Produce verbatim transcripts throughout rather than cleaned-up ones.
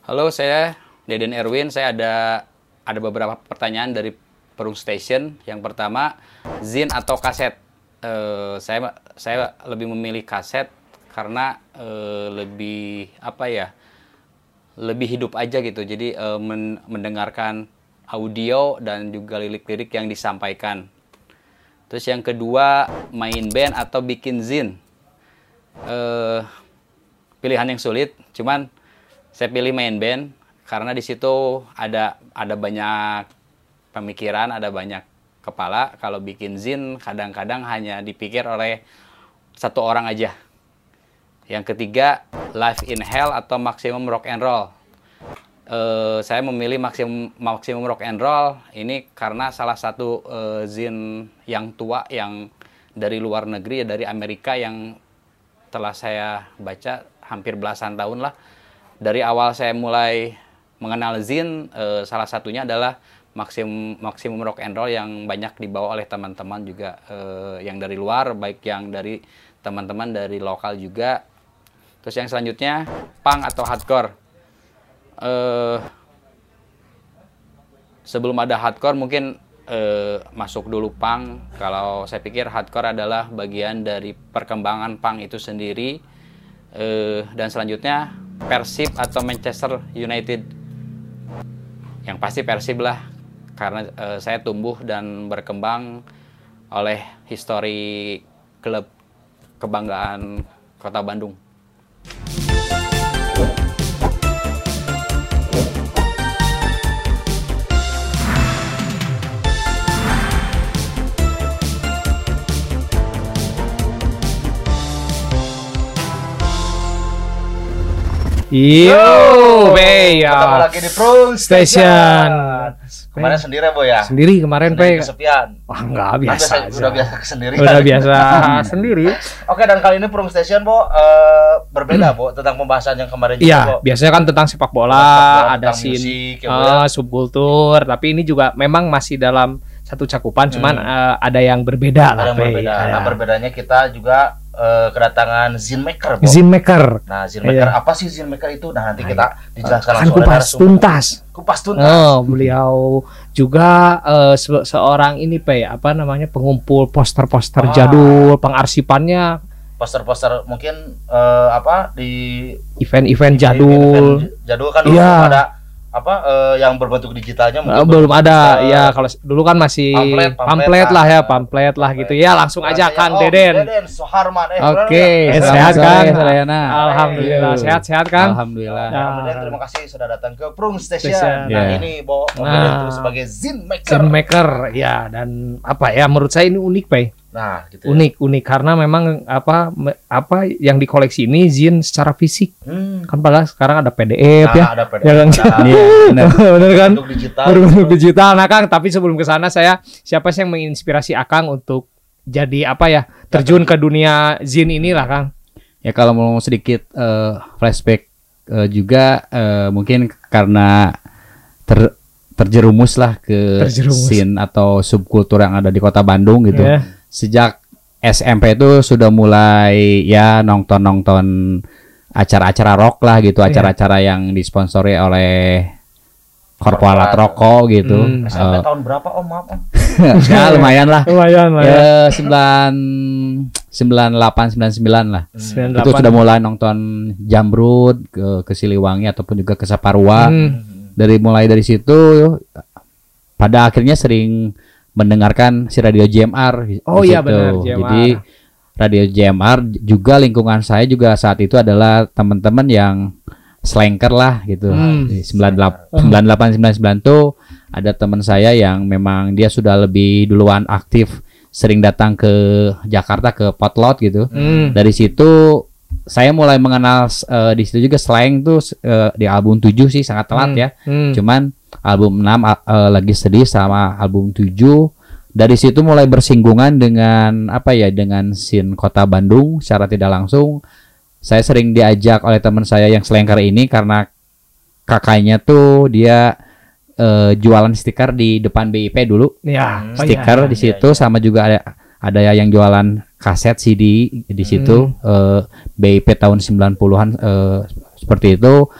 Halo, saya Deden Erwin. Saya ada ada beberapa pertanyaan dari Perung Station. Yang pertama, zin atau kaset? Eh, saya saya lebih memilih kaset karena eh, lebih apa ya? Lebih hidup aja gitu. Jadi eh, men mendengarkan audio dan juga lirik-lirik yang disampaikan. Terus yang kedua, main band atau bikin zin? Eh, pilihan yang sulit, cuman saya pilih main band karena di situ ada ada banyak pemikiran, ada banyak kepala. Kalau bikin zin kadang-kadang hanya dipikir oleh satu orang aja. Yang ketiga, Live in Hell atau Maximum Rock and Roll? Uh, saya memilih maksimum maksimum rock and roll ini karena salah satu uh, zin yang tua yang dari luar negeri, ya dari Amerika, yang telah saya baca hampir belasan tahun lah. Dari awal saya mulai mengenal zin, uh, salah satunya adalah maksimum maksimum rock and roll yang banyak dibawa oleh teman-teman juga uh, yang dari luar, baik yang dari teman-teman dari lokal juga. Terus yang selanjutnya, punk atau hardcore? Uh, sebelum ada hardcore mungkin uh, masuk dulu punk. Kalau saya pikir hardcore adalah bagian dari perkembangan punk itu sendiri. Uh, dan selanjutnya, Persib atau Manchester United? Yang pasti Persib lah, karena uh, saya tumbuh dan berkembang oleh histori klub kebanggaan Kota Bandung. Yo, Pe, ya. Ketemu lagi di Perung Station. Station. Kemarin sendiri ya, Boy ya? Sendiri kemarin, Pe. Kesepian. Wah, enggak biasa. Kan aja. Udah biasa kesendirian. Udah biasa sendiri. Oke, dan kali ini Perung Station, Bo, uh, berbeda, Bo, tentang pembahasan yang kemarin juga, Iya, Bo. biasanya kan tentang sepak bola, Tentang ada musik, scene, ya, Bo, ya. uh, subkultur, tapi ini juga memang masih dalam satu cakupan, cuman Hmm. uh, ada yang berbeda Ada lah, yang Pe. berbeda. Ya. Nah, berbedanya kita juga uh, kedatangan Zin Maker, Bo. Zin Maker. Nah, Zin Maker, Iya. apa sih Zin Maker itu? Nah, nanti kita dijelaskan Kan langsung oleh kupas narasumber. tuntas. Kupas tuntas. Oh, beliau juga uh, se- seorang ini, Pe, apa namanya, pengumpul poster-poster Ah. jadul, pengarsipannya Poster-poster mungkin uh, apa di event-event jadul. event-event jadul kan dulu Iya. belum ada apa eh, yang berbentuk digitalnya Uh, mungkin belum ada eh, ya, kalau dulu kan masih pamflet, pamflet, pamflet lah ya, lah. pamflet lah gitu ya. Langsung aja Rasanya, Kang oh, Deden. Deden Soharman. Eh, Oke, benar nggak? sehat kan? Sadayana. Alhamdulillah Iya. sehat-sehat kan? Alhamdulillah. Ya. Nah, Deden, terima kasih sudah datang ke Perung Station. Station. Nah, Ya. ini bawa Nah. nah. sebagai Zin Maker. Zin Maker ya, dan apa ya, menurut saya ini unik, Pe. Nah, gitu. ya. Unik, unik karena memang apa me- apa yang dikoleksi ini zin secara fisik. Hmm. Kan padahal sekarang ada P D F Nah, ya. ada P D F, Ya, Kang? ada Iya, benar. Bener kan? bentuk digital. Berbentuk digital. Nah, Kang, tapi sebelum ke sana, saya siapa sih yang menginspirasi Akang untuk jadi apa ya, terjun ke dunia zin inilah, Kang? Ya kalau mau sedikit eh, flashback eh, juga eh, mungkin karena ter terjerumus lah ke Terjerumus. scene atau subkultur yang ada di Kota Bandung gitu. Ya. Sejak S M P itu sudah mulai ya nonton-nonton acara-acara rock lah gitu, Iya. acara-acara yang disponsori oleh korporat rokok gitu. Hmm. Sampai Eh, tahun berapa, Om? Maaf, Om. ya lumayan lah. Lumayan lah ya. Ya sembilan sembilan delapan sembilan sembilan lah. sembilan Itu delapan. sudah mulai nonton Jamrud ke ke Siliwangi ataupun juga ke Saparua. Hmm. Dari mulai dari situ pada akhirnya sering mendengarkan si radio J M R di Oh iya, situ. benar, J M R. Jadi radio J M R juga lingkungan saya juga saat itu adalah teman-teman yang slanker lah gitu. Hmm. Di sembilan delapan sembilan sembilan tuh ada teman saya yang memang dia sudah lebih duluan aktif, sering datang ke Jakarta ke Potlot gitu. Hmm. Dari situ saya mulai mengenal eh, di situ juga slang tuh eh, di album tujuh sih sangat telat ya. Hmm. Cuman album enam eh, lagi sedih sama album tujuh. Dari situ mulai bersinggungan dengan apa ya, dengan scene Kota Bandung secara tidak langsung. Saya sering diajak oleh teman saya yang slanker ini karena kakaknya tuh dia eh, jualan stiker di depan B I P dulu. Ya, Hmm. oh iya, Stiker iya. di situ sama juga ada ada yang jualan kaset C D di situ. Hmm. eh, B I P tahun sembilan puluhan eh, seperti itu.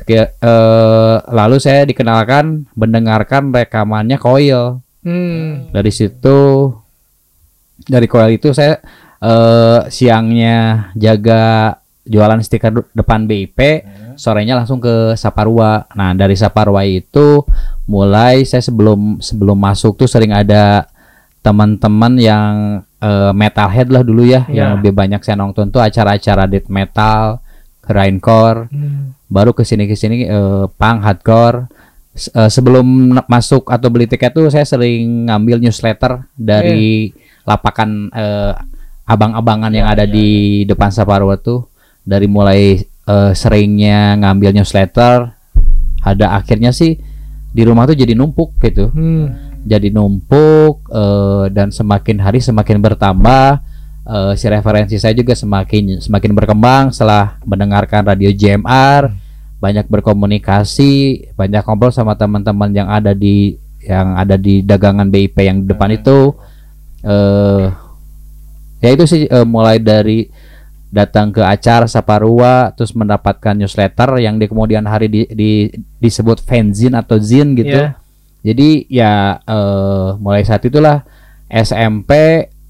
Akhir eh, lalu saya dikenalkan mendengarkan rekamannya Koil. Hmm. Dari situ, dari Koil itu saya eh, siangnya jaga jualan stiker du- depan B I P, sorenya langsung ke Saparua. Nah, dari Saparua itu mulai saya sebelum sebelum masuk tuh sering ada teman-teman yang eh, metalhead lah dulu ya, Ya. yang lebih banyak saya nonton tuh acara-acara death metal, grindcore, Hmm. baru kesini kesini eh, punk, hardcore. S- eh, sebelum na- masuk atau beli tiket tuh saya sering ngambil newsletter dari lapakan eh, abang-abangan yang ada di depan Saparua tuh. Dari mulai eh, seringnya ngambil newsletter, ada akhirnya sih di rumah tuh jadi numpuk gitu. Hmm. Jadi numpuk eh, dan semakin hari semakin bertambah. Eh, si referensi saya juga semakin semakin berkembang setelah mendengarkan radio J M R, banyak berkomunikasi, banyak ngobrol sama teman-teman yang ada di yang ada di dagangan B I P yang di depan itu. Eh, ya itu sih eh, mulai dari datang ke acara Saparua, terus mendapatkan newsletter yang di kemudian hari di, di- disebut fanzine atau zine gitu. Iya. Jadi ya eh, mulai saat itulah S M P,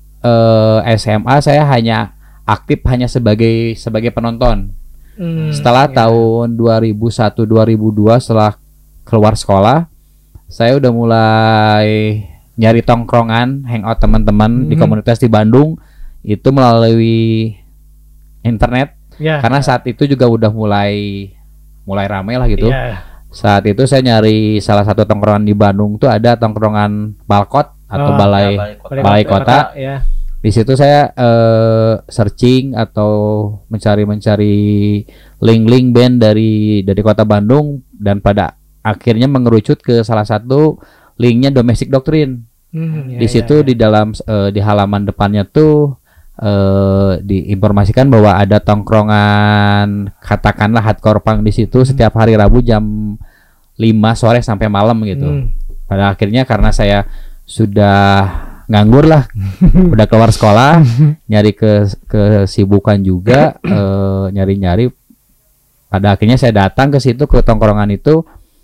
eh, S M A saya hanya aktif hanya sebagai sebagai penonton. Hmm. Setelah Iya. tahun dua ribu satu dua ribu dua setelah keluar sekolah, saya udah mulai nyari tongkrongan, hangout teman-teman di Mhm. komunitas di Bandung itu melalui internet. Ya. Karena saat itu juga udah mulai mulai ramai lah gitu. Iya. Saat itu saya nyari salah satu tongkrongan di Bandung tuh ada tongkrongan Balkot atau Oh, balai Ya, balai kota. balai kota. Ya. Di situ saya eh, searching atau mencari-mencari link-link band dari dari kota Bandung dan pada akhirnya mengerucut ke salah satu linknya Domestic Doctrine. Hmm, ya, Di ya, situ ya. di dalam eh, di halaman depannya tuh eh, diinformasikan bahwa ada tongkrongan katakanlah hardcore punk di situ setiap hari Rabu jam lima sore sampai malam gitu. Hmm. Pada akhirnya karena saya sudah nganggur lah, udah keluar sekolah, nyari ke kesibukan juga, eh, nyari-nyari. Pada akhirnya saya datang ke situ ke tongkrongan itu,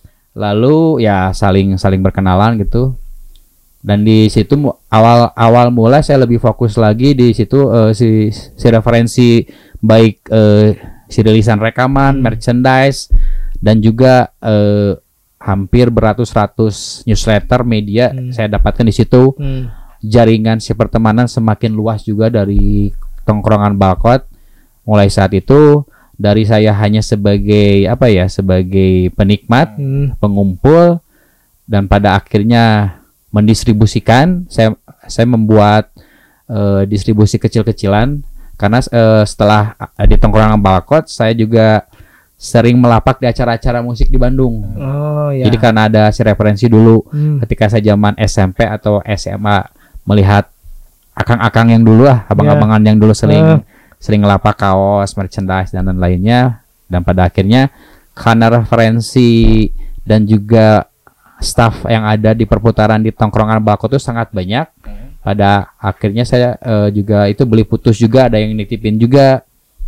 lalu ya saling saling berkenalan gitu. Dan di situ mu- awal awal mula saya lebih fokus lagi di situ eh, si si referensi baik eh, si rilisan rekaman, merchandise dan juga eh, hampir beratus-ratus newsletter media Hmm. saya dapatkan di situ. Hmm. Jaringan si pertemanan semakin luas juga dari tongkrongan Balkot. Mulai saat itu dari saya hanya sebagai apa ya, sebagai penikmat, Hmm. pengumpul, dan pada akhirnya mendistribusikan. Saya saya membuat eh, distribusi kecil-kecilan karena eh, setelah eh, di tongkrongan Balkot saya juga sering melapak di acara-acara musik di Bandung. Oh ya. Jadi karena ada si referensi dulu Hmm. ketika saya zaman S M P atau S M A melihat akang-akang yang dulu lah, abang-abangan yang dulu sering Eh. sering ngelapak kaos, merchandise dan lain-lainnya, dan pada akhirnya karena referensi dan juga staff yang ada di perputaran di tongkrongan Balkot itu sangat banyak. Pada akhirnya saya eh, juga itu beli putus juga, ada yang nitipin juga.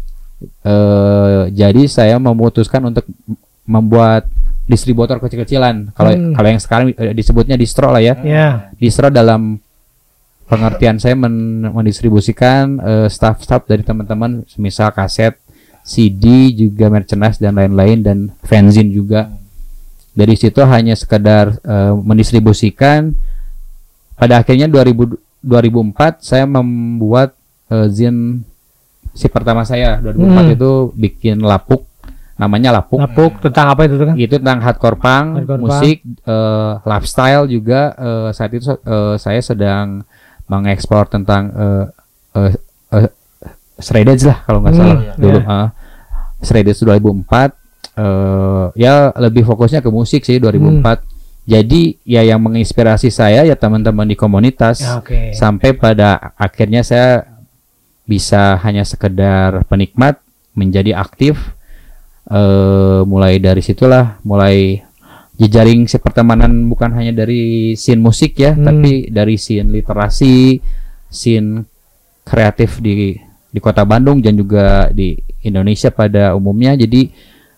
Eh, jadi saya memutuskan untuk m- membuat distributor kecil-kecilan. Kalau Hmm. kalau yang sekarang eh, disebutnya distro lah ya. Ya. Distro dalam pengertian saya men- mendistribusikan eh, staff-staff dari teman-teman, misal kaset, C D, juga merchandise dan lain-lain, dan fanzine juga. Dari situ hanya sekedar eh, mendistribusikan. Pada akhirnya dua ribu dua ribu empat saya membuat eh, zine si pertama saya. dua ribu empat Hmm. itu bikin lapuk, namanya lapuk. Lapuk tentang apa itu tuh kan? Itu tentang hardcore punk, Hardcore musik, eh, lifestyle juga. eh, saat itu eh, saya sedang mengeksplor tentang eh, eh, eh, Stray Edge lah kalau nggak Hmm, salah iya. dulu. Iya. eh. Stray Edge dua ribu empat. eh, ya lebih fokusnya ke musik sih dua ribu empat. Jadi ya yang menginspirasi saya ya teman-teman di komunitas. Ya, oke. Sampai pada akhirnya saya bisa hanya sekedar penikmat menjadi aktif. Eh, mulai dari situlah mulai jejaring si pertemanan bukan hanya dari scene musik ya, Hmm. tapi dari scene literasi, scene kreatif di di kota Bandung dan juga di Indonesia pada umumnya. Jadi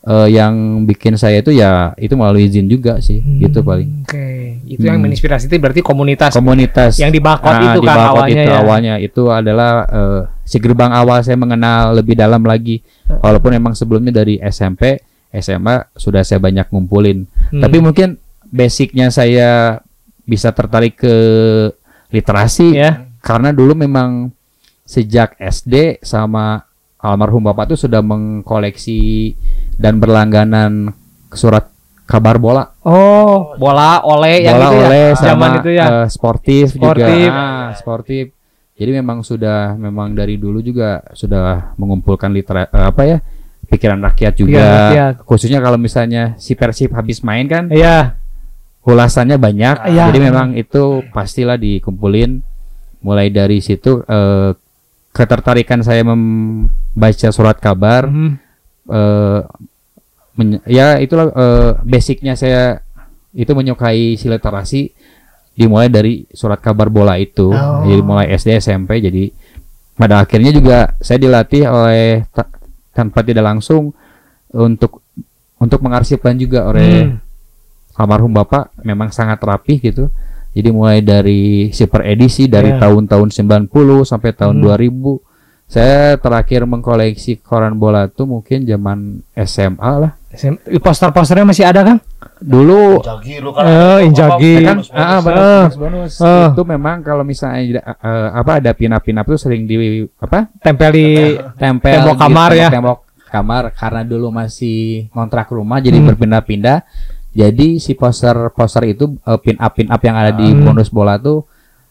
uh, yang bikin saya itu ya itu melalui Zin juga sih, Hmm, gitu paling. Oke, itu yang Hmm. menginspirasi itu berarti komunitas Komunitas yang di Bakot Ah, itu di kan Bakot awalnya itu ya. awalnya itu adalah uh, si gerbang awal saya mengenal lebih dalam lagi. Walaupun memang sebelumnya dari S M P, S M A sudah saya banyak ngumpulin. Hmm. Tapi mungkin basicnya saya bisa tertarik ke literasi Ya. karena dulu memang sejak S D sama almarhum bapak tuh sudah mengkoleksi dan berlangganan surat kabar bola. Oh, bola oleh yang bola itu oleh ya. sama Zaman itu ya. eh, sportif, Sportif. juga. Ah, sportif. Jadi memang sudah memang dari dulu juga sudah mengumpulkan litera eh, apa ya? Pikiran rakyat juga. Pikiran rakyat. Khususnya kalau misalnya si Persib habis main kan Iya. ulasannya banyak. Iya. Jadi memang itu pastilah dikumpulin. Mulai dari situ eh, ketertarikan saya membaca surat kabar. Hmm. eh, men- ya itulah eh, basicnya saya itu menyukai si literasi dimulai dari surat kabar bola itu. Oh. Jadi mulai S D S M P, jadi pada akhirnya juga saya dilatih oleh ta- tanpa tidak langsung untuk untuk mengarsipkan juga oleh Hmm. almarhum bapak. Memang sangat rapih gitu. Jadi mulai dari super edisi dari Yeah. tahun-tahun sembilan puluh sampai tahun Hmm. dua ribu. Saya terakhir mengkoleksi koran bola tuh mungkin zaman S M A lah. S M- Poster-posternya masih ada kan? Dulu Injagi lu kan. Eh, Injagi. Apa, kan bonus-bonus. ah, Eh. bonus, bonus. Eh. Itu memang kalau misalnya eh, apa ada pinap-pinap tuh sering di apa? Tempel di Tempel Tembok di kamar ya. tembok kamar karena dulu masih kontrak rumah jadi Hmm. berpindah-pindah. Jadi si poster-poster itu eh, pin-up pin-up yang ada di Hmm. bonus bola tuh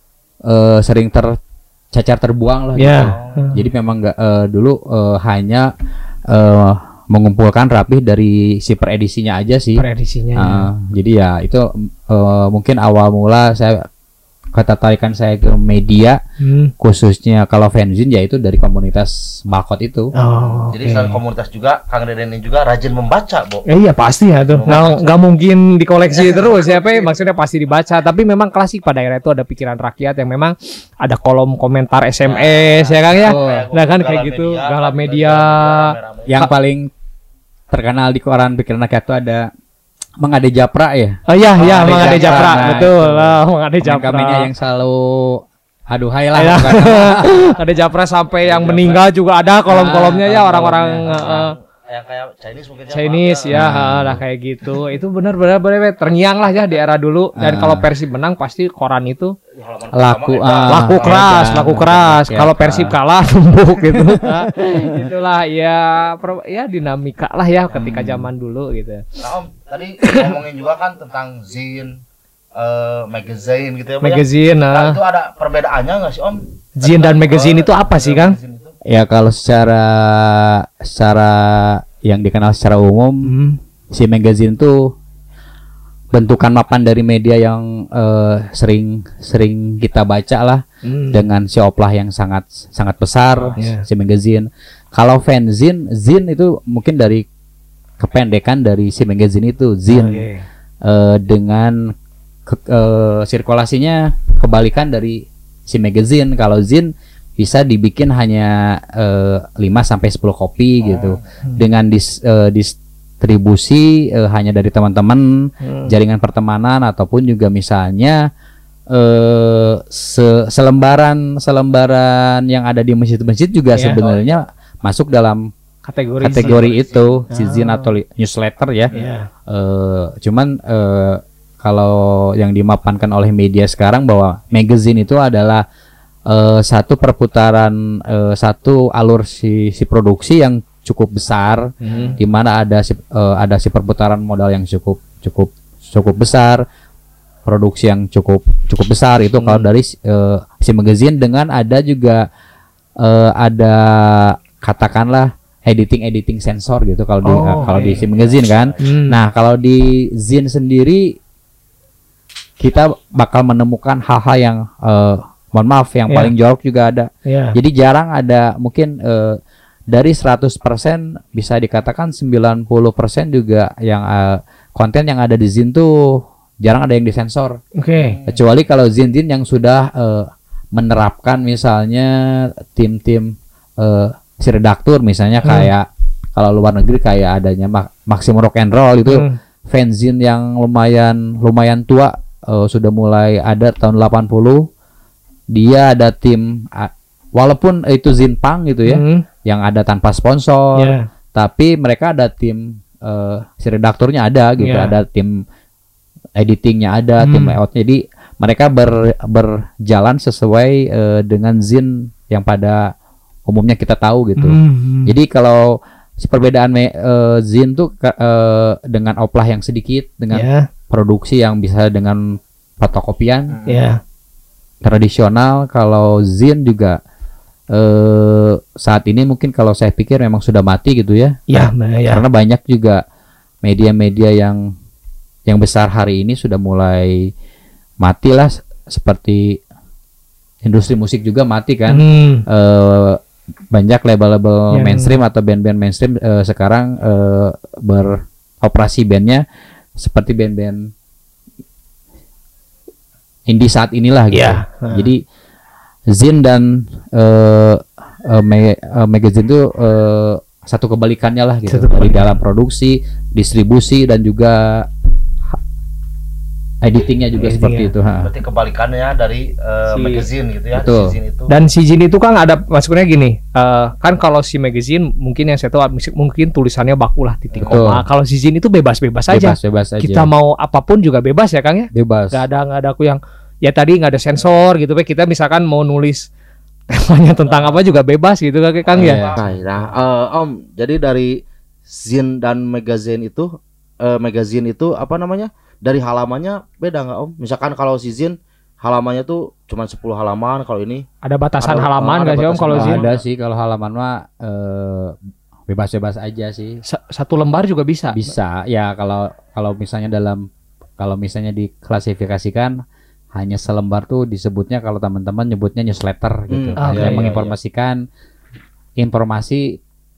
eh, sering tercacar terbuang lah Ya. gitu. Jadi memang nggak eh, dulu eh, hanya eh, mengumpulkan rapih dari si per edisinya aja sih. peredisinya. ya. Ah, jadi ya itu eh, mungkin awal mula saya ketertarikan saya ke media, Hmm. khususnya kalau fanzine ya itu dari komunitas Bakot itu. Oh, Jadi oke. selain komunitas juga, Kang Deden ini juga rajin membaca, Bo. Ya, iya pasti ya tuh. Nggak, nggak mungkin dikoleksi terus ya, Pe. Maksudnya pasti dibaca. Tapi memang klasik pada daerah itu ada pikiran rakyat yang memang ada kolom komentar S M S ya Kang ya. Oh, Nah kan kayak gitu, galah media. Yang paling terkenal di koran pikiran rakyat itu ada Mang Ade Japra ya. Oh iya iya, Mang Mang Ade Ade Japra, Japra. Nah, betul itu. lah, Mang Ade Japra. Kamennya yang selalu aduhai lah. Iya. bukan. Ada Japra sampai yang meninggal juga ada kolom-kolomnya ya Ah, orang-orang kolom-kolomnya. eh, Yang kayak Chinese mungkin ya, Chinese Pak. ya, ha, lah kayak gitu. Itu benar-benar benar terngiang lah ya di era dulu. Dan Ah. kalau Persib menang pasti koran itu Di halaman Laku, pertama, ah. laku Ah, keras, edan. laku keras. Ya, Kalau Kak. Persib kalah tumbuk gitu. Nah, itulah ya per- ya dinamika lah ya ketika zaman dulu gitu. Nah, Om, tadi ngomongin juga kan tentang zin, eh, magazine gitu ya, Pak, ya? Magazine, Nah, nah. itu ada perbedaannya nggak sih, Om? Zin dan magazine itu apa sih, Kang? Magazine itu. Ya kalau secara secara yang dikenal secara umum Hmm. si magazine tuh bentukan mapan dari media yang eh, sering sering kita baca lah Hmm. dengan si oplah yang sangat sangat besar Iya. si magazine. Kalau fanzine, zin itu mungkin dari kependekan dari si magazine itu zin. Oke. Eh, dengan ke- eh, sirkulasinya kebalikan dari si magazine. Kalau zin bisa dibikin hanya eh, lima sampai sepuluh kopi gitu. Dengan dis, eh, distribusi eh, hanya dari teman-teman, Hmm. jaringan pertemanan ataupun juga misalnya eh se- selembaran selembaran yang ada di masjid-masjid juga Iya. sebenarnya masuk dalam Kategori kategori itu si Ah. zin atau li- newsletter ya. Iya. Eh, cuman eh, kalau yang dimapankan oleh media sekarang bahwa magazine itu adalah eh, satu perputaran eh, satu alur si si produksi yang cukup besar, Hmm. di mana ada si, eh, ada si perputaran modal yang cukup cukup cukup besar, produksi yang cukup cukup besar itu kalau dari eh, si magazine, dengan ada juga eh, ada katakanlah editing editing sensor gitu kalau di Oh, eh, kalau di oke. si magazine kan. Hmm. Nah, kalau di zin sendiri kita bakal menemukan hal-hal yang eh, mohon maaf yang Iya. paling jorok juga ada. Iya. Jadi jarang ada, mungkin eh, dari seratus persen bisa dikatakan sembilan puluh persen juga yang eh, konten yang ada di zin tuh jarang ada yang disensor. Oke. Kecuali kalau zin-zin yang sudah eh, menerapkan misalnya tim-tim eh, si redaktur misalnya Hmm. kayak kalau luar negeri kayak adanya Ma- Maximum Rock and Roll itu Hmm. fanzine yang lumayan lumayan tua, uh, sudah mulai ada tahun delapan puluh. Dia ada tim uh, walaupun itu zine punk gitu ya, Hmm. yang ada tanpa sponsor, Ya. tapi mereka ada tim, uh, si redakturnya ada gitu, Ya. ada tim editingnya ada, tim Hmm. layoutnya. Jadi mereka ber, berjalan sesuai uh, dengan zine yang pada umumnya kita tahu gitu. Hmm. Jadi kalau si perbedaan me, uh, zine tuh ke- uh, dengan oplah yang sedikit, dengan Ya. produksi yang bisa dengan fotokopian Ya. tradisional. Kalau zine juga uh, saat ini mungkin kalau saya pikir memang sudah mati gitu ya. Ya. Nah, Ya. karena banyak juga media-media yang yang besar hari ini sudah mulai mati lah, seperti industri musik juga mati kan. Hmm. Eh, banyak label-label Yang- mainstream atau band-band mainstream eh, sekarang eh, beroperasi bandnya seperti band-band indie saat inilah gitu. Ya. Nah. Jadi zine dan eh, eh, me- eh, magazine itu eh, satu kebalikannya lah gitu, Satu dari kebalikan. dalam produksi, distribusi dan juga ha- editingnya juga Editingnya. seperti itu. Ha. Berarti kebalikannya dari uh, Si- magazine gitu ya. Betul. Si zine itu. Dan si Jin itu kan ada maksudnya gini, eh, kan kalau si magazine mungkin yang saya tahu musik- mungkin tulisannya baku lah titik Betul. koma. Kalau si Jin itu bebas-bebas saja. Bebas-bebas aja. Kita mau apapun juga bebas ya Kang ya. bebas. Gak ada nggak ada aku yang ya tadi nggak ada sensor gitu. Pak kita misalkan mau nulis temanya tentang apa juga bebas gitu kan Kang ya. Iya. Nah, nah, eh, Om, jadi dari zine dan magazine itu, eh, magazine itu apa namanya? Dari halamannya beda nggak Om? Misalkan kalau si zine halamannya tuh cuma sepuluh halaman, kalau ini Ada batasan Ada- halaman ada nggak sih Om batasan kalau Nggak Zin? halaman. ada sih kalau halaman mah eh, bebas-bebas aja sih. Sa- Satu lembar juga bisa. Bisa ya kalau kalau misalnya dalam kalau misalnya diklasifikasikan hanya selembar tuh disebutnya, kalau teman-teman nyebutnya newsletter gitu. Hmm, ah, Hanya iya, iya, menginformasikan informasi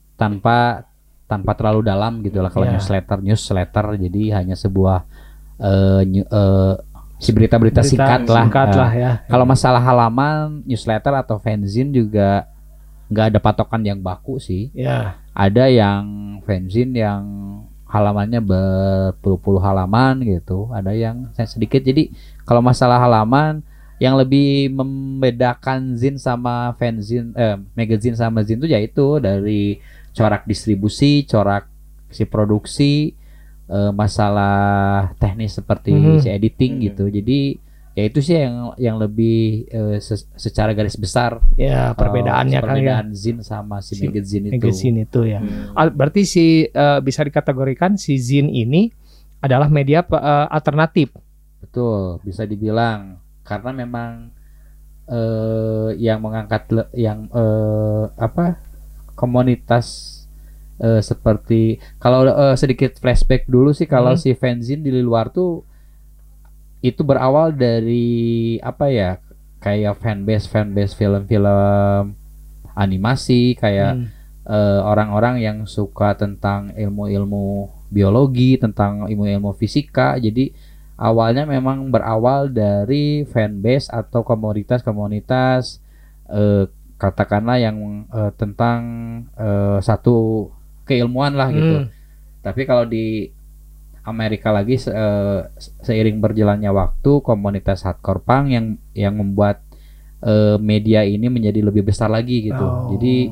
tanpa tanpa terlalu dalam gitu lah. Kalau Iya. newsletter newsletter jadi hanya sebuah eh, new- eh, si berita-berita Berita singkat lah. Singkat Eh, lah ya. Kalau masalah halaman newsletter atau fanzine juga nggak ada patokan yang baku sih. Ya. Ada yang fanzine yang halamannya berpuluh-puluh halaman gitu, ada yang sedikit. Jadi kalau masalah halaman yang lebih membedakan zine sama fanzine, eh, magazine sama zine itu yaitu dari corak distribusi, corak si produksi, eh, masalah teknis seperti Mhm. si editing Mhm. gitu. Jadi ya itu sih yang yang lebih eh, se- secara garis besar Ya perbedaannya eh, kan ya. perbedaan zine sama si, Si magazine itu. Magazine itu ya. Hmm. Ah, berarti si eh, bisa dikategorikan si Zin ini adalah media eh, alternatif. Betul, bisa dibilang karena memang eh, yang mengangkat le- yang eh, apa komunitas eh, seperti kalau eh, sedikit flashback dulu sih, kalau Hmm. si fanzine di luar tuh itu berawal dari apa ya, kayak fanbase fanbase film-film animasi kayak Hmm. eh, orang-orang yang suka tentang ilmu-ilmu biologi, tentang ilmu-ilmu fisika. Jadi awalnya memang berawal dari fanbase atau komunitas-komunitas eh, katakanlah yang eh, tentang eh, satu keilmuan lah gitu. Hmm. Tapi kalau di Amerika lagi se- eh, seiring berjalannya waktu, komunitas hardcore punk yang yang membuat eh, media ini menjadi lebih besar lagi gitu. Oh. Jadi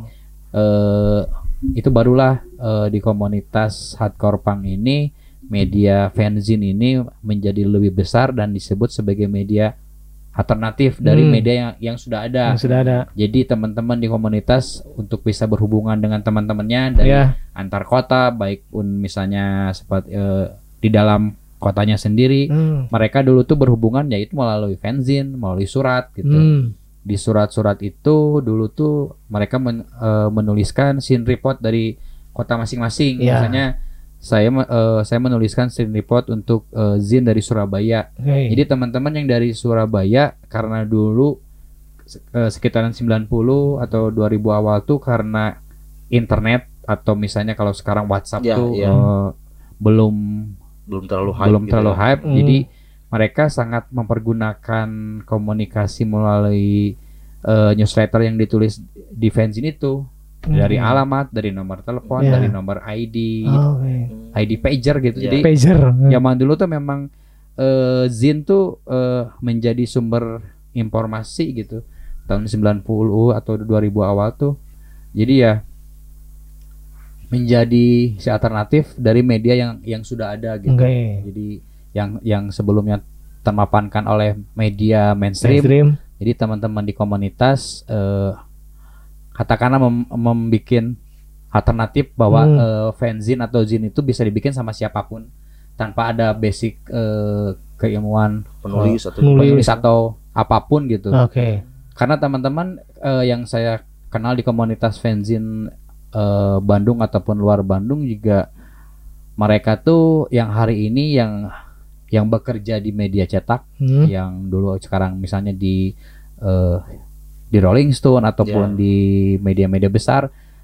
eh, itu barulah eh, di komunitas hardcore punk ini media fanzine ini menjadi lebih besar dan disebut sebagai media alternatif dari Hmm. media yang yang sudah ada. Yang sudah ada. Jadi teman-teman di komunitas untuk bisa berhubungan dengan teman-temannya dari Ya. antar kota, baik pun misalnya seperti eh, di dalam kotanya sendiri, Hmm. mereka dulu tuh berhubungan yaitu melalui fanzine, melalui surat gitu. Hmm. Di surat-surat itu dulu tuh mereka men- eh, menuliskan scene report dari kota masing-masing. Ya. Misalnya saya me- eh, saya menuliskan scene report untuk eh, zine dari Surabaya. Oke. Jadi teman-teman yang dari Surabaya karena dulu se- eh, sekitaran sembilan puluh atau dua ribu awal tuh karena internet atau misalnya kalau sekarang WhatsApp Ya, tuh ya. eh, belum belum terlalu hype belum gitu terlalu ya. hype. Hmm. Jadi mereka sangat mempergunakan komunikasi melalui eh, newsletter yang ditulis di fanzine itu. dari Hmm. alamat, dari nomor telepon, Ya. dari nomor I D, Oh, oke. I D pager gitu. Ya. Jadi Pager. zaman dulu tuh memang eh, Zin tuh eh, menjadi sumber informasi gitu tahun sembilan puluh atau dua ribu awal tuh. Jadi ya menjadi si alternatif dari media yang yang sudah ada gitu. Oke. Jadi yang yang sebelumnya termapankan oleh media mainstream. Mainstream. Jadi teman-teman di komunitas eh, katakanlah mem membikin alternatif bahwa Hmm. eh, fanzine atau zin itu bisa dibikin sama siapapun tanpa ada basic eh, keilmuan Penulis atau Penulis. penulis atau apapun gitu. Oke. Karena teman-teman eh, yang saya kenal di komunitas fanzine eh, Bandung ataupun luar Bandung juga mereka tuh yang hari ini yang yang bekerja di media cetak, Hmm. yang dulu sekarang misalnya di eh, di Rolling Stone ataupun Ya. di media-media besar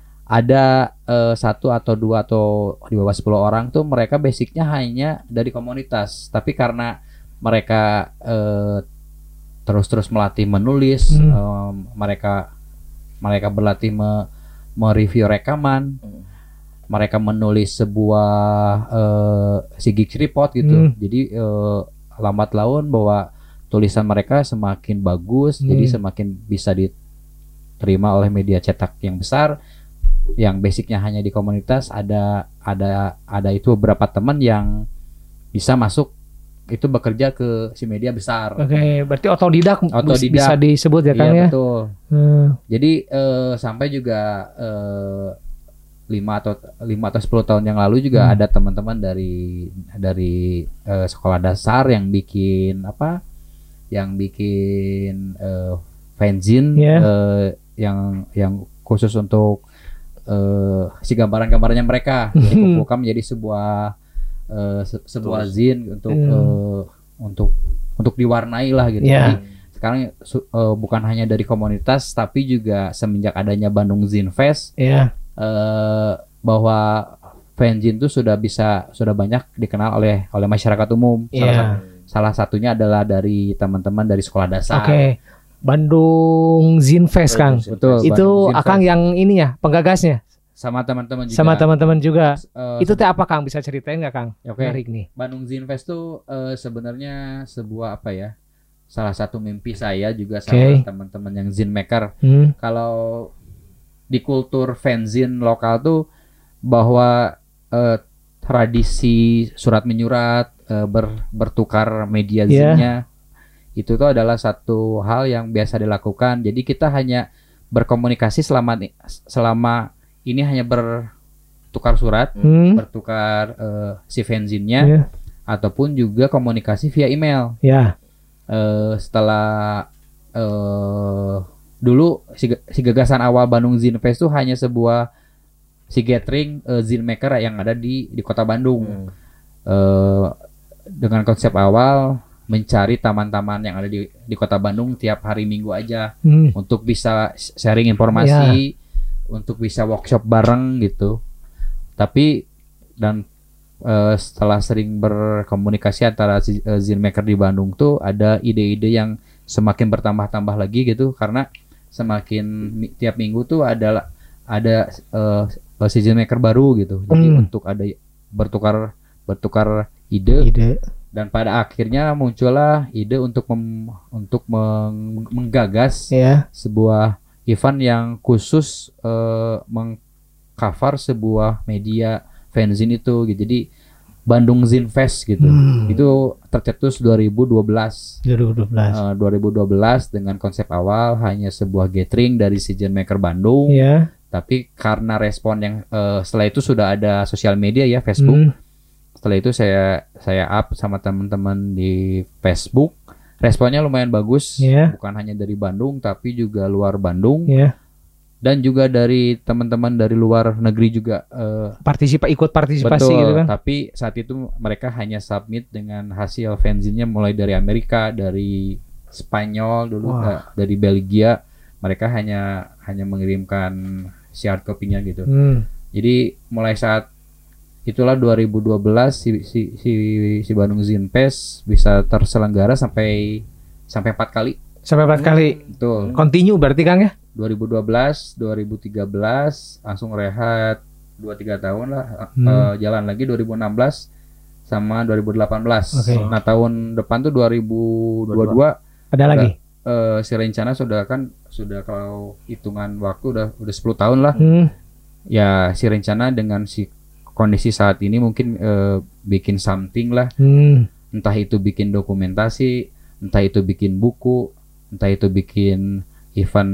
ada eh, satu atau dua atau di bawah sepuluh orang tuh mereka basicnya hanya dari komunitas, tapi karena mereka eh, terus-terus melatih menulis, Hmm. em, mereka mereka berlatih me- mereview rekaman, Hmm. mereka menulis sebuah eh, si Geeks Report gitu. Hmm. Jadi eh, lambat laun bahwa tulisan mereka semakin bagus, Hmm. jadi semakin bisa diterima oleh media cetak yang besar. Yang basicnya hanya di komunitas, ada ada ada itu beberapa teman yang bisa masuk itu bekerja ke si media besar. Oke, berarti otodidak, Otodidak. bisa disebut ya Kang Iya ya. betul. Hmm. Jadi eh, sampai juga eh, lima atau lima atau sepuluh tahun yang lalu juga Hmm. ada teman-teman dari dari eh, sekolah dasar yang bikin apa? Yang bikin eh, fanzine Yeah. eh, yang yang khusus untuk eh, si gambaran-gambarannya mereka dikumpulkan menjadi sebuah eh, se- sebuah Tulis. zin untuk Hmm. eh, untuk untuk diwarnai lah gitu. Yeah. Jadi sekarang su- eh, bukan hanya dari komunitas tapi juga semenjak adanya Bandung Zine Fest Ya. eh, bahwa fanzine itu sudah bisa sudah banyak dikenal oleh oleh masyarakat umum. Salah, Iya. satu- salah satunya adalah dari teman-teman dari sekolah dasar. Oke. Bandung Zine Fest Kang. Betul. Itu Bandung Zine Akang Fest. yang ini ya, penggagasnya. Sama teman-teman juga. Sama teman-teman juga. Eh, Itu teh apa Kang? Bisa ceritain nggak Kang? Oke. Menarik nih. Bandung Zine Fest tuh eh, sebenarnya sebuah apa ya? Salah satu mimpi saya juga sama Oke. teman-teman yang zine maker. Hmm. Kalau di kultur fanzine lokal tuh bahwa eh, tradisi surat menyurat eh, ber- bertukar media Iya. zine-nya itu tuh adalah satu hal yang biasa dilakukan. Jadi kita hanya berkomunikasi selama selama ini hanya bertukar surat, Hmm. bertukar eh, si fanzine-nya Ya. ataupun juga komunikasi via email. Ya. Eh, setelah eh, dulu si, si gagasan awal Bandung Zine Fest itu hanya sebuah si gathering eh, zine maker yang ada di di kota Bandung. Hmm. Eh, dengan konsep awal mencari taman-taman yang ada di di kota Bandung tiap hari Minggu aja Hmm. untuk bisa sharing informasi, untuk bisa workshop bareng gitu. Tapi dan eh, setelah sering berkomunikasi antara si- eh, zine maker di Bandung tuh ada ide-ide yang semakin bertambah-tambah lagi gitu karena semakin mi- tiap minggu tuh ada ada eh, eh, si zine maker baru gitu. Jadi Hmm. untuk ada bertukar bertukar ide Ide. dan pada akhirnya muncullah ide untuk mem- untuk meng- menggagas Ya. sebuah event yang khusus eh, mengcover sebuah media fanzine itu gitu. Jadi Bandung Zine Fest gitu. Hmm. Itu tercetus dua ribu dua belas. dua ribu dua belas. Eh, dua ribu dua belas dengan konsep awal hanya sebuah gathering dari si Zine Maker Bandung. Ya. Tapi karena respon yang eh, setelah itu sudah ada sosial media ya Facebook. Hmm. Setelah itu saya saya up sama teman-teman di Facebook. Responnya lumayan bagus, Iya. bukan hanya dari Bandung tapi juga luar Bandung Ya. dan juga dari teman-teman dari luar negeri juga. eh, Partisipa ikut partisipasi betul. gitu kan. Tapi saat itu mereka hanya submit dengan hasil fanzine-nya mulai dari Amerika, dari Spanyol dulu, Wah. eh, dari Belgia. Mereka hanya hanya mengirimkan si hard copy-nya gitu. Hmm. Jadi mulai saat itulah dua ribu dua belas si si si, si Bandung Zine Fest bisa terselenggara sampai sampai empat kali Sampai empat kali. Betul. Continue berarti Kang ya? dua ribu dua belas, dua ribu tiga belas langsung rehat dua tiga tahun lah. Hmm. Eh, jalan lagi dua ribu enam belas sama dua ribu delapan belas. Oke. Nah, tahun depan tuh dua ribu dua puluh dua Ada lagi? eh, si rencana sudah kan sudah kalau hitungan waktu udah udah sepuluh tahun lah. Hmm. Ya, si rencana dengan si kondisi saat ini mungkin eh, bikin something lah. Hmm. Entah itu bikin dokumentasi, entah itu bikin buku, entah itu bikin event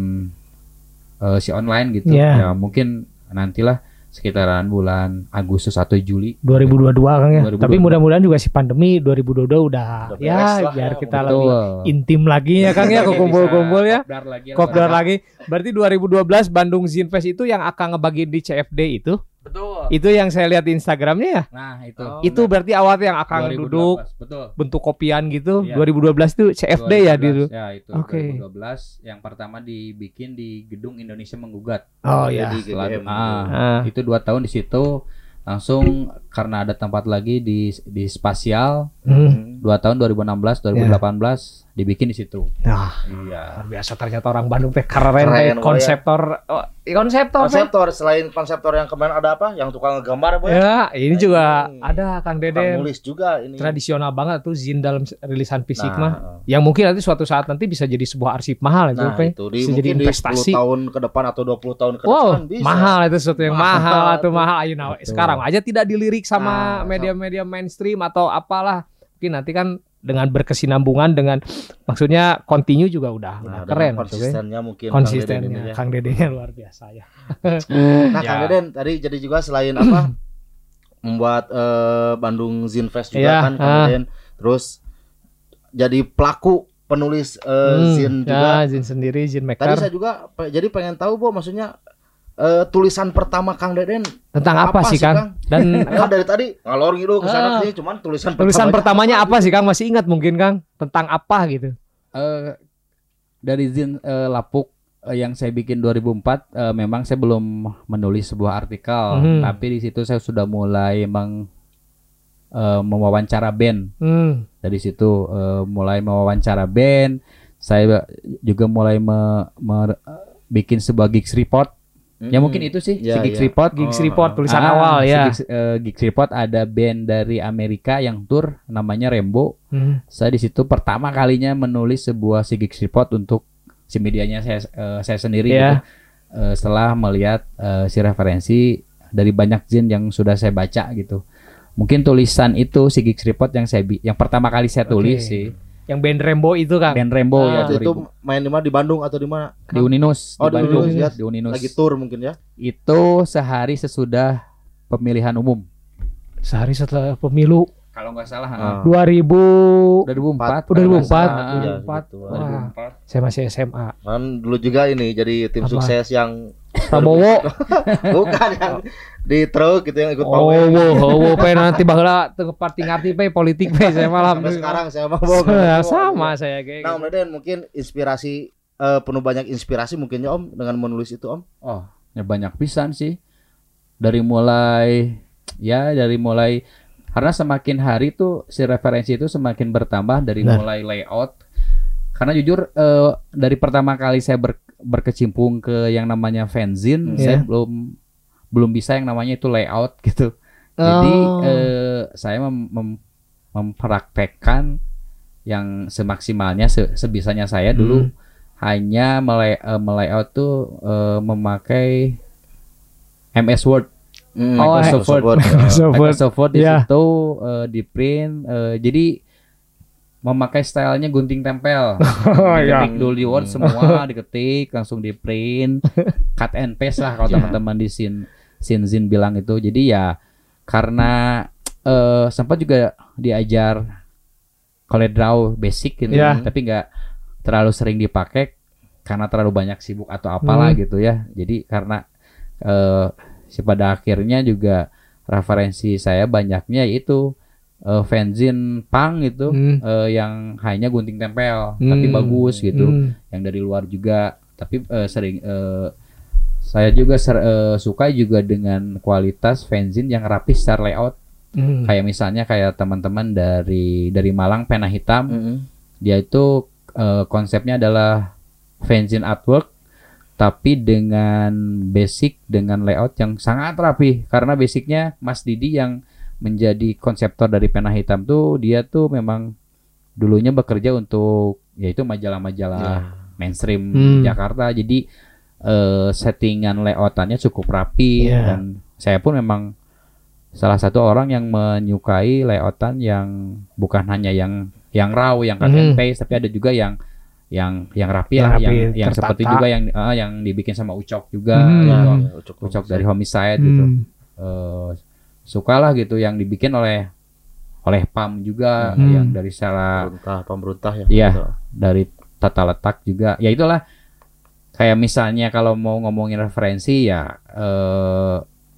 uh, si online gitu. Yeah. Ya mungkin nantilah sekitaran bulan Agustus atau Juli dua ribu dua puluh dua Kang ya. dua ribu dua puluh dua. Tapi mudah-mudahan juga si pandemi dua ribu dua puluh dua udah, Udah ya beres lah biar ya, kita betul. lebih intim lagi ya Kang ya, kumpul-kumpul ya. Kopdar lagi lah. Kopdar lagi. Berarti dua ribu dua belas Bandung Zine Fest itu yang akan ngebagiin di C F D itu. Betul. Itu yang saya lihat di Instagramnya ya. Nah, itu. Oh, Itu berarti awalnya yang akan dua ribu delapan duduk belas, betul. bentuk kopian gitu. Iya. dua ribu dua belas itu C F D ya dulu. Ya, itu Oke. dua ribu dua belas yang pertama dibikin di Gedung Indonesia Menggugat. Oh ya. Jadi G G Setelah- M. ah, Ah. itu dua tahun di situ langsung karena ada tempat lagi di di spasial Hmm. dua tahun dua ribu enam belas dua ribu delapan belas dibikin di situ. Nah, Iya. luar biasa ternyata orang Bandung teh keren, Keren, teh Boy, ya. konseptor. Oh, konseptor. Teh. Konseptor selain konseptor yang kemarin ada apa? Yang tukang ngegambar Boy. Ya, ini Nah, juga ini. ada Kang Tukang Deden. nulis juga ini. Tradisional banget tuh zin dalam rilisan fisik Nah, mah. Yang mungkin nanti suatu saat nanti bisa jadi sebuah arsip mahal itu, Nah, Pe. itu di Bisa jadi mungkin di investasi. sepuluh tahun ke depan atau dua puluh tahun ke Wow, depan bisa. mahal itu sesuatu yang mahal, Mahal atau tuh. mahal. Ayo nah, Betul. sekarang aja tidak dilirik sama Nah, media-media mainstream atau apalah. Mungkin nanti kan dengan berkesinambungan dengan maksudnya continue juga udah, udah Nah, keren. dengan maksudnya. konsistennya mungkin Konsistennya Kang Deden ini ya. Kang Dedenya luar biasa ya. Nah, Ya. Kang Deden tadi jadi juga selain apa membuat eh, Bandung Zine Fest juga Iya, kan Kang ah. Deden, terus jadi pelaku penulis eh, Hmm, zine ya, juga. zin sendiri, zin Tadi maker. saya juga pe- jadi pengen tahu Bu, maksudnya eh, tulisan pertama Kang Deden Tentang apa, sih Kang? Dan Nah, dari tadi ngalor gitu ke sana Ah. sini, cuman tulisan tulisan pertamanya apa sih Kang? Masih ingat mungkin Kang? Tentang apa gitu? Eh, dari Zin eh, Lapuk eh, yang saya bikin dua ribu empat eh, memang saya belum menulis sebuah artikel, Mhm. tapi di situ saya sudah mulai meng eh, mewawancara band. Hmm. Dari situ eh, mulai mewawancara band, saya juga mulai me- me- bikin sebuah gigs report. Ya mungkin itu sih Ya, si gigs ya. report. Gigs Oh, report oh. tulisan Ah, awal si ya. Gigs, eh, gigs report ada band dari Amerika yang tour namanya Rembo. Hmm. Saya di situ pertama kalinya menulis sebuah si gigs report untuk si medianya saya eh, saya sendiri Iya. gitu. Eh, setelah melihat eh, si referensi dari banyak zin yang sudah saya baca gitu. Mungkin tulisan itu si gigs report yang saya bi- yang pertama kali saya tulis Oke. sih. Yang band Rembo itu Kang. Band Rembo Ah, ya itu dua ribu. main di mana, di Bandung atau di mana? Di Uninus Oh, di di Bandung Uninus, ya. di Uninus. Lagi tour mungkin ya. Itu sehari sesudah pemilihan umum. Sehari setelah pemilu Kalau nggak salah, Ah. dua ribu dua ribu empat. dua ribu empat. Ah, Iya, dua ribu empat. gitu. Wah, dua ribu empat. saya masih S M A. Kan dulu juga ini jadi tim Apa? sukses yang Prabowo. bukan yang di truk gitu yang ikut Oh, pawai. wo, wo, pe nanti baheula teu parti ngarti pe politik pe saya malam. Sampai sekarang saya mau bawa Sama, sama saya kayak Nah, Om gitu. Deden mungkin inspirasi eh, penuh banyak inspirasi mungkinnya Om dengan menulis itu Om. Oh, ya banyak pisan sih. Dari mulai ya dari mulai karena semakin hari tuh si referensi itu semakin bertambah dari Nah. mulai layout. Karena jujur eh, dari pertama kali saya ber- berkecimpung ke yang namanya fanzine, Hmm. saya Iya. belum belum bisa yang namanya itu layout gitu. Jadi Oh. eh, saya mem- mem- mempraktekkan yang semaksimalnya se- sebisanya saya dulu Hmm. hanya melay- eh, melayout tuh eh, memakai M S Word. Hmm, Oh, Microsoft Word. Word. Microsoft Word. Microsoft Word di Iya. situ eh, di print eh, jadi memakai stylenya gunting tempel. Oh, iya. Diketik dulu di Word semua diketik langsung di print, cut and paste lah kalau Iya. teman-teman di sin Sinzin bilang itu. Jadi ya karena eh, sempat juga diajar CorelDRAW basic gitu, Iya. tapi nggak terlalu sering dipakai karena terlalu banyak sibuk atau apalah Hmm. gitu ya. Jadi karena eh, si pada akhirnya juga referensi saya banyaknya itu eh, fanzine punk gitu, Hmm. eh, yang hanya gunting tempel tapi Hmm. bagus gitu, Hmm. yang dari luar juga. Tapi eh, sering eh, saya juga ser- eh, suka juga dengan kualitas fanzine yang rapi secara layout. Hmm. Kayak misalnya kayak teman-teman dari dari Malang Pena Hitam, Mm-mm. dia itu uh, konsepnya adalah fanzine artwork, tapi dengan basic, dengan layout yang sangat rapi. Karena basicnya Mas Didi yang menjadi konseptor dari Pena Hitam tuh, dia tuh memang dulunya bekerja untuk yaitu majalah-majalah Ya. mainstream Hmm. Jakarta. Jadi uh, settingan layoutannya cukup rapi, Ya. dan saya pun memang salah satu orang yang menyukai layoutan yang bukan hanya yang yang raw, yang cut and Hmm. paste, tapi ada juga yang yang yang rapi Yang lah, rapi, yang yang tertata. seperti juga yang eh, yang dibikin sama Ucok juga, Hmm. gitu. Ya, Ucok, Ucok dari Homicide gitu. Hmm. Eh, sukalah gitu yang dibikin oleh oleh P A M juga, Hmm. yang dari secara pemerintah pemerintah ya. Iya. Gitu. dari tata letak juga. Ya itulah, kayak misalnya kalau mau ngomongin referensi ya eh,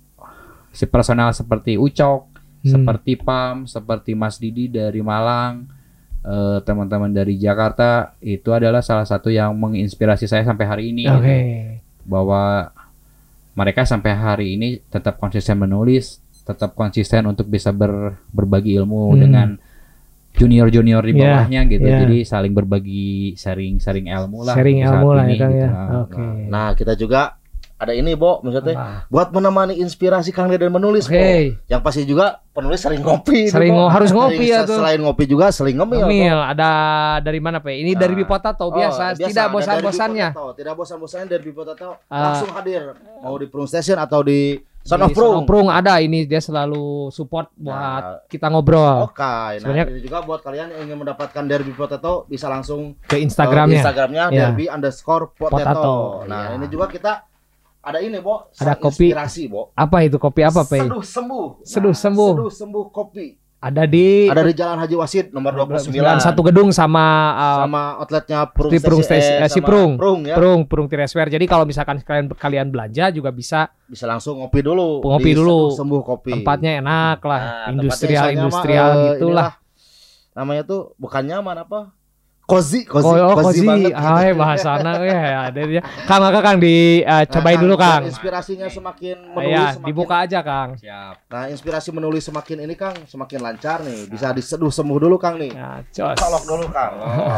si personal seperti Ucok, Hmm. seperti P A M, seperti Mas Didi dari Malang, eh, teman-teman dari Jakarta, itu adalah salah satu yang menginspirasi saya sampai hari ini. Oke. Gitu. Bahwa mereka sampai hari ini tetap konsisten menulis, tetap konsisten untuk bisa ber- berbagi ilmu Hmm. dengan junior-junior di Ya, bawahnya gitu. ya. Jadi saling berbagi, sharing-sharing ilmu lah. Sharing untuk saat ilmu lah ya ini, Kang gitu. ya. Nah, Oke. Nah, kita juga ada ini, Bo, maksudnya Ah. buat menemani inspirasi Kang Deden menulis, Bo. Oke. Yang pasti juga penulis sering ngopi. Sering Bo. ngo- harus ngopi Sering- ya tuh. Selain ngopi juga sering ngemil. Bo. Emil, ada dari mana Pak? Ini dari Nah. Bipotato Oh, biasa, tidak ada bosan-bosannya. dari Bipotato. Tidak bosan-bosannya dari Bipotato Ah. langsung hadir, mau di Prung Station atau di Son of Di Prung. Son of Prung ada, ini dia selalu support buat Nah. kita ngobrol Oke, nah Sebenarnya- ini juga buat kalian yang ingin mendapatkan Derby Potato bisa langsung ke eh, di Instagramnya. Instagramnya Ya. Derby underscore Potato. Potato, Nah, ya. ini juga kita ada ini, Bo. Ada sang kopi. Inspirasi, Bo. Apa itu kopi apa Pak? Seduh sembuh. Seduh Nah, sembuh. Seduh sembuh kopi. Ada di Ada di Jalan Haji Wasid nomor dua puluh sembilan. satu gedung sama uh, Sama outletnya Prung di Prung Station, Station- eh, eh, si sama Prung. Prung ya. Prung Prung Tireswear. Jadi kalau misalkan kalian kalian belanja juga bisa, Bisa langsung ngopi dulu. Ngopi di dulu. Seduh sembuh kopi. tempatnya enak lah, Nah, industrial tempatnya industrial misalnya mah, eh, gitulah. inilah, namanya tuh bukan nyaman apa? Cozy, cozy, Oh, oh cozy, cozy, banget gitu. ah bahasana ya ada dia. Kang maka Kang di uh, Nah, cobain Kang, dulu biar Kang. Inspirasinya semakin Ah, menulis ya, semakin dibuka aja Kang. Siap. Nah, inspirasi menulis semakin ini Kang, semakin lancar nih. Bisa diseduh sembuh dulu Kang nih. Nah, cos. Colok dulu Kang.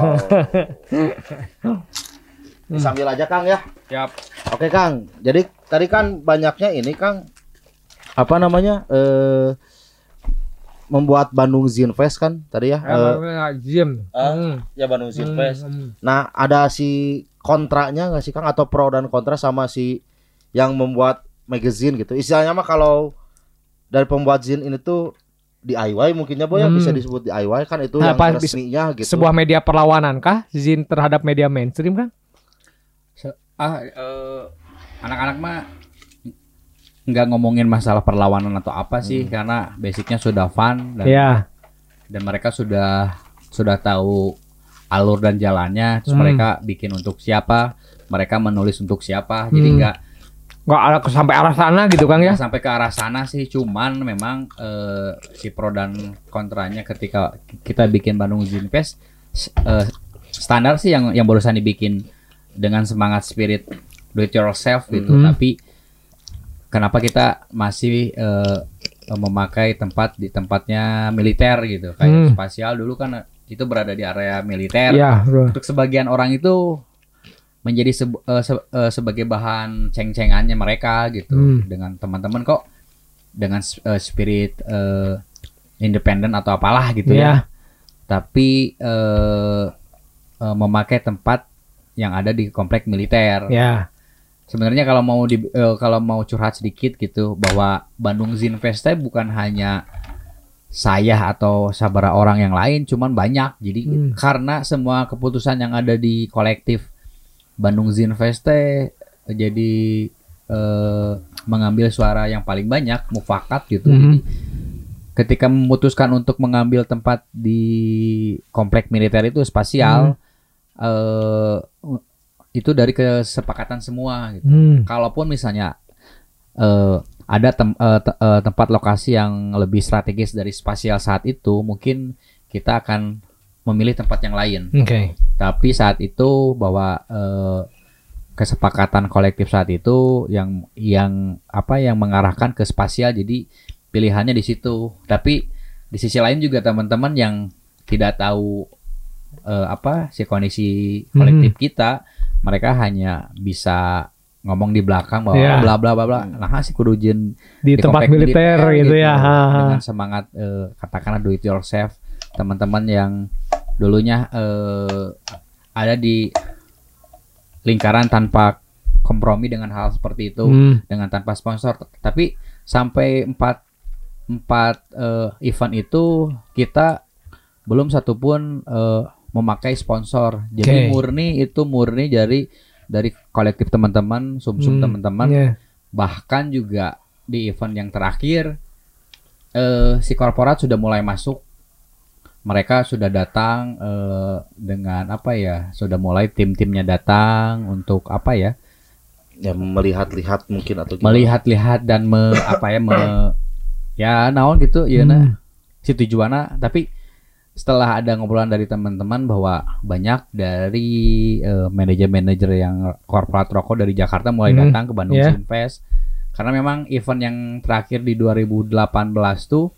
Oh. Ini sambil aja Kang ya. Siap. Oke Kang. Jadi tadi kan banyaknya ini Kang, apa namanya? Eh membuat Bandung Zine Fest kan tadi ya. Eh, Jim. ah, Hmm. ya Bandung Zine Hmm, Fest. hmm. Nah, ada si kontranya nggak sih Kang, atau pro dan kontra sama si yang membuat magazine gitu. Istilahnya mah kalau dari pembuat zine ini tuh D I Y mungkinnya Boy ya, Hmm. bisa disebut D I Y kan itu Nah, yang apa, resminya gitu. Sebuah media perlawanan kah Zin terhadap media mainstream kan? Ah, eh, anak-anak mah nggak ngomongin masalah perlawanan atau apa sih, karena basicnya sudah fun dan, Iya. dan mereka sudah sudah tahu alur dan jalannya. Terus Hmm. mereka bikin untuk siapa, mereka menulis untuk siapa. Jadi Hmm. nggak Nggak ada sampai arah sana gitu Kang ya? nggak sampai ke arah sana sih. Cuman memang eh, si pro dan kontranya ketika kita bikin Bandung Zine Fest, s- eh, standar sih yang yang barusan dibikin dengan semangat spirit do it yourself gitu. Hmm. Tapi kenapa kita masih eh, memakai tempat di tempatnya militer gitu, kayak Hmm. spasial dulu kan itu berada di area militer. Iya, bro. Untuk sebagian orang itu menjadi sebu- eh, se- eh, sebagai bahan ceng-cengannya mereka gitu, Hmm. dengan teman-teman kok dengan eh, spirit eh, independen atau apalah gitu Iya. ya. Tapi eh, eh, memakai tempat yang ada di komplek militer. Ya. Sebenarnya kalau mau di, eh, kalau mau curhat sedikit gitu, bahwa Bandung Zine Fest teh bukan hanya saya atau sabara orang yang lain, cuman banyak. Jadi Hmm. karena semua keputusan yang ada di kolektif Bandung Zine Fest teh jadi eh, mengambil suara yang paling banyak, mufakat gitu. Mhm. Jadi, ketika memutuskan untuk mengambil tempat di komplek militer itu spasial, eh, itu dari kesepakatan semua gitu. Hmm. Kalaupun misalnya eh, ada tem- eh, te- eh, tempat lokasi yang lebih strategis dari spasial saat itu, mungkin kita akan memilih tempat yang lain. Oke. Tapi saat itu bahwa eh, kesepakatan kolektif saat itu yang yang apa yang mengarahkan ke spasial, jadi pilihannya di situ. Tapi di sisi lain juga teman-teman yang tidak tahu eh, apa si kondisi kolektif kita, mereka hanya bisa ngomong di belakang bahwa Yeah. bla bla bla bla. Nah, si kudu jeung Di tempat militer gitu ya. Ha, ha. dengan semangat eh, katakanlah do it yourself, teman-teman yang dulunya eh, ada di lingkaran tanpa kompromi dengan hal seperti itu, Hmm. dengan tanpa sponsor, tapi sampai empat empat eh, event itu kita belum satupun eh, memakai sponsor. Jadi Oke. murni itu murni dari dari kolektif teman-teman, sumsum Hmm, teman-teman. iya. Bahkan juga di event yang terakhir eh, si korporat sudah mulai masuk. Mereka sudah datang eh, dengan apa ya? Sudah mulai tim-timnya datang untuk apa ya? Ya melihat-lihat mungkin atau gimana. Melihat-lihat dan me, apa ya? Me, ya naon gitu, ya nah. Si tujuannya. Tapi setelah ada ngobrolan dari teman-teman bahwa banyak dari eh, manajer-manajer yang korporat rokok dari Jakarta mulai Hmm, datang ke Bandung yeah. Sin Fest. Karena memang event yang terakhir di dua ribu delapan belas tuh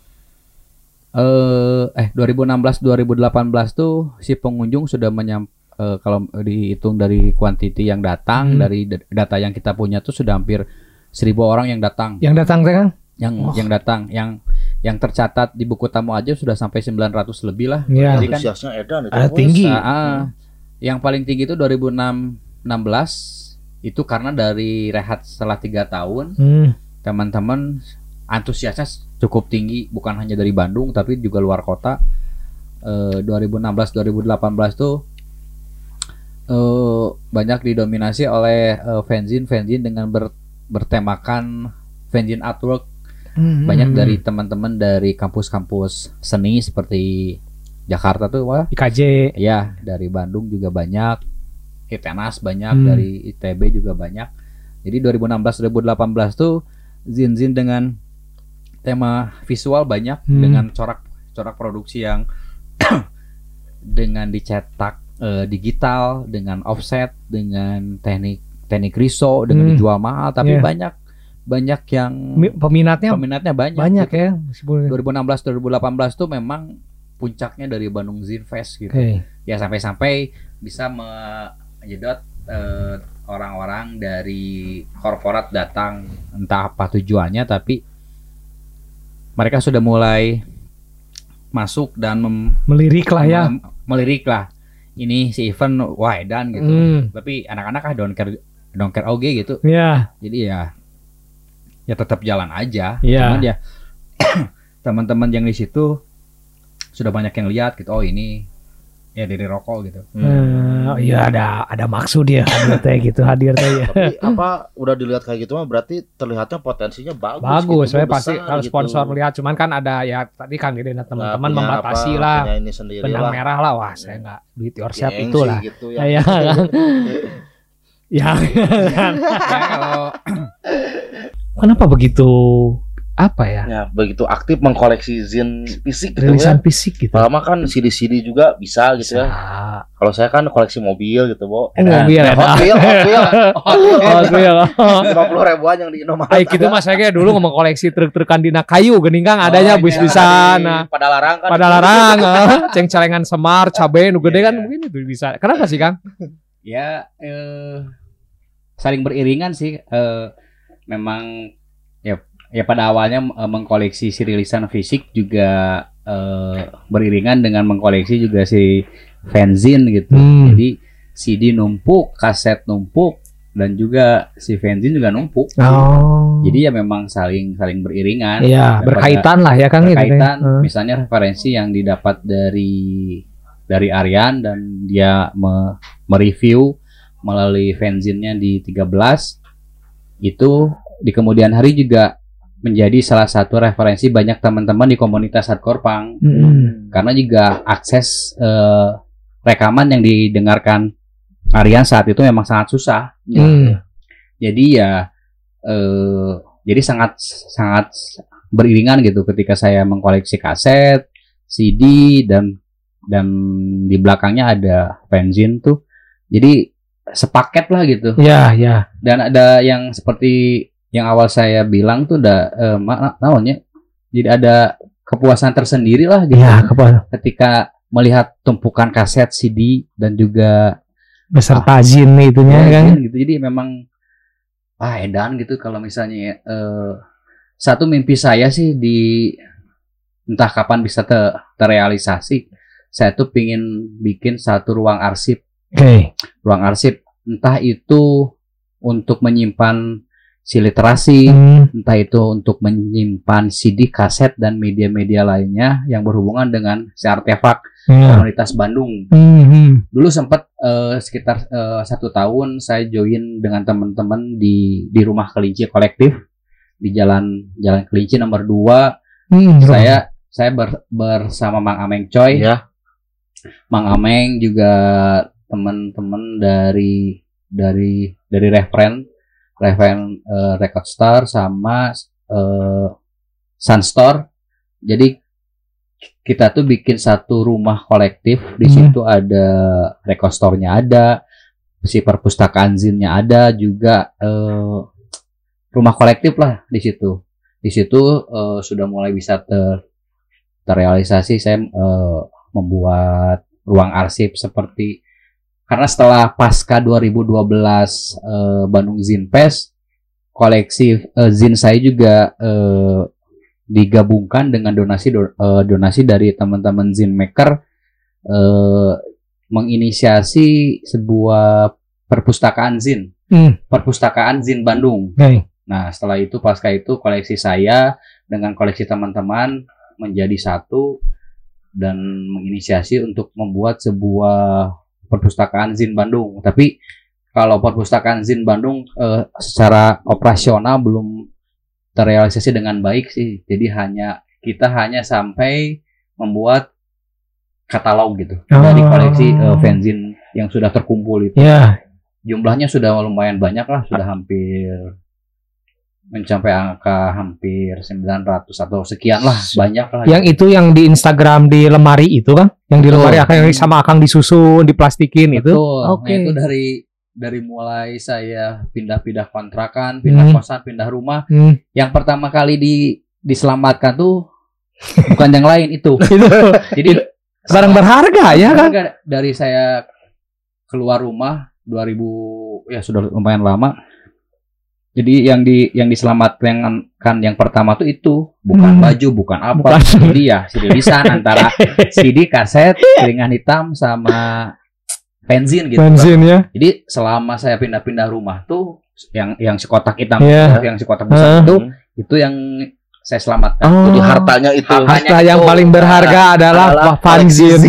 eh eh dua ribu enam belas dua ribu delapan belas tuh si pengunjung sudah menyam eh, kalau dihitung dari kuantiti yang datang, Hmm. dari d- data yang kita punya tuh sudah hampir seribu orang yang datang. Yang datang teh Kang? Yang Oh. yang datang, yang yang tercatat di buku tamu aja sudah sampai sembilan ratus lebih lah. Iya. Jadi kan Antusiasnya edan itu. Ada bos. tinggi. ah, ah. Yang paling tinggi itu dua ribu enam belas itu karena dari rehat setelah tiga tahun, Hmm. teman-teman antusiasnya cukup tinggi, bukan hanya dari Bandung tapi juga luar kota. Eh, dua ribu enam belas dua ribu delapan belas tuh eh, banyak didominasi oleh eh, fanzine fanzine dengan ber- bertemakan fanzine artwork. Hmm, Banyak hmm, dari teman-teman dari kampus-kampus seni seperti Jakarta tuh, wah I K J. ya, dari Bandung juga banyak, ITENAS banyak, Hmm. dari I T B juga banyak. Jadi dua ribu enam belas dua ribu delapan belas tuh zin-zin dengan tema visual banyak, Hmm. dengan corak corak produksi yang dengan dicetak eh, digital, dengan offset, dengan teknik teknik riso, dengan Hmm. dijual mahal, tapi Yeah. banyak banyak yang Mi- Peminatnya peminatnya banyak. banyak gitu. ya. meskipun- dua ribu enam belas dua ribu delapan belas tuh memang puncaknya dari Bandung Zin Fest gitu. Oke. Ya sampai-sampai bisa menyedot eh, orang-orang dari korporat datang, entah apa tujuannya, tapi mereka sudah mulai masuk dan mem- Melirik lah ya. mem- melirik lah. Ini si event wah edan gitu. Hmm. Tapi anak-anak ah don't care don't care oge gitu. Ya. Jadi ya ya tetap jalan aja. Iya. Cuman ya teman-teman yang di situ sudah banyak yang lihat gitu. Oh ini ya dari rokok gitu. Hmm, iya ada ada maksud ya hadir teh gitu hadir teh ya. Tapi apa udah dilihat kayak gitu mah berarti terlihatnya potensinya bagus. Bagus, gitu, saya besar pasti kalau gitu. sponsor melihat, cuman kan ada ya tadi kan gitu nah, teman-teman Nah, punya membatasi apa, lah, punya ini sendiri benang lah. merah lah, wah saya nggak do it yourself Gengsi itulah. gitu Ya, ya. ya kan. Ya, Ya kalau kenapa begitu apa ya? Ya, begitu aktif mengkoleksi zin fisik gitu Rilisan ya. fisik gitu. Lama kan C D C D juga bisa gitu ya. Bisa. Kalau saya kan koleksi mobil gitu, Bo. Oh, mobil ya. Hot Wheel, Hot Wheel. Oh, iya. lima puluh ribuan yang di Indomaret. Ay, gitu mas saya kayak dulu ngomong koleksi truk-trukan dina kayu geuning Kang adanya Oh, bis-bisan. iya, Nah, di pada larang kan. pada larang, ceng celengan semar, cabe nu gede kan mungkin itu bisa. Kenapa sih Kang? ya eh, saling beriringan sih. Eh, memang ya ya pada awalnya eh, mengkoleksi si rilisan fisik juga eh, beriringan dengan mengkoleksi juga si fanzine gitu. Hmm. Jadi C D numpuk, kaset numpuk, dan juga si fanzine juga numpuk. Oh. Jadi ya memang saling saling beriringan. Iya, Daripada berkaitan lah ya Kang gitu. berkaitan. Hmm. Misalnya referensi yang didapat dari dari Aryan dan dia me- mereview melalui fanzine-nya di tiga belas itu di kemudian hari juga menjadi salah satu referensi banyak teman-teman di komunitas hardcore punk. Hmm. Karena juga akses eh, rekaman yang didengarkan Aryan saat itu memang sangat susah. Hmm. Jadi ya eh, jadi sangat sangat beriringan gitu ketika saya mengkoleksi kaset, C D, dan dan di belakangnya ada fanzine tuh. Jadi sepaket lah gitu. Ya, ya. Dan ada yang seperti yang awal saya bilang tuh udah eh, ma- namanya. Jadi ada kepuasan tersendiri lah gitu. Ya, kepala. Ketika melihat tumpukan kaset C D dan juga beserta zin itunya ya, kan. gitu. Jadi memang ah edan gitu kalau misalnya eh, satu mimpi saya sih di entah kapan bisa te, terrealisasi. Saya tuh pingin bikin satu ruang arsip. Oke. Okay. Ruang arsip entah itu untuk menyimpan si literasi, Hmm. entah itu untuk menyimpan C D, kaset dan media-media lainnya yang berhubungan dengan si artefak Yeah. komunitas Bandung. Hmm. Dulu sempat eh, sekitar eh, satu tahun saya join dengan teman-teman di di rumah kelinci kolektif di jalan Jalan Kelinci nomor dua. Hmm. Saya saya ber- bersama Mang Ameng Coy. Ya. Mang Ameng juga teman-teman dari dari dari referen referen uh, Record Star sama uh, Sunstore. Jadi kita tuh bikin satu rumah kolektif. Di Hmm. situ ada Record Store-nya ada, si perpustakaan Zin-nya ada, juga uh, rumah kolektif lah di situ. Di situ uh, sudah mulai bisa ter terrealisasi. Saya uh, membuat ruang arsip seperti, karena setelah pasca dua ribu dua belas uh, Bandung Zin Fest, koleksi uh, zin saya juga uh, digabungkan dengan donasi do, uh, donasi dari teman-teman zin maker, uh, menginisiasi sebuah perpustakaan zin, Hmm. perpustakaan Zin Bandung. Okay. Nah, setelah itu pasca itu koleksi saya dengan koleksi teman-teman menjadi satu dan menginisiasi untuk membuat sebuah perpustakaan Zin Bandung. Tapi kalau perpustakaan Zin Bandung eh, secara operasional belum terrealisasi dengan baik sih. Jadi hanya kita hanya sampai membuat katalog gitu Oh. dari koleksi eh, fanzine yang sudah terkumpul itu. Ya. Jumlahnya sudah lumayan banyak lah, sudah hampir mencapai angka hampir sembilan ratus atau sekian lah, banyak lah. Yang itu yang di Instagram di lemari itu kan? Yang di Betul. lemari akan yang sama akang disusun, diplastikin itu. Betul. Oke. Nah, itu dari dari mulai saya pindah-pindah kontrakan, pindah Hmm. kosan, pindah rumah. Hmm. Yang pertama kali di diselamatkan tuh bukan yang lain itu. Itu Jadi barang berharga ya kan? Harga dari saya keluar rumah dua ribu, ya sudah lumayan lama. Jadi yang di yang diselamatkan kan yang pertama tuh itu bukan Hmm. baju, bukan apa. Bukan. Jadi ya si rilisan antara C D, kaset, piringan hitam sama benzin gitu. Benzin ya. Jadi selama saya pindah-pindah rumah tuh yang yang si kotak hitam, Iya. yang si kotak besar Heeh. itu itu yang saya selamatkan. Oh. Jadi hartanya itu. Harta- Harta yang itu paling berharga adalah, adalah fanzine.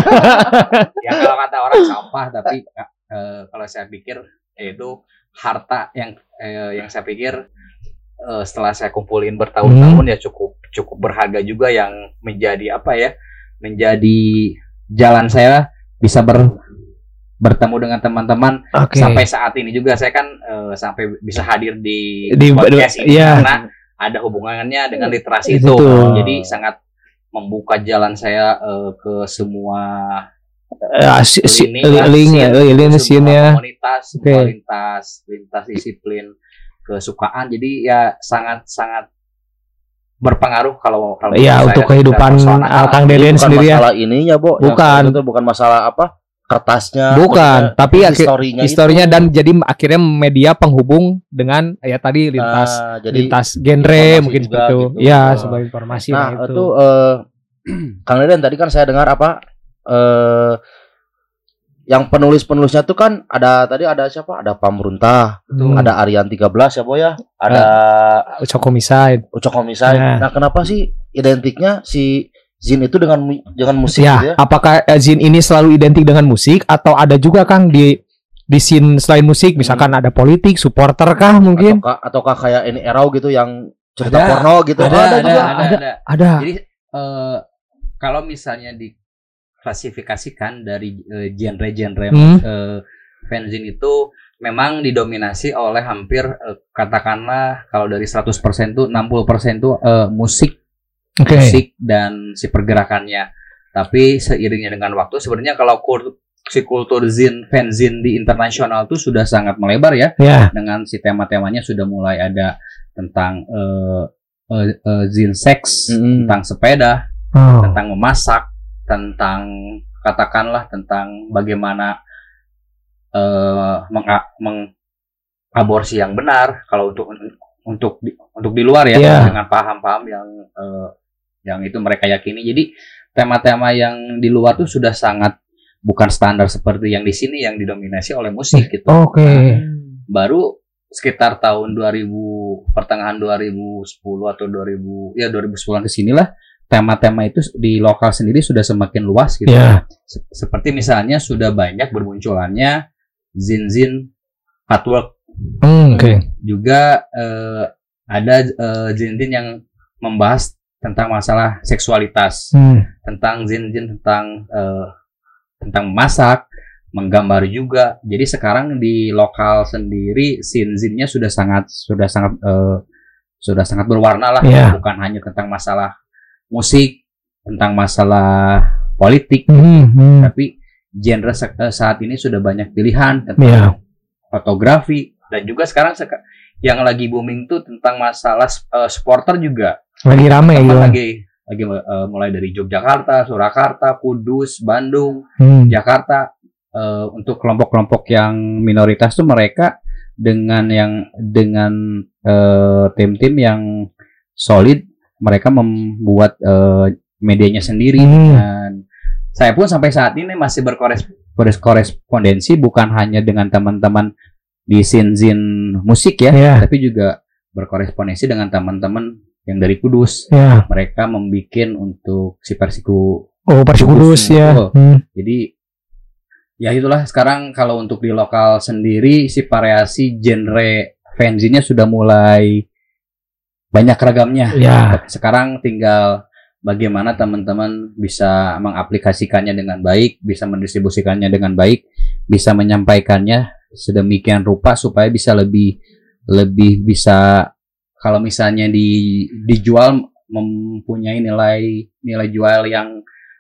Ya kalau kata orang sampah, tapi eh, kalau saya pikir eh, itu harta yang eh, yang saya pikir eh, setelah saya kumpulin bertahun-tahun ya cukup cukup berharga juga, yang menjadi apa ya, menjadi jalan saya bisa ber bertemu dengan teman-teman. Oke. Sampai saat ini juga saya kan eh, sampai bisa hadir di, Di- podcast ini iya. karena ada hubungannya dengan literasi Itu. itu. Jadi sangat membuka jalan saya eh, ke semua Eh, si- si- lini, link scene, ya, eh, link semua scene ya. komunitas, semua Oke. lintas, lintas disiplin, kesukaan. Jadi ya sangat sangat berpengaruh kalau kalau Iya, menurut untuk saya kehidupan secara personal. ah, Kang Ini Deden bukan sendiri ya. masalah ininya, Bo. Yang Bukan. itu bukan masalah apa? Kertasnya. Bukan, maksudnya tapi akhir- historinya Historinya itu. dan jadi akhirnya media penghubung dengan ya tadi lintas Nah, jadi lintas genre informasi mungkin juga seperti itu. gitu. Ya, Betul. sebagai informasi nah, nah, itu itu. eh Kang Deden tadi kan saya dengar apa eh yang penulis-penulisnya tuh kan ada tadi ada siapa? Ada Pamruntah, Hmm. ada Aryan tiga belas ya, Bo ya. Ada Ucok Homicide. Ucok Homicide. Nah. Nah, kenapa sih identiknya si Zin itu dengan mu- dengan musik Ya, gitu ya? apakah eh, Zin ini selalu identik dengan musik atau ada juga Kang di di scene selain musik, misalkan ada politik, supporter kah mungkin? Ataukah, ataukah kayak ini Erau gitu yang cerita Ada. porno gitu? Ada, Oh, ada, juga. ada, ada. Ada. Jadi eh, kalau misalnya diklasifikasikan dari eh, genre-genre Hmm. eh, fanzine itu memang didominasi oleh hampir eh, katakanlah kalau dari seratus persen tuh enam puluh persen tuh eh, musik, Oke. musik dan si pergerakannya. Tapi seiringnya dengan waktu sebenarnya kalau kur- si kultur zin fanzine di internasional tuh sudah sangat melebar ya, Ya. dengan si tema-temanya sudah mulai ada tentang eh, eh, eh, zin seks, Mm-mm. tentang sepeda, Oh. tentang memasak, tentang katakanlah tentang bagaimana uh, meng- mengaborsi yang benar kalau untuk untuk di, untuk di luar ya Yeah. dengan paham-paham yang uh, yang itu mereka yakini. Jadi tema-tema yang di luar tuh sudah sangat bukan standar seperti yang di sini yang didominasi oleh musik gitu. Oke. Nah, baru sekitar tahun dua ribu pertengahan dua ribu sepuluh atau dua ribu ya dua ribu sepuluhan ke sinilah tema-tema itu di lokal sendiri sudah semakin luas gitu. Yeah. Se- Seperti misalnya sudah banyak bermunculannya zin-zin artwork. Hmm, Oke. Juga eh, ada eh, zin-zin yang membahas tentang masalah seksualitas, Hmm. tentang zin-zin tentang eh, tentang masak, menggambar juga. Jadi sekarang di lokal sendiri zin-zinnya sudah sangat sudah sangat eh, sudah sangat berwarna lah, Yeah. bukan hanya tentang masalah musik, tentang masalah politik, Hmm, hmm. tapi genre se- eh, saat ini sudah banyak pilihan tentang Yeah. fotografi dan juga sekarang seka- yang lagi booming tuh tentang masalah eh, supporter juga. Lagi rame Teman gitu. lagi lagi eh, mulai dari Yogyakarta, Surakarta, Kudus, Bandung, Hmm. Jakarta. Eh, untuk kelompok-kelompok yang minoritas tuh mereka dengan yang dengan eh, tim-tim yang solid, mereka membuat eh, medianya sendiri. Hmm. Dan saya pun sampai saat ini masih berkores- berkorespondensi bukan hanya dengan teman-teman di scene-scene musik ya, Yeah. tapi juga berkorespondensi dengan teman-teman yang dari Kudus. Ya. Mereka membuat untuk si Persiku. Oh, Persik Kudus Kudus, ya. betul. Hmm. Jadi ya itulah sekarang kalau untuk di lokal sendiri si variasi genre fanzine-nya sudah mulai banyak ragamnya. Ya. Sekarang tinggal bagaimana teman-teman bisa mengaplikasikannya dengan baik, bisa mendistribusikannya dengan baik, bisa menyampaikannya sedemikian rupa supaya bisa lebih lebih bisa kalau misalnya di dijual mempunyai nilai nilai jual yang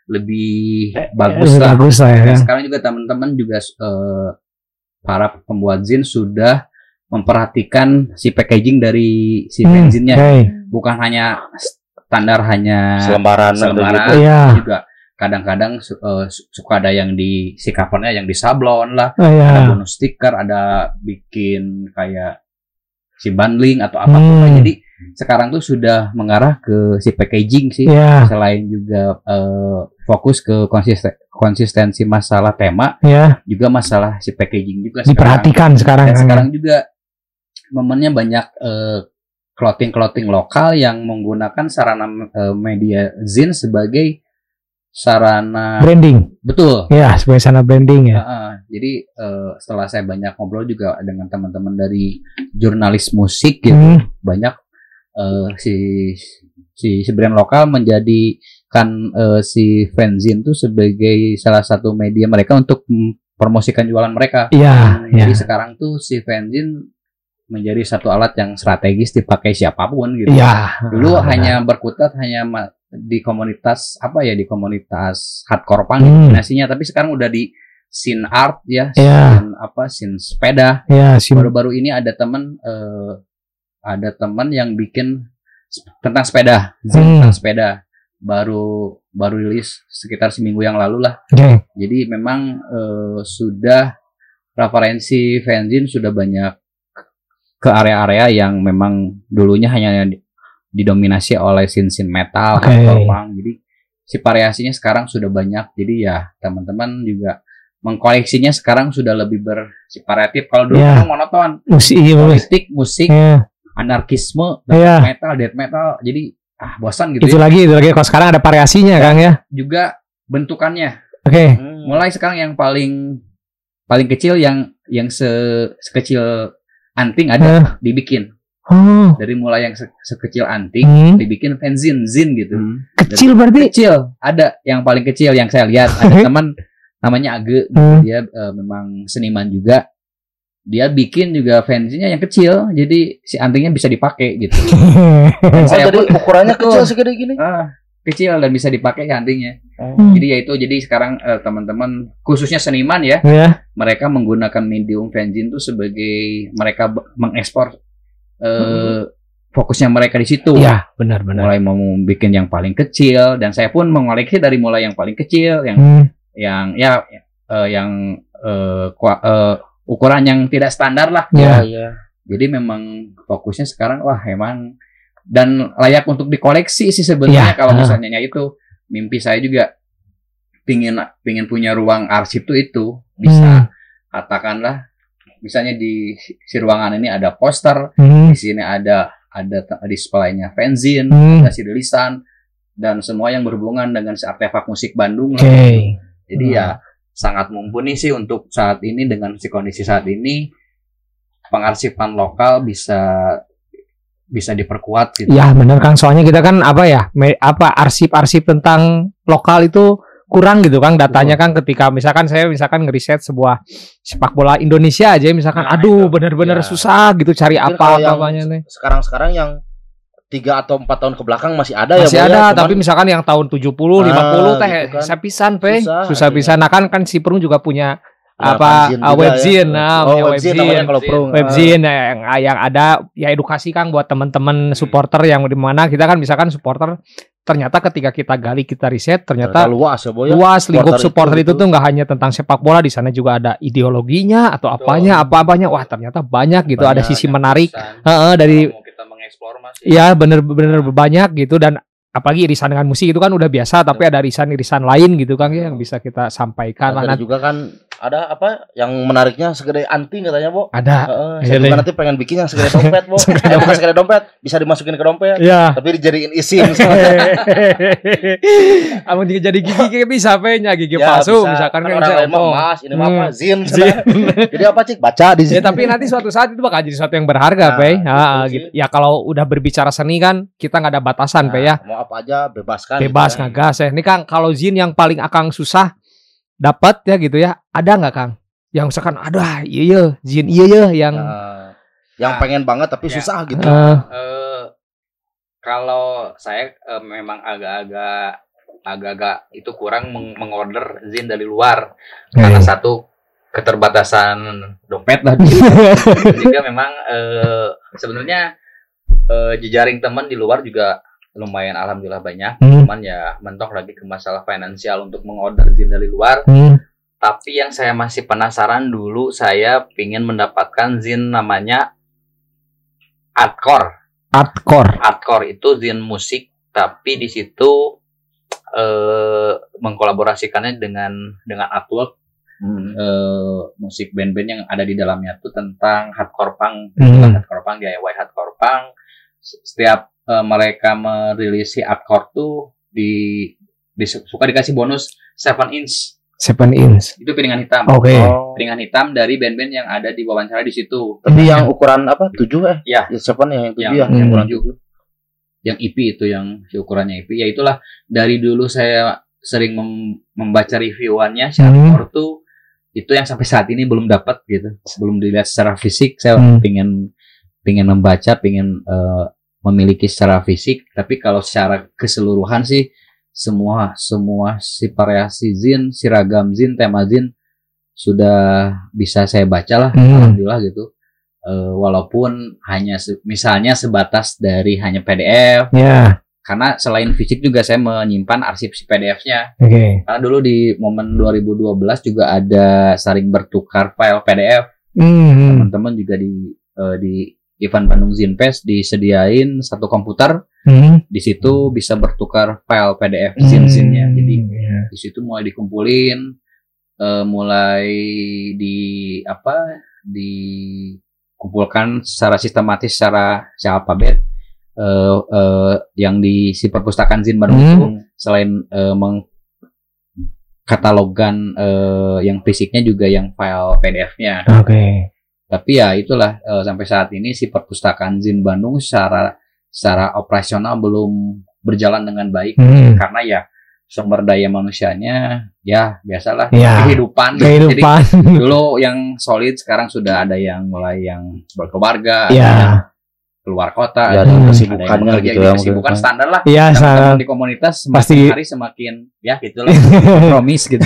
lebih bagus Eh, lah. Bagus lah ya. Dan sekarang juga teman-teman juga eh, para pembuat zin sudah memperhatikan si packaging dari si Hmm, benzinnya, oke. bukan hanya standar hanya Selembaran atau selembaran, gitu. Iya. juga kadang-kadang su- eh, su- suka ada yang di si covernya yang di sablon lah, Oh, ya. ada bonus stiker, ada bikin kayak si bundling atau apa Hmm. Jadi sekarang tuh sudah mengarah ke si packaging sih. Ya. Selain juga eh, fokus ke konsisten konsistensi masalah tema, Ya. juga masalah si packaging juga Diperhatikan sekarang. sekarang. Dan kan, sekarang juga momennya banyak eh, clothing-clothing lokal yang menggunakan sarana eh, media zin sebagai sarana branding. betul. Ya, sebagai sana branding ya. Heeh. Jadi eh, setelah saya banyak ngobrol juga dengan teman-teman dari jurnalis musik gitu, Hmm. banyak eh, si si si brand lokal menjadikan eh, si fanzine tuh sebagai salah satu media mereka untuk mempromosikan jualan mereka. Iya, ya. Jadi sekarang tuh si fanzine menjadi satu alat yang strategis dipakai siapapun gitu. Iya. Dulu Ah, hanya berkutat hanya ma- di komunitas apa ya di komunitas hardcore punk Hmm. dominasinya, tapi sekarang udah di scene art ya, Iya. scene apa scene sepeda. Ya, sim. Baru-baru ini ada teman eh, ada teman yang bikin sep- tentang sepeda, zin Hmm. tentang sepeda. Baru baru rilis sekitar seminggu yang lalu lah. Oke. Jadi memang eh, sudah referensi fanzine sudah banyak ke area-area yang memang dulunya hanya di- didominasi oleh scene-scene metal, Oke. hardcore punk. Jadi si variasinya sekarang sudah banyak. Jadi ya teman-teman juga mengkoleksinya sekarang sudah lebih bersifaratif. Kalau dulu Ya. kan monoton, Musik, iya, bagus. politik, musik, Ya. anarkisme, Iya. metal, death metal. Jadi ah bosan gitu Itu ya. lagi, itu lagi. Kalau sekarang ada variasinya, Kang ya. Juga bentukannya. Oke. Mulai sekarang yang paling paling kecil yang yang se sekecil anting ada Eh. dibikin. Oh. Dari mulai yang se- sekecil anting Hmm. dibikin fanzine zin gitu. Kecil berarti. Kecil ada yang paling kecil yang saya lihat ada teman namanya Age, Hmm. dia eh, memang seniman juga. Dia bikin juga fanzine-nya yang kecil, jadi si antingnya bisa dipakai gitu. Dan Oh, saya jadi pun ukurannya Betul. kecil segede gini. ah, kecil dan bisa dipakai antingnya. Hmm. Jadi ya itu, jadi sekarang eh, teman-teman khususnya seniman ya, Ya. mereka menggunakan medium fanzine itu sebagai mereka b- mengekspor eh, fokusnya mereka di situ. Iya, benar-benar. Mulai mau bikin yang paling kecil, dan saya pun mengoleksi dari mulai yang paling kecil, yang Hmm. yang ya eh, yang eh, kua- eh, ukuran yang tidak standar lah. Ya. Iya. Jadi memang fokusnya sekarang wah emang dan layak untuk dikoleksi sih sebenarnya Ya. kalau misalnya itu mimpi saya juga pingin pingin punya ruang arsip tuh itu bisa Hmm. katakanlah misalnya di si ruangan ini ada poster, Hmm. di sini ada ada t- displaynya fanzine, Hmm. ada si rilisan dan semua yang berhubungan dengan si artefak musik Bandung Oke. lah. Jadi ya sangat mumpuni sih untuk saat ini dengan si kondisi saat ini pengarsipan lokal bisa bisa diperkuat gitu. Ya, benar Kang. Soalnya kita kan apa ya? Me, apa arsip-arsip tentang lokal itu kurang gitu Kang datanya Kang ketika misalkan saya misalkan ngeriset sebuah sepak bola Indonesia aja misalkan Nah, aduh itu. benar-benar Ya. susah gitu cari Mungkin apa kalau yang apanya nih. Sekarang-sekarang yang tiga atau empat tahun ke belakang masih ada Masih ya, Boy, ada, ya, cuman tapi misalkan yang tahun tujuh puluh, Ah, lima puluh teh gitu kan. susah pisan, Pe. Susah, Susah akhirnya. pisan. Nah, kan kan si Prung juga punya ya, apa fanzine uh, juga webzine, ya. nah, Oh, punya webzine webzine. namanya kalau Prung. Webzine nah, yang yang ada ya edukasi Kang buat teman-teman supporter yang di mana kita kan misalkan supporter ternyata ketika kita gali kita riset Ternyata ternyata luas ya, Boy. ya. luas lingkup supporter supporter itu itu, tuh nggak hanya tentang sepak bola, di sana juga ada ideologinya atau apanya apa-apanya. Wah, ternyata banyak gitu, ada Banyak, sisi Banyak menarik. urusan. Heeh, dari Kalau mau kita mengeksplor Mas. ya bener-bener banyak gitu, dan apalagi irisan dengan musik itu kan udah biasa, tapi ada irisan-irisan lain gitu Kang ya yang bisa kita sampaikan Nah, lah. tadi juga kan ada apa yang menariknya segede anting katanya, Bo. Ada. Heeh, Iya saya deh. juga nanti pengen bikin yang segede dompet, Bo. Segede Eh, bukan segede dompet, bisa dimasukin ke dompet, Ya. tapi dijadiin isim. Amun juga jadi gigi kayak bisa pe nya gigi Ya, palsu bisa. misalkan Kan kan orang bisa lain mah ngomong. emas, ini mah Hmm. apa? Zin. Zin. Jadi apa, Cik? Baca di Ya sini. tapi nanti suatu saat itu bakal jadi sesuatu yang berharga, Nah, Pe. gitu Ah, sih. gitu. Ya kalau udah berbicara seni kan kita nggak ada batasan, Pe ya. Nah, mau apa aja bebaskan. Bebas gitu ya. ngegas ya. Ini Kang, kalau zin yang paling Akang susah dapat ya gitu ya. Ada nggak Kang? Yang misalkan aduh iya iya zin iya iya yang Nah, yang pengen banget tapi Ya. susah gitu. eh, Eh, kalau saya eh, memang agak-agak agak-agak itu kurang meng- mengorder zin dari luar karena eh, satu keterbatasan dompet tadi. Juga memang eh, sebenarnya eh, jejaring teman di luar juga lumayan alhamdulillah banyak. hmm, Cuman ya mentok lagi ke masalah finansial untuk mengorder zin dari luar. hmm, Tapi yang saya masih penasaran dulu, saya ingin mendapatkan zin namanya Artcore. hardcore. Artcore itu zin musik, tapi di situ eh, mengkolaborasikannya dengan dengan artwork Hmm. eh, musik band-band yang ada di dalamnya itu tentang hardcore punk, Hmm. hardcore punk, D I Y hardcore punk. Setiap eh, mereka merilis si hardcore tuh di, di suka dikasih bonus seven inch. Seven inch. Itu piringan hitam. Oke. Oh. Piringan hitam dari band-band yang ada di wawancara di situ. Tapi yang ukuran apa? tujuh eh? Ya. Ya, seven ya, yang tujuh Yang- ya, yang yang ukuran tujuh. tujuh. Yang E P itu yang si ukurannya E P. Ya itulah dari dulu saya sering mem- membaca reviewannya si Hmm. hardcore tuh itu yang sampai saat ini belum dapat gitu. Belum dilihat secara fisik. Saya Hmm. pengen pengen membaca, pengen eh, memiliki secara fisik, tapi kalau secara keseluruhan sih semua semua si variasi zin, si ragam zin, tema zin sudah bisa saya baca lah, Hmm. alhamdulillah gitu. Eh, walaupun hanya se- misalnya sebatas dari hanya P D F, Ya. karena selain fisik juga saya menyimpan arsip si P D F-nya. Oke. Karena dulu di momen dua ribu dua belas juga ada saling bertukar file P D F. Hmm. Teman-teman juga di eh, di event Bandung Zin Fest disediain satu komputer, Hmm. di situ bisa bertukar file P D F zin-zinnya. Jadi ya. di situ mulai dikumpulin, eh, mulai di apa dikumpulkan secara sistematis secara secara alfabet eh, eh, yang di si perpustakaan Zin Bandung Hmm. itu selain eh, mengkatalogan eh, yang fisiknya juga yang file P D F-nya. Oke. Tapi ya itulah eh, sampai saat ini si perpustakaan Zin Bandung secara secara operasional belum berjalan dengan baik Hmm. karena ya sumber daya manusianya ya biasalah Ya. kehidupan. Jadi Kehidupan. dulu yang solid sekarang sudah ada yang mulai yang berkeluarga, ada Ya. yang keluar kota, Ya, ada ada yang kesibukannya bekerja, gitu jadi ya, kesibukan mungkin. standar lah. Iya, Teman-teman sa- di komunitas semakin Pasti- hari semakin ya gitulah kompromis gitu.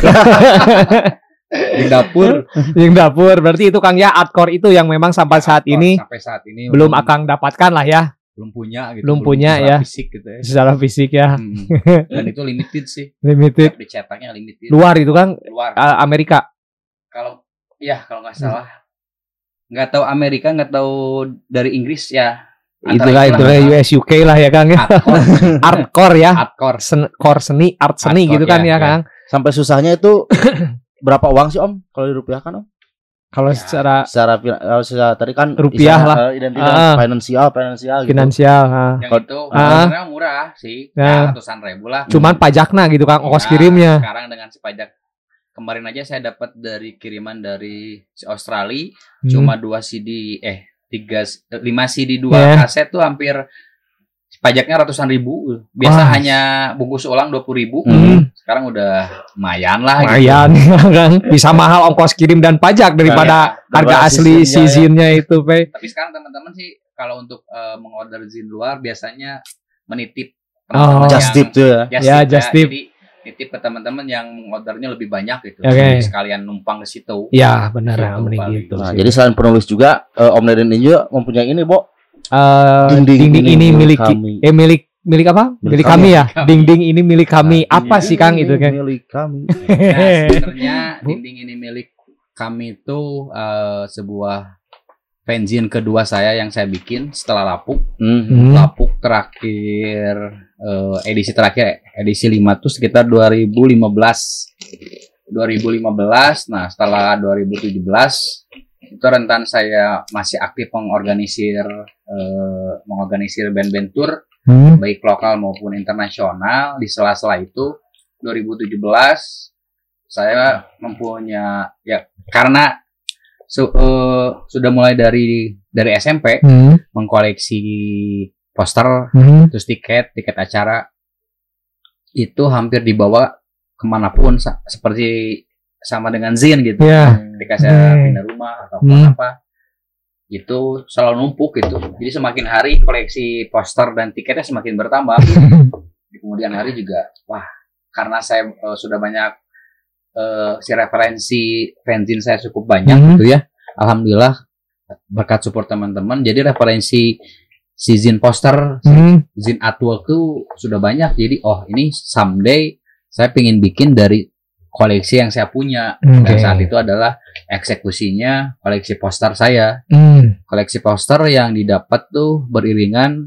Di dapur yang dapur berarti itu Kang ya hardcore itu yang memang sampai saat ini sampai saat ini belum Akang dapatkan lah ya. belum punya gitu. Belum punya secara ya. Fisik gitu ya. Secara fisik ya. Hmm. Dan itu limited sih. Limited. Tiap dicetaknya limited. Luar itu kan Luar. uh, Amerika. Kalau ya kalau nggak salah nggak tahu Amerika, nggak tahu dari Inggris ya. Itulah itulah U S U K lah ya Kang ya. Hardcore, Hardcore ya. hardcore. Sen, core seni, art seni Hardcore, gitu kan ya, ya, ya. Kang. Sampai susahnya itu berapa uang sih Om kalau dirupiahkan Om? Kalau Ya, secara Secara fin- kalau secara tadi kan Rupiah istilahnya, lah. eh, identitas Ah. finansial finansial gitu. finansial, ha. Yang itu Ah. sebenarnya murah sih, Ya. ya, ratusan ribu lah. Cuman pajaknya gitu Kang, ongkos Ya, kirimnya. Sekarang dengan si pajak kemarin aja saya dapat dari kiriman dari si Australia Hmm. cuma dua C D eh tiga eh, lima C D dua Ya. kaset tuh hampir pajaknya ratusan ribu. Biasa Wah. hanya bungkus ulang dua puluh ribu. Hmm. Sekarang udah lumayan lah Lumayan gitu. kan. Bisa mahal ongkos kirim dan pajak daripada Daripada harga asli seasonnya ya. seasonnya itu, Pe. Tapi sekarang teman-teman sih kalau untuk eh, mengorder zin luar biasanya menitip Oh. teman-teman Just yang- tip tuh ya. Just Ya, tip just tip. Jadi nitip ke teman-teman yang ordernya lebih banyak gitu. Oke. Jadi sekalian numpang ke situ. Ya, benar Gitu, mending paling. gitu. Nah, sih. jadi selain penulis juga eh, Om Deden ini juga mempunyai ini, Bo. Eh, Dinding dinding, ini ini milik milik kami. eh milik milik apa? Milik Milik, kami. kami ya. Kami. Dinding ini milik kami. Nah, apa sih Kang itu kan? Milik kami. Nah, sebenarnya Bu. dinding ini milik kami itu eh, sebuah fanzine kedua saya yang saya bikin setelah Lapuk. Hmm. Hmm. Lapuk terakhir eh, edisi terakhir edisi lima tuh sekitar dua ribu lima belas. dua ribu lima belas. Nah, setelah dua ribu tujuh belas itu rentan saya masih aktif mengorganisir eh, mengorganisir band-band tour Hmm. baik lokal maupun internasional. Di sela-sela itu dua ribu tujuh belas saya mempunyai ya karena su- eh, sudah mulai dari dari S M P Hmm. mengkoleksi poster, Hmm. terus tiket tiket acara itu hampir dibawa kemanapun sa- seperti sama dengan zin gitu. Ya. Ketika saya Hmm. pindah rumah atau Hmm. apa itu selalu numpuk gitu. Jadi semakin hari koleksi poster dan tiketnya semakin bertambah. Di kemudian hari juga, wah, karena saya eh, sudah banyak eh, si referensi fanzine saya cukup banyak Hmm. gitu ya. Alhamdulillah berkat support teman-teman. Jadi referensi si zin poster, Hmm. zin artwork tuh sudah banyak. Jadi oh ini someday saya pengen bikin dari koleksi yang saya punya. Dan Oke. saat itu adalah eksekusinya koleksi poster saya. Hmm. Koleksi poster yang didapat tuh beriringan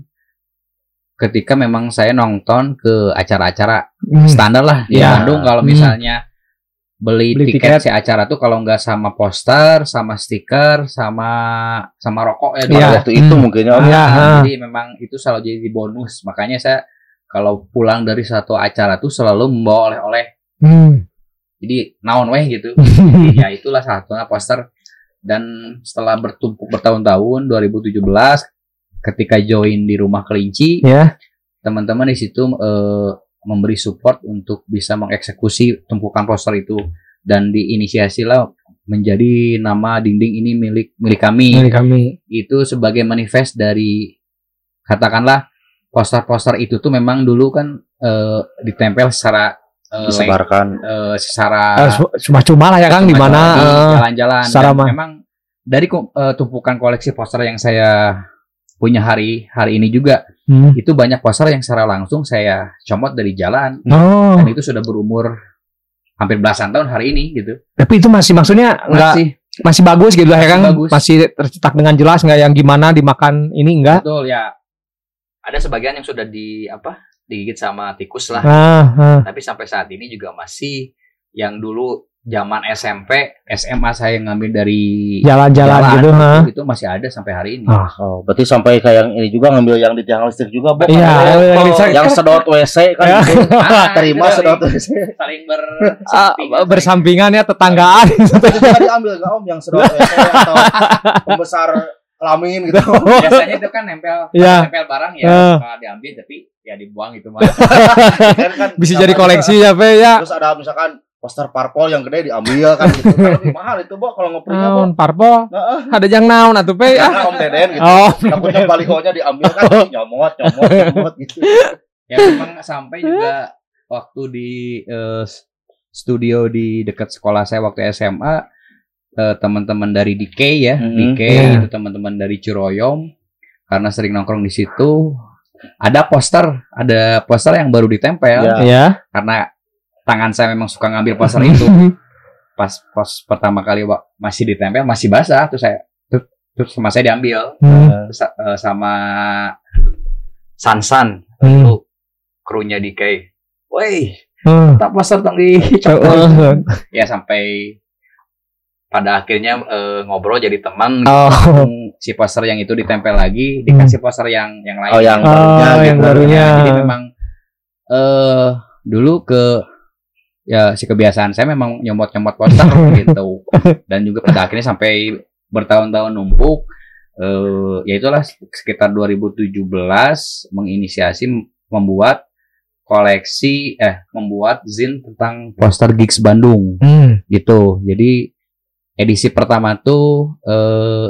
ketika memang saya nonton ke acara-acara Hmm. standar lah di Ya. Bandung. Kalau Hmm. misalnya beli, Beli tiket, tiket. si acara tuh kalau nggak sama poster, sama stiker, sama sama rokok ya. Pada Iya. waktu itu Hmm. mungkin ya Om. Ya, Nah, ha. jadi memang itu selalu jadi bonus. Makanya saya kalau pulang dari satu acara tuh selalu membawa oleh-oleh. Hmm. Jadi naon weh gitu. Jadi, ya itulah salah satunya poster. Dan setelah bertumpuk bertahun-tahun dua ribu tujuh belas ketika join di Rumah Kelinci, Ya. teman-teman di situ eh, memberi support untuk bisa mengeksekusi tumpukan poster itu dan diinisiasilah menjadi nama dinding ini milik milik kami. Milik kami. Itu sebagai manifest dari katakanlah poster-poster itu tuh memang dulu kan eh, ditempel secara eh, Disebarkan. eh, secara Eh, su- Cuma-cuma lah ya Kang di Cuma mana di eh, jalan-jalan. secara Dan mah. memang dari ko- eh, tumpukan koleksi poster yang saya punya hari hari ini juga hmm. itu banyak poster yang secara langsung saya comot dari jalan Oh, dan itu sudah berumur hampir belasan tahun hari ini gitu. tapi itu masih maksudnya enggak Masih masih bagus gitu lah ya Masih Kang. bagus. Masih tercetak dengan jelas enggak yang gimana dimakan ini enggak? betul ya. Ada sebagian yang sudah di apa digigit sama tikus lah. Ah, ah. Tapi sampai saat ini juga masih yang dulu zaman S M P, S M A saya ngambil dari Jalan-jalan gitu, ha. itu, itu masih ada sampai hari ini. Ah. Oh, berarti sampai kayak yang ini juga ngambil yang di tiang listrik juga, Bo. Iya, Oh, yang listrik. yang sedot W C kan Ya. gitu. Ah, Terima itu sedot W C. saling ber Ah, bersampingan ya tetanggaan. Itu kan diambil gak Om yang sedot W C atau pembesar kelamin gitu. biasanya itu kan nempel Iya. nempel barang ya Ah. suka diambil tapi ya dibuang itu mah. Kan kan Bisa sama jadi koleksi ya, Pe ya. Terus ada misalkan poster parpol yang gede diambil kan gitu. Kan lebih mahal itu, Bo, kalau ngoprinya, Bo. Naon parpol? Heeh. Ada yang naon atuh Pe ya? Karena Om Deden gitu. Oh, Takutnya balihonya diambil kan nyomot, nyomot, nyomot gitu. Ya memang sampai juga waktu di eh, studio di dekat sekolah saya waktu S M A eh, teman-teman dari D K ya, Mhm. D K Iya. itu teman-teman dari Ciroyom karena sering nongkrong di situ, ada poster, ada poster yang baru ditempel. Ya. Ya. Karena tangan saya memang suka ngambil poster itu. Pas pos pertama kali wa- masih ditempel, masih basah, terus saya terus, terus sama saya diambil. Hmm. Sa- eh, sama Sansan Hmm. itu krunya D K. Woi, Hmm. tak poster tong di Oh. ya sampai pada akhirnya eh, ngobrol jadi teman. Oh. Si poster yang itu ditempel lagi, dikasih poster yang yang lain. Oh, yang Oh, barunya yang gitu. barunya. Jadi memang eh dulu ke ya si kebiasaan saya memang nyomot-nyomot poster gitu. Dan juga pada akhirnya sampai bertahun-tahun numpuk. Eh ya itulah sekitar dua ribu tujuh belas menginisiasi membuat koleksi eh membuat zin tentang poster Gigs Bandung Hmm. gitu. Jadi edisi pertama tuh eh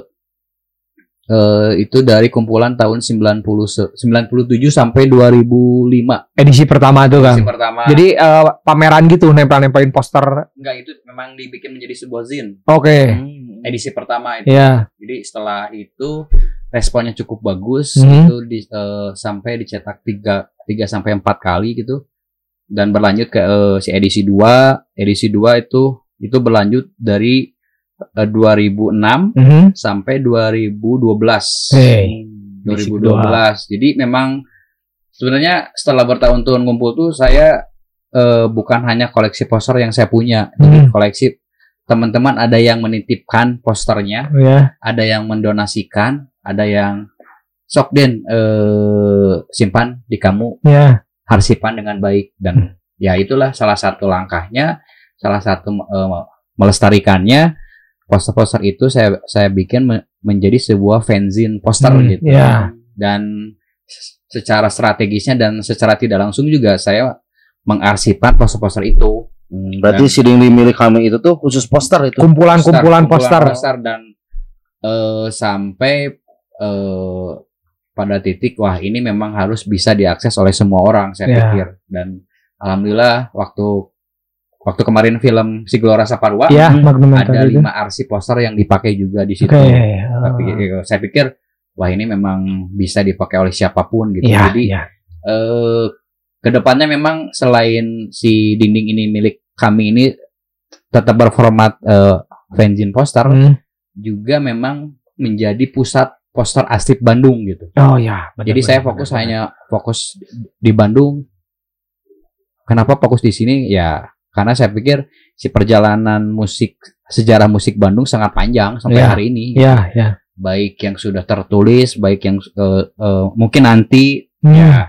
eh itu dari kumpulan tahun sembilan puluh se- sembilan puluh tujuh sampai dua ribu lima. Edisi pertama tuh, Kang. Edisi pertama. Jadi eh, pameran gitu, nempel-nempelin poster. enggak, itu memang dibikin menjadi sebuah zin. Oke. Edisi pertama itu. Ya. Jadi setelah itu responnya cukup bagus. Hmm. Itu di, eh, sampai dicetak tiga tiga sampai empat kali gitu. Dan berlanjut ke eh, si edisi dua. Edisi dua itu itu berlanjut dari eh, dua ribu enam Mhm. sampai dua ribu dua belas. Hey. dua ribu dua belas. Jadi memang sebenarnya setelah bertahun-tahun ngumpul tuh saya eh, bukan hanya koleksi poster yang saya punya. Jadi Hmm. koleksi teman-teman ada yang menitipkan posternya, Ya. ada yang mendonasikan, ada yang sok den eh, simpan di kamu, Ya. harsipan dengan baik. Dan ya itulah salah satu langkahnya, salah satu eh, melestarikannya. Poster-poster itu saya saya bikin me- menjadi sebuah fanzine poster Hmm, gitu. ya. Dan secara strategisnya dan secara tidak langsung juga saya mengarsipkan poster-poster itu. Hmm, berarti siding di milik kami itu tuh khusus poster itu. Kumpulan-kumpulan poster. poster dan eh, sampai eh, pada titik wah ini memang harus bisa diakses oleh semua orang saya Ya. pikir. Dan alhamdulillah waktu waktu kemarin film Si Gelora Saparua Ya, ada dokumenter itu. lima arsip poster yang dipakai juga di situ. Oke. Tapi eh, saya pikir wah ini memang bisa dipakai oleh siapapun gitu. Iya, Jadi iya. eh kedepannya memang selain si dinding ini milik kami ini tetap berformat eh, fanzine poster, Hmm. juga memang menjadi pusat poster arsip Bandung gitu. Oh ya. benar, Jadi benar, saya benar, fokus benar. hanya fokus di Bandung. Kenapa fokus di sini? Ya karena saya pikir si perjalanan musik sejarah musik Bandung sangat panjang sampai Ya. hari ini. Ya, ya. Baik yang sudah tertulis, baik yang eh, eh, mungkin nanti Hmm. ya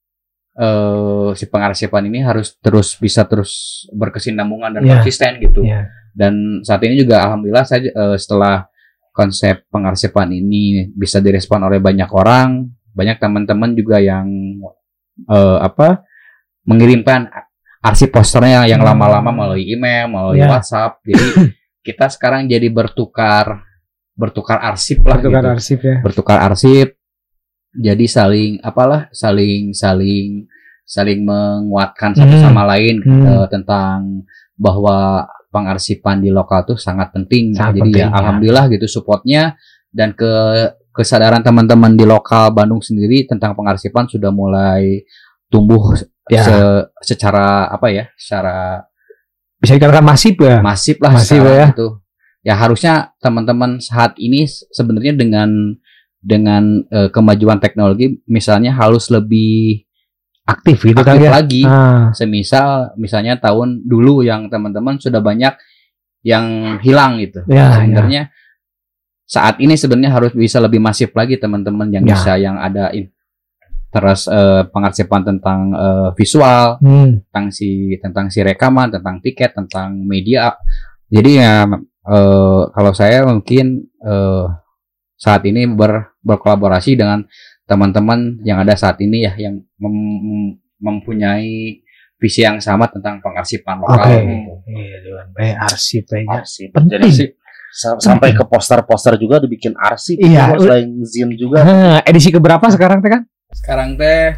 eh si pengarsipan ini harus terus bisa terus berkesinambungan dan Ya. konsisten gitu. Ya. Dan saat ini juga alhamdulillah saya eh, setelah konsep pengarsipan ini bisa direspon oleh banyak orang, banyak teman-teman juga yang eh, apa mengirimkan arsip posternya yang Hmm. lama-lama melalui email, melalui Ya. WhatsApp. Jadi kita sekarang jadi bertukar bertukar arsip lah Bertukar gitu. arsip ya. Bertukar arsip. Jadi saling apalah saling saling saling menguatkan satu Hmm. sama lain Hmm. eh, tentang bahwa pengarsipan di lokal tuh sangat penting. Sangat Jadi penting, ya ya. alhamdulillah gitu supportnya dan ke kesadaran teman-teman di lokal Bandung sendiri tentang pengarsipan sudah mulai tumbuh Ya. se- secara apa ya? Secara Bisa dikatakan masif ya. masif lah Masif sekarang ya. gitu. Ya harusnya teman-teman saat ini sebenarnya dengan dengan eh, kemajuan teknologi misalnya harus lebih Aktif gitu kan aktif ya. lagi. Ah. Semisal misalnya tahun dulu yang teman-teman sudah banyak yang hilang gitu. Ya, Sebenarnya saat ini sebenarnya harus bisa lebih masif lagi teman-teman yang Ya. bisa yang ada in- terus eh, pengarsipan tentang eh, visual, Hmm. tentang si tentang si rekaman, tentang tiket, tentang media. Jadi ya eh, kalau saya mungkin eh, saat ini ber, berkolaborasi dengan teman-teman yang ada saat ini ya yang mem- mem- mempunyai visi yang sama tentang pengarsipan Oke. lokal. gitu. Iya, Dewan. Eh, arsip kayaknya. Arsip. Penting. Jadi sa- sampai ke poster-poster juga dibikin arsip. Iya. Selain zin juga. Nah, edisi keberapa sekarang teh kan? Sekarang teh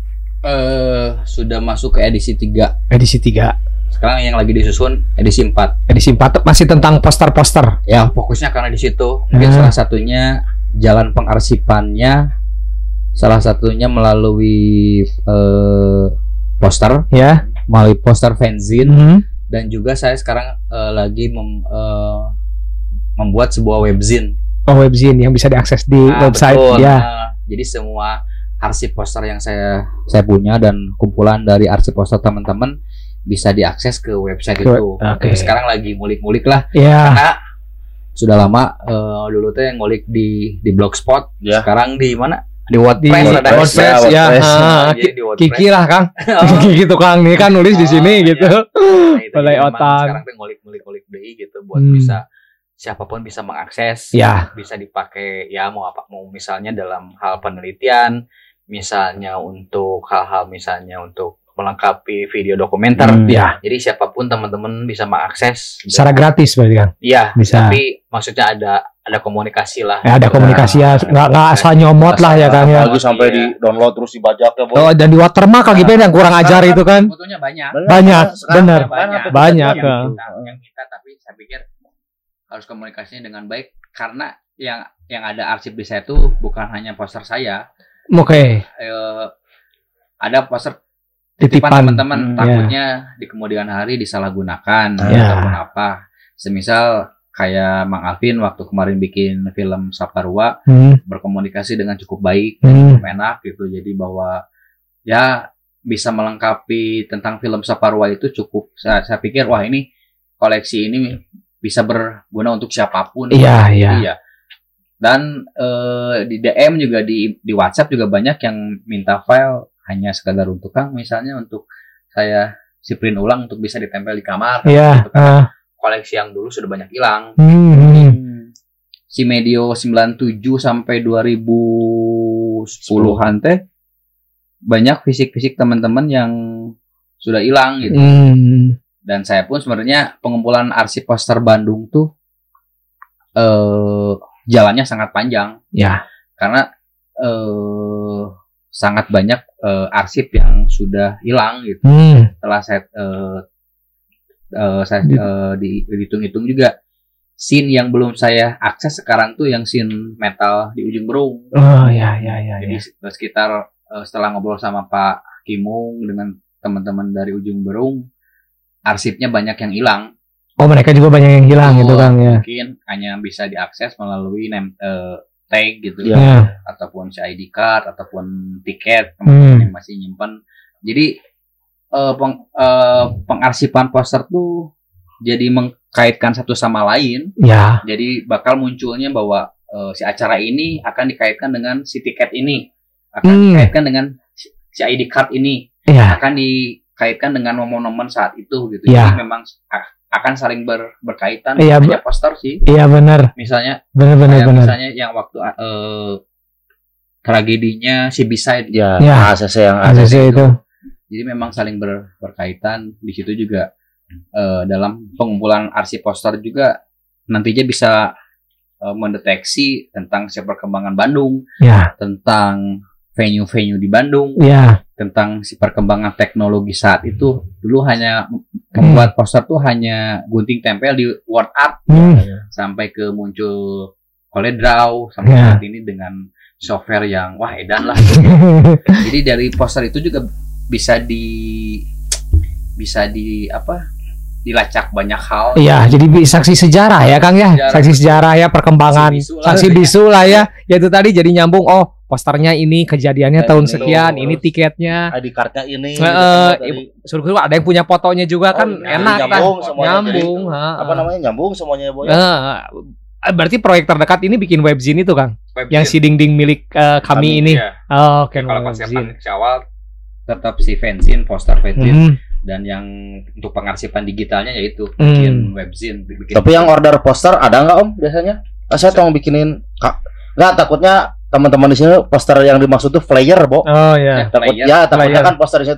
eh sudah masuk ke edisi tiga. Edisi tiga. Sekarang yang lagi disusun edisi empat. Edisi empat masih tentang poster-poster. Ya, fokusnya karena di situ. Mungkin Hmm. salah satunya jalan pengarsipannya Salah satunya melalui eh, poster, Ya. melalui poster fanzine, Mhm. dan juga saya sekarang eh, lagi mem- eh, membuat sebuah webzine. Oh, webzine yang bisa diakses di Nah, website betul. ya. Nah, jadi semua arsip poster yang saya saya punya dan kumpulan dari arsip poster teman-teman bisa diakses ke website Ke- itu. oke. Tapi sekarang lagi ngulik-ngulik lah, Ya. karena sudah lama eh, dulu tuh yang ngulik di di Blogspot. Ya. Sekarang di mana? Di Di WordPress ada. WordPress ya, ya. WordPress. Ah, Jadi di WordPress. Kiki lah, Kang. Oh. Kiki gitu, Kang. Nih kan nulis di sini Oh, gitu. iya. Nah, itu Balai jadi memang otak. sekarang tuh ngulik-ngulik-ngulik deh gitu buat Hmm. bisa siapapun bisa mengakses, Ya. bisa dipakai ya mau apa mau misalnya dalam hal penelitian, misalnya untuk hal-hal misalnya untuk melengkapi video dokumenter. Hmm. Ya. Jadi siapapun teman-teman bisa mengakses. Secara gratis berarti, Kang. Iya, Bisa. tapi maksudnya ada ada komunikasi lah. Ya, ada komunikasi ya, nggak nggak asal nyomot lah ya, Kang ya. Apalagi sampai Iya. di download terus dibajak ya, Boy. Oh, dan di watermark lagi Ben yang kurang ajar itu kan. Fotonya banyak. Banyak, Sekarang bener. banyak, Banyak, yang Kang. kita, yang kita tapi saya pikir harus komunikasinya dengan baik karena yang yang ada arsip di saya tuh bukan hanya poster saya, Oke, eh, ada poster titipan. titipan teman-teman, Hmm, takutnya di kemudian hari disalahgunakan Ya. ataupun apa. Semisal kayak Mang Alvin waktu kemarin bikin film Saparua Hmm, berkomunikasi dengan cukup baik, hmm. cukup enak gitu. Jadi bahwa ya bisa melengkapi tentang film Saparua itu cukup. Saya, saya pikir wah ini koleksi ini bisa berguna untuk siapapun. Iya, iya. Iya. Dan eh, di D M juga di di WhatsApp juga banyak yang minta file hanya sekadar untuk Kang misalnya untuk saya si print ulang untuk bisa ditempel di kamar. Iya. Gitu kan. ah. Koleksi yang dulu sudah banyak hilang. Hmm, hmm. Si Medio sembilan puluh tujuh sampai dua ribu sepuluhan teh banyak fisik-fisik teman-teman yang sudah hilang gitu. Hmm. Dan saya pun sebenarnya pengumpulan arsip poster Bandung tuh eh jalannya sangat panjang Ya. karena eh sangat banyak eh, arsip yang sudah hilang gitu. Hmm. Setelah saya eh, eh, saya Di- eh, di- dihitung-hitung juga scene yang belum saya akses sekarang tuh yang scene metal di Ujung Berung. Oh, ya, ya, ya, Jadi ya. sekitar eh, setelah ngobrol sama Pak Kimung dengan teman-teman dari Ujung Berung, arsipnya banyak yang hilang. Oh, mereka juga banyak yang hilang gitu, Oh, Kang ya. Mungkin hanya bisa diakses melalui name eh, tag gitu Iya. Ya. ataupun si I D card ataupun tiket Hmm. teman-teman yang masih nyimpan. Jadi eh, peng, eh, pengarsipan poster tuh jadi mengkaitkan satu sama lain. Ya. Jadi bakal munculnya bahwa eh, si acara ini akan dikaitkan dengan si tiket ini, akan Hmm. dikaitkan dengan si, si I D card ini, Ya. akan dikaitkan dengan momen-momen saat itu gitu. Ya. Jadi memang a- akan saling ber- berkaitan. Iya, Hanya poster sih. Iya, benar. Misalnya Benar, benar, kayak benar. misalnya yang waktu eh, tragedinya si B-side. Ya, Ya. A C C yang A ada. C C itu. Jadi memang saling ber- berkaitan. Di situ juga eh, dalam pengumpulan arsip poster juga nantinya bisa eh, mendeteksi tentang si perkembangan Bandung, Ya. tentang venue-venue di Bandung, Ya. tentang si perkembangan teknologi saat itu. Dulu hanya membuat poster tuh hanya gunting tempel di word art Hmm. sampai ke muncul CorelDRAW sampai Ya. saat ini dengan software yang wah edan lah. Jadi dari poster itu juga bisa di bisa di apa? Dilacak banyak hal. Iya, jadi bi- saksi sejarah ya, Kang ya. Sejarah. Saksi sejarah ya, perkembangan. Saksi bisu lah. Saksi bisu lah ya. Ya itu tadi jadi nyambung. Oh, posternya ini kejadiannya Dan tahun ini sekian, loh, ini terus tiketnya. I D card-nya ini. Eh, gitu kan, eh, dari- Suruh ada yang punya fotonya juga Oh, kan iya, enak kan. nyambung semuanya, Nyambung, jadi ha, apa ha. namanya nyambung semuanya ya, Boy. Eh, berarti proyek terdekat ini bikin webzine itu, Kang. Webzine. Yang si ding-ding milik eh, kami, ini. Iya. Oh, oke, Kalau konsep webzine. si awal tetap si fanzine, poster fanzine, Hmm. dan yang untuk pengarsipan digitalnya yaitu Hmm. bikin webzine, bikin Tapi yang order poster ada nggak Om biasanya? Ah, saya tolong bikinin kak. Nggak, takutnya teman-teman di sini poster yang dimaksud tuh flyer, Bo. Oh ya. Ya, Takut flyer. ya, takutnya Flyer. kan poster di situ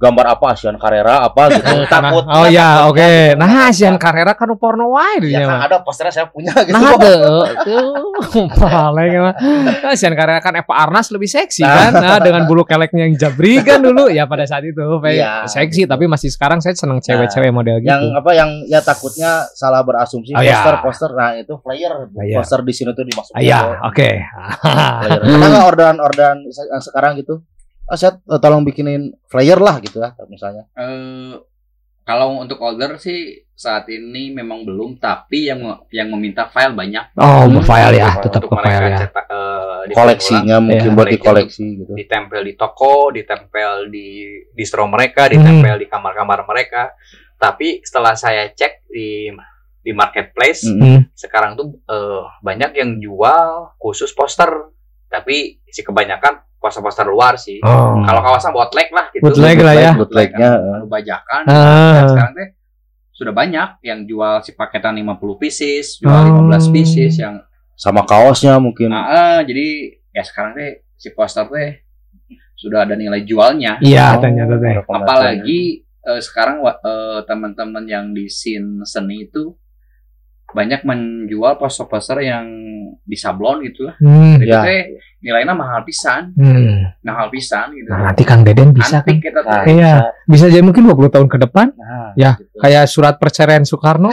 gambar apa Asian Carrera apa gitu. Takut. Oh ya, oke. Okay. Nah, Asian Carrera kan porno wae ya, kan ada posternya saya punya gitu. Nah, tuh. Tuh, paling mah. Asian Carrera kan Eva Arnas lebih seksi kan. Nah, dengan bulu keleknya yang jabri kan dulu ya pada saat itu. Ya, seksi gitu. Tapi masih sekarang saya senang cewek-cewek model gitu. Yang apa yang ya takutnya salah berasumsi oh, poster-poster. Ya. Nah, itu flyer. Ya. Poster di sini tuh dimasukin. Iya, oke. Ada enggak orderan-orderan yang sekarang gitu? Oh, saya tolong bikinin flyer lah gitu ya misalnya. Uh, kalau untuk order sih saat ini memang belum, tapi yang yang meminta file banyak. Oh, hmm, file ya, tetap ke file ya. Cetak, uh, koleksinya ulang, mungkin ya, buat dikoleksi gitu. Ditempel di toko, ditempel di distro mereka, ditempel hmm. di kamar-kamar mereka. Tapi setelah saya cek di di marketplace, hmm. sekarang tuh uh, banyak yang jual khusus poster, tapi si kebanyakan poster-poster luar sih. Oh. Kalau kawasan bootleg lah gitu. Bootleg lah ya. Bootlegnya. Lalu bajakan. Ah. Sekarang teh sudah banyak yang jual si paketan lima puluh pieces, jual oh. lima belas pieces yang sama kaosnya mungkin. Nah, uh, jadi ya sekarang teh si poster teh sudah ada nilai jualnya. Iya, oh, ternyata teh. Apalagi uh, sekarang uh, teman-teman yang di scene seni itu banyak menjual poster-poster yang disablon gitu lah. Hmm, itu ya. Teh nilainya mahal pisan. Hmm. Mahal pisan gitu. Nah, nanti Kang Deden bisa Antik kan? Kita nah, iya. Bisa jadi mungkin dua puluh tahun ke depan. Nah, ya, gitu. Kayak surat perceraian Soekarno.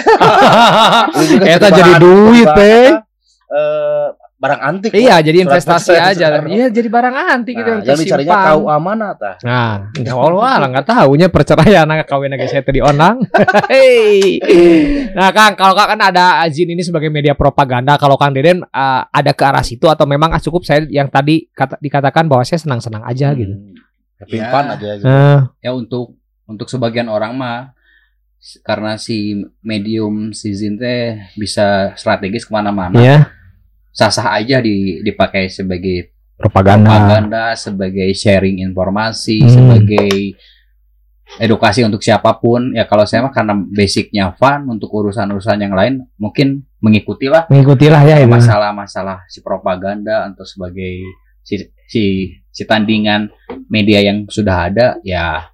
Eta jadi duit, teh. Uh, barang antik. Iya, jadi investasi aja. Iya, jadi barang antik gitu nah, yang dicarinya K U A mana tah? Nah, ya Allah lah enggak tahunya perceraian anak kawin geus eta di onang. Hei. Nah, Kang, kalau Kang kan ada Zin ini sebagai media propaganda, kalau Kang Deden uh, ada ke arah situ atau memang ah, cukup saya yang tadi kata, dikatakan bahwa saya senang-senang aja hmm. gitu. Happy fun ya, aja gitu. Uh, ya untuk untuk sebagian orang mah karena si medium si Zin teh bisa strategis kemana-mana. Yeah. Sah-sah aja di, dipakai sebagai propaganda. propaganda, sebagai sharing informasi, hmm. sebagai edukasi untuk siapapun. Ya kalau saya mah karena basicnya fun, untuk urusan-urusan yang lain mungkin mengikutilah. Mengikutilah ya itu. Masalah-masalah si propaganda atau sebagai si, si si tandingan media yang sudah ada ya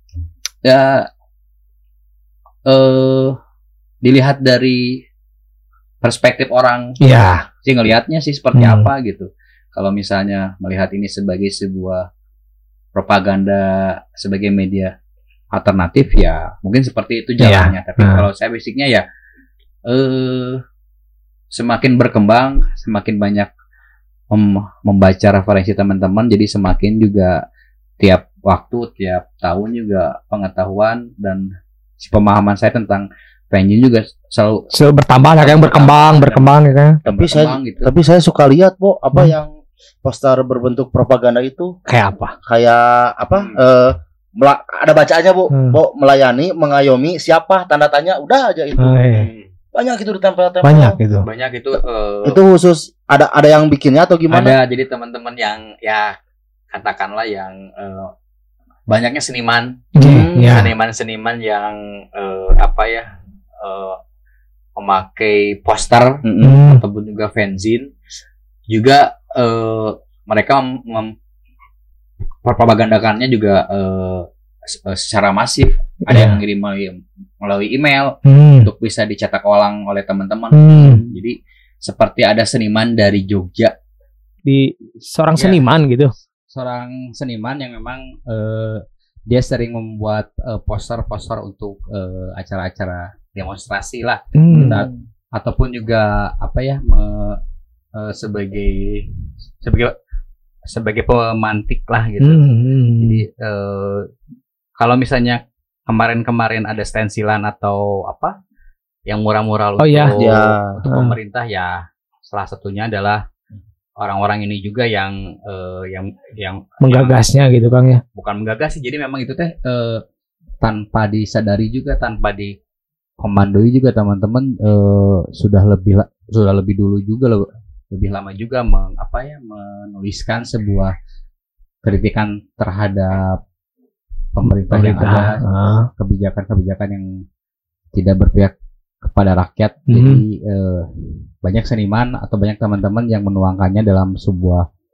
ya eh dilihat dari perspektif orang. Ya. Sih ngelihatnya sih seperti hmm. apa gitu. Kalau misalnya melihat ini sebagai sebuah propaganda, sebagai media alternatif ya mungkin seperti itu jalannya. Ya. Tapi hmm. kalau saya basicnya ya eh semakin berkembang, semakin banyak mem- membaca referensi teman-teman, jadi semakin juga tiap waktu, tiap tahun juga pengetahuan dan si pemahaman saya tentang pengen juga selalu selalu bertambah lah, yang berkembang, berkembang ya kan. Tapi saya gitu. Tapi saya suka lihat, Bu, apa hmm. yang poster berbentuk propaganda itu kayak apa? Kayak apa? Hmm. Eh mela- ada bacaannya, Bu. Hmm. Bu, melayani, mengayomi, siapa, tanda tanya, udah aja itu. Oh, iya. Banyak itu ditempel-tempel. Banyak itu. Banyak itu uh, itu khusus ada ada yang bikinnya atau gimana? Ada, jadi teman-teman yang ya katakanlah yang uh, banyaknya seniman. Hmm, ya. Seniman-seniman yang uh, apa ya? Uh, memakai poster mm-hmm. ataupun juga fanzine, juga uh, mereka mem- mem- propagandakannya juga uh, secara masif. Ada yeah. yang mengirim melalui, melalui email mm. untuk bisa dicetak ulang oleh teman-teman. Mm. Jadi seperti ada seniman dari Jogja, di seorang ya, seniman gitu, seorang seniman yang memang uh, dia sering membuat uh, poster-poster untuk uh, acara-acara demonstrasi lah, hmm. kita, ataupun juga apa ya me, uh, sebagai sebagai sebagai pemantik lah gitu. Hmm. Jadi uh, kalau misalnya kemarin-kemarin ada stensilan atau apa yang murah-murah oh, untuk, ya. Ya. untuk pemerintah ya salah satunya adalah orang-orang ini juga yang uh, yang yang menggagasnya yang, gitu Kang ya. Bukan menggagas sih, jadi memang itu teh uh, tanpa disadari juga, tanpa di komandoi juga teman-teman uh, sudah lebih sudah lebih dulu juga lebih lama juga meng, apa ya menuliskan sebuah kritikan terhadap pemerintah, pemerintah. yang ada, uh. kebijakan-kebijakan yang tidak berpihak kepada rakyat. Hmm. Jadi uh, banyak seniman atau banyak teman-teman yang menuangkannya dalam sebuah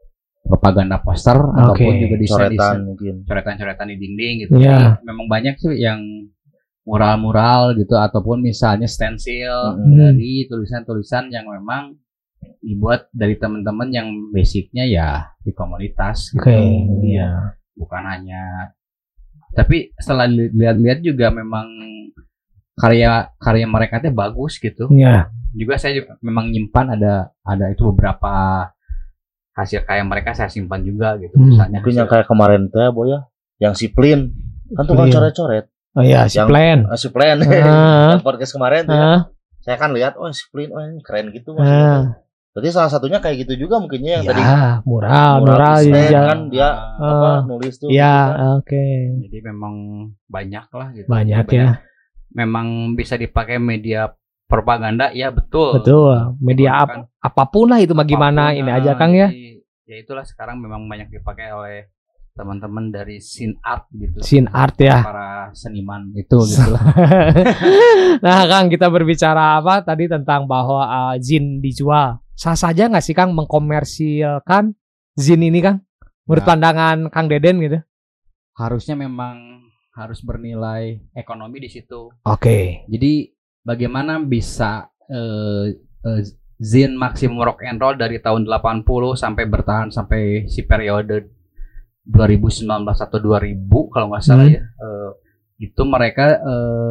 propaganda poster ataupun juga desain coretan mungkin. coretan-coretan di dinding gitu. Iya. Jadi memang banyak sih yang mural-mural gitu ataupun misalnya stensil Hmm. dari tulisan-tulisan yang memang dibuat dari teman-teman yang basicnya ya di komunitas gitu. Oke. Jadi ya Iya. bukan hanya, tapi setelah li- lihat-lihat juga memang karya karya mereka teh bagus gitu. Iya. Juga saya juga memang nyimpan ada ada itu beberapa hasil karya mereka saya simpan juga gitu. Hmm. Misalnya Mungkin hasil- yang kayak kemarin teh boy ya, yang si Plin kan tuh kan Plin. coret-coret. Oh iya, si Yang- plan. Ah, si Plin Ah. yang podcast kemarin tuh ya. Ah. Saya kan lihat oh si Plin oh ini keren gitu Ah. maksudnya. Berarti salah satunya kayak gitu juga mungkinnya yang tadi Ya, mural, mural, desain iya. kan dia apa Ah. nulis tuh. Iya, gitu kan. oke. Jadi memang banyak lah gitu. Banyak ya. Memang bisa dipakai media propaganda ya betul. Betul. Media ap- Kan apapun lah itu mah gimana apapun, ini ah, aja Kang ya. jadi, ya itulah sekarang memang banyak dipakai oleh teman-teman dari scene art gitu. Scene art ya. Para seniman itu gitu lah. Nah, Kang, kita berbicara apa tadi tentang bahwa uh, zin dijual. Sah saja nggak sih Kang mengkomersilkan zin ini Kang? Menurut Ya. pandangan Kang Deden gitu. Harusnya memang harus bernilai ekonomi di situ. Oke. Jadi bagaimana bisa eh, eh, zin Maximum Rock and Roll dari tahun delapan puluh sampai bertahan sampai si periode dua ribu sembilan belas atau dua ribu kalau nggak salah Hmm. ya. Eh, itu mereka eh,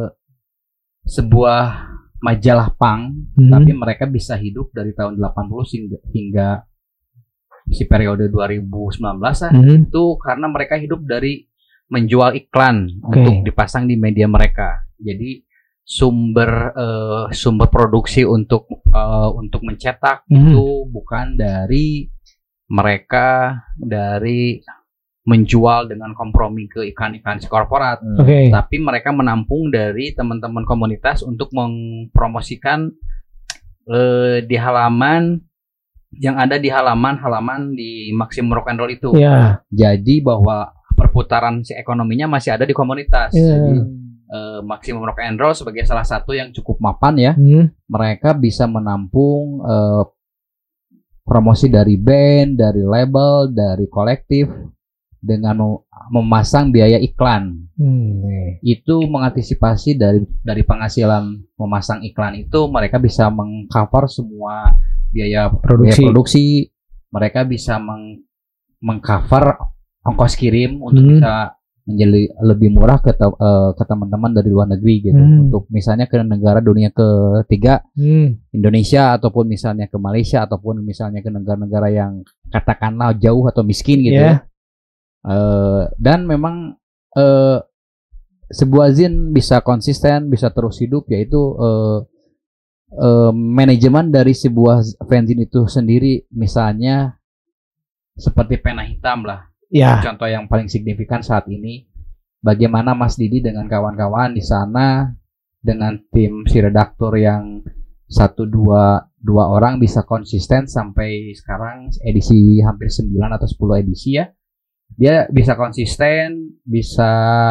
sebuah majalah punk, Hmm. tapi mereka bisa hidup dari tahun delapan puluh hingga, hingga si periode dua ribu sembilan belas lah. Hmm. Itu karena mereka hidup dari menjual iklan Oke. untuk dipasang di media mereka. Jadi sumber eh, sumber produksi untuk eh, untuk mencetak Hmm. itu bukan dari mereka dari menjual dengan kompromi ke iklan-iklan si korporat, Hmm. Oke. tapi mereka menampung dari teman-teman komunitas untuk mempromosikan eh, di halaman yang ada di halaman-halaman di Maximum Rock and Roll itu. Ya. Jadi bahwa perputaran si ekonominya masih ada di komunitas. Iya. Jadi eh, Maximum Rock and Roll sebagai salah satu yang cukup mapan ya, Hmm. mereka bisa menampung eh, promosi dari band, dari label, dari kolektif dengan mem- memasang biaya iklan. Hmm. nih. Itu mengantisipasi dari dari penghasilan memasang iklan itu mereka bisa mengcover semua biaya Produksi. biaya produksi. Mereka bisa meng mengcover ongkos kirim untuk Hmm. bisa menjadi lebih murah ke te- eh, ke teman-teman dari luar negeri gitu. Hmm. Untuk misalnya ke negara dunia ketiga, Hmm. Indonesia ataupun misalnya ke Malaysia ataupun misalnya ke negara-negara yang katakanlah jauh atau miskin gitu Ya. ya. Eh, dan memang eh, sebuah zin bisa konsisten, bisa terus hidup, yaitu eh, eh, manajemen dari sebuah fanzine itu sendiri, misalnya seperti Pena Hitam lah, Ya. contoh yang paling signifikan saat ini. Bagaimana Mas Didi dengan kawan-kawan di sana dengan tim si redaktur yang satu dua dua orang bisa konsisten sampai sekarang edisi hampir sembilan atau sepuluh edisi ya. Dia bisa konsisten, bisa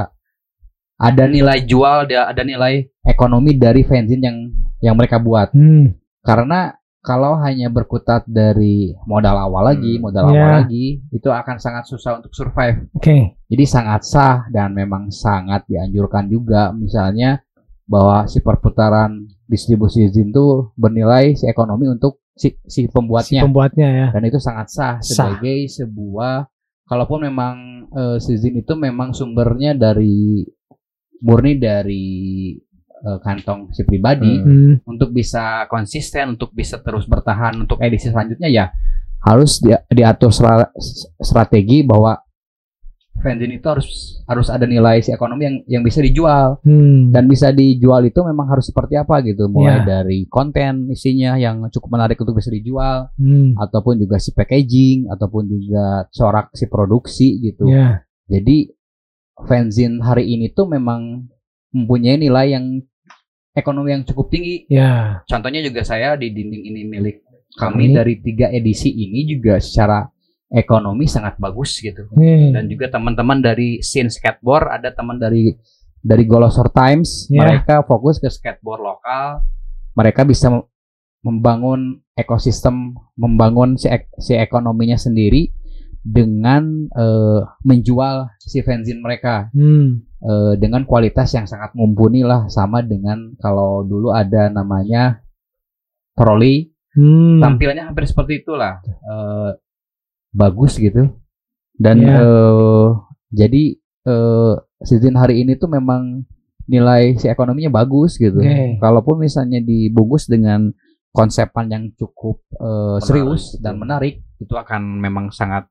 ada nilai jual, dia ada nilai ekonomi dari fanzine yang yang mereka buat. Hmm. Karena kalau hanya berkutat dari modal awal lagi, Hmm. modal awal Ya. lagi, itu akan sangat susah untuk survive. Oke. Jadi sangat sah dan memang sangat dianjurkan juga misalnya bahwa si perputaran distribusi zin itu bernilai si ekonomi untuk si, si Si pembuatnya. pembuatnya ya. Dan itu sangat sah Sah. sebagai sebuah, kalaupun memang eh, si zin itu memang sumbernya dari murni dari eh, kantong si pribadi, Hmm. untuk bisa konsisten, untuk bisa terus bertahan untuk edisi selanjutnya ya harus dia- diatur stra- strategi bahwa fanzine itu harus harus ada nilai si ekonomi yang yang bisa dijual, Hmm. dan bisa dijual itu memang harus seperti apa gitu, mulai Ya. dari konten isinya yang cukup menarik untuk bisa dijual, Hmm. ataupun juga si packaging, ataupun juga corak si produksi gitu. Ya. Jadi fanzine hari ini tuh memang mempunyai nilai yang ekonomi yang cukup tinggi. Ya. Contohnya juga saya di dinding ini milik kami Kami. dari tiga edisi ini juga secara ekonomi sangat bagus gitu. Hmm. Dan juga teman-teman dari scene skateboard, ada teman dari dari Golosor Times, Ya. mereka fokus ke skateboard lokal. Mereka bisa mem- membangun ekosistem, membangun si, ek- si ekonominya sendiri dengan uh, menjual si fanzine mereka Hmm. uh, dengan kualitas yang sangat mumpuni lah, sama dengan kalau dulu ada namanya Trolli, Hmm. tampilannya hampir seperti itulah, uh, bagus gitu. Dan Yeah. uh, jadi uh, season hari ini tuh memang nilai si ekonominya bagus gitu. Okay. Kalaupun misalnya dibungkus dengan konsepan yang cukup uh, Menarik, serius gitu. dan menarik, itu akan memang sangat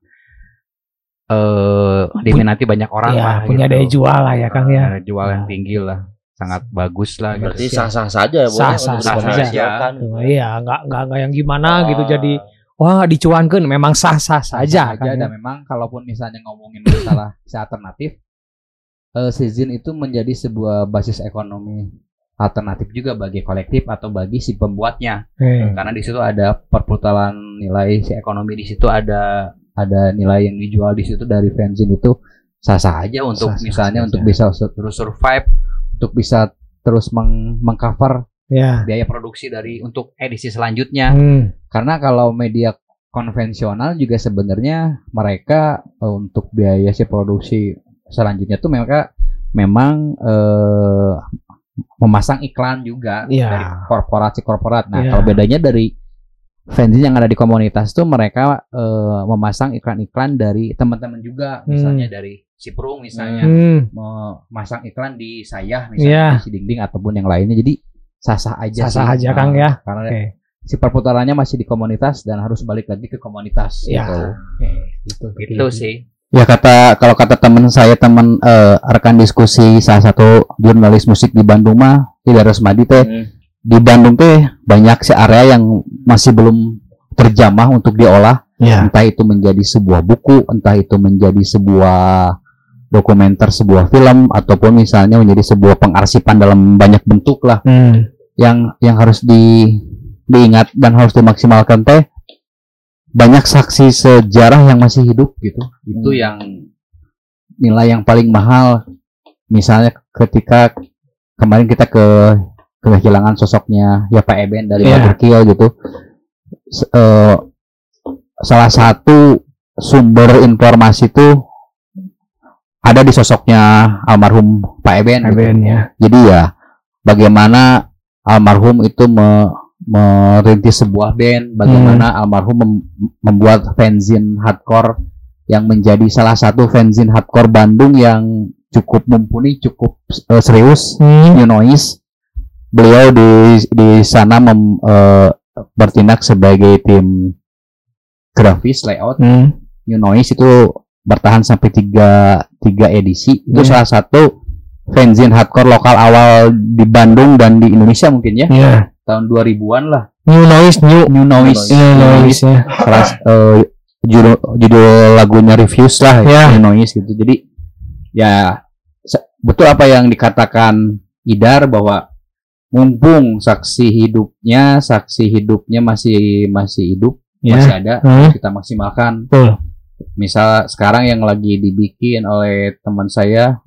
uh, diminati banyak orang Ya, lah. punya gitu. daya jual lah ya Kang ya. Daya jual yang tinggi lah, sangat bagus lah. Berarti Gitu. sah-sah saja ya, boleh Sah-sah untuk saja. dikomersialkan. Tuh, iya, nggak nggak nggak yang gimana Ah. gitu jadi wah dicuankan, memang sah-sah saja Sah-sah kan. aja. Dan memang kalaupun misalnya ngomongin masalah si alternatif, eh, season itu menjadi sebuah basis ekonomi alternatif juga bagi kolektif atau bagi si pembuatnya, Eh, karena di situ ada perputaran nilai si ekonomi, di situ ada ada nilai yang dijual di situ dari fanzine, itu sah-sah aja untuk Sah-sah misalnya saja. untuk bisa terus survive, untuk bisa terus meng- mengcover ya. biaya produksi dari untuk edisi selanjutnya. Hmm. Karena kalau media konvensional juga sebenarnya mereka eh, untuk biaya si produksi selanjutnya tuh mereka memang eh, memasang iklan juga Iya. dari korporasi-korporat. Nah, Iya. kalau bedanya dari fanzine yang ada di komunitas tuh mereka eh, memasang iklan-iklan dari teman-teman juga, misalnya dari si Prung misalnya Hmm. memasang iklan di saya Iya. misalnya di si Dingding ataupun yang lainnya. Jadi sah-sah aja Sah-sah sih. aja, Nah, Kang, ya. Karena Oke. si perputarannya masih di komunitas dan harus balik lagi ke komunitas Ya. gitu. Oke, gitu. Gitu sih. Ya kata kalau kata teman saya teman eh, rekan diskusi salah satu jurnalis musik di Bandung mah Ida Rosmadi teh, Hmm. di Bandung teh banyak sih area yang masih belum terjamah untuk diolah, Ya. entah itu menjadi sebuah buku, entah itu menjadi sebuah dokumenter, sebuah film, ataupun misalnya menjadi sebuah pengarsipan dalam banyak bentuk lah. Hmm. Yang yang harus di diingat dan harus dimaksimalkan teh, banyak saksi sejarah yang masih hidup gitu. Itu Hmm. yang nilai yang paling mahal. Misalnya ketika kemarin kita ke kehilangan sosoknya ya Pak Eben dari Iya. Baturkil gitu. S- eh, salah satu sumber informasi itu ada di sosoknya almarhum Pak Eben. gitu. Eben ya. Jadi ya bagaimana almarhum itu me- merintis sebuah band, bagaimana almarhum mem- membuat fanzine hardcore yang menjadi salah satu fanzine hardcore Bandung yang cukup mumpuni, cukup eh, serius, Hmm. New Noise. Beliau di di sana mem- eh, bertindak sebagai tim grafis layout. Hmm. New Noise itu bertahan sampai tiga, tiga edisi. Itu Hmm. salah satu fanzine hardcore lokal awal di Bandung dan di Indonesia mungkin ya. Ya. Tahun dua ribuan lah. New noise, new New Noise. New noise ya. Salah, eh, judul, judul lagunya Refuse lah Ya. New Noise gitu. Jadi ya se- betul apa yang dikatakan Idar bahwa mumpung saksi hidupnya, saksi hidupnya masih masih hidup, Ya. masih ada, Hmm. harus kita maksimalkan. Betul. Misal sekarang yang lagi dibikin oleh teman saya,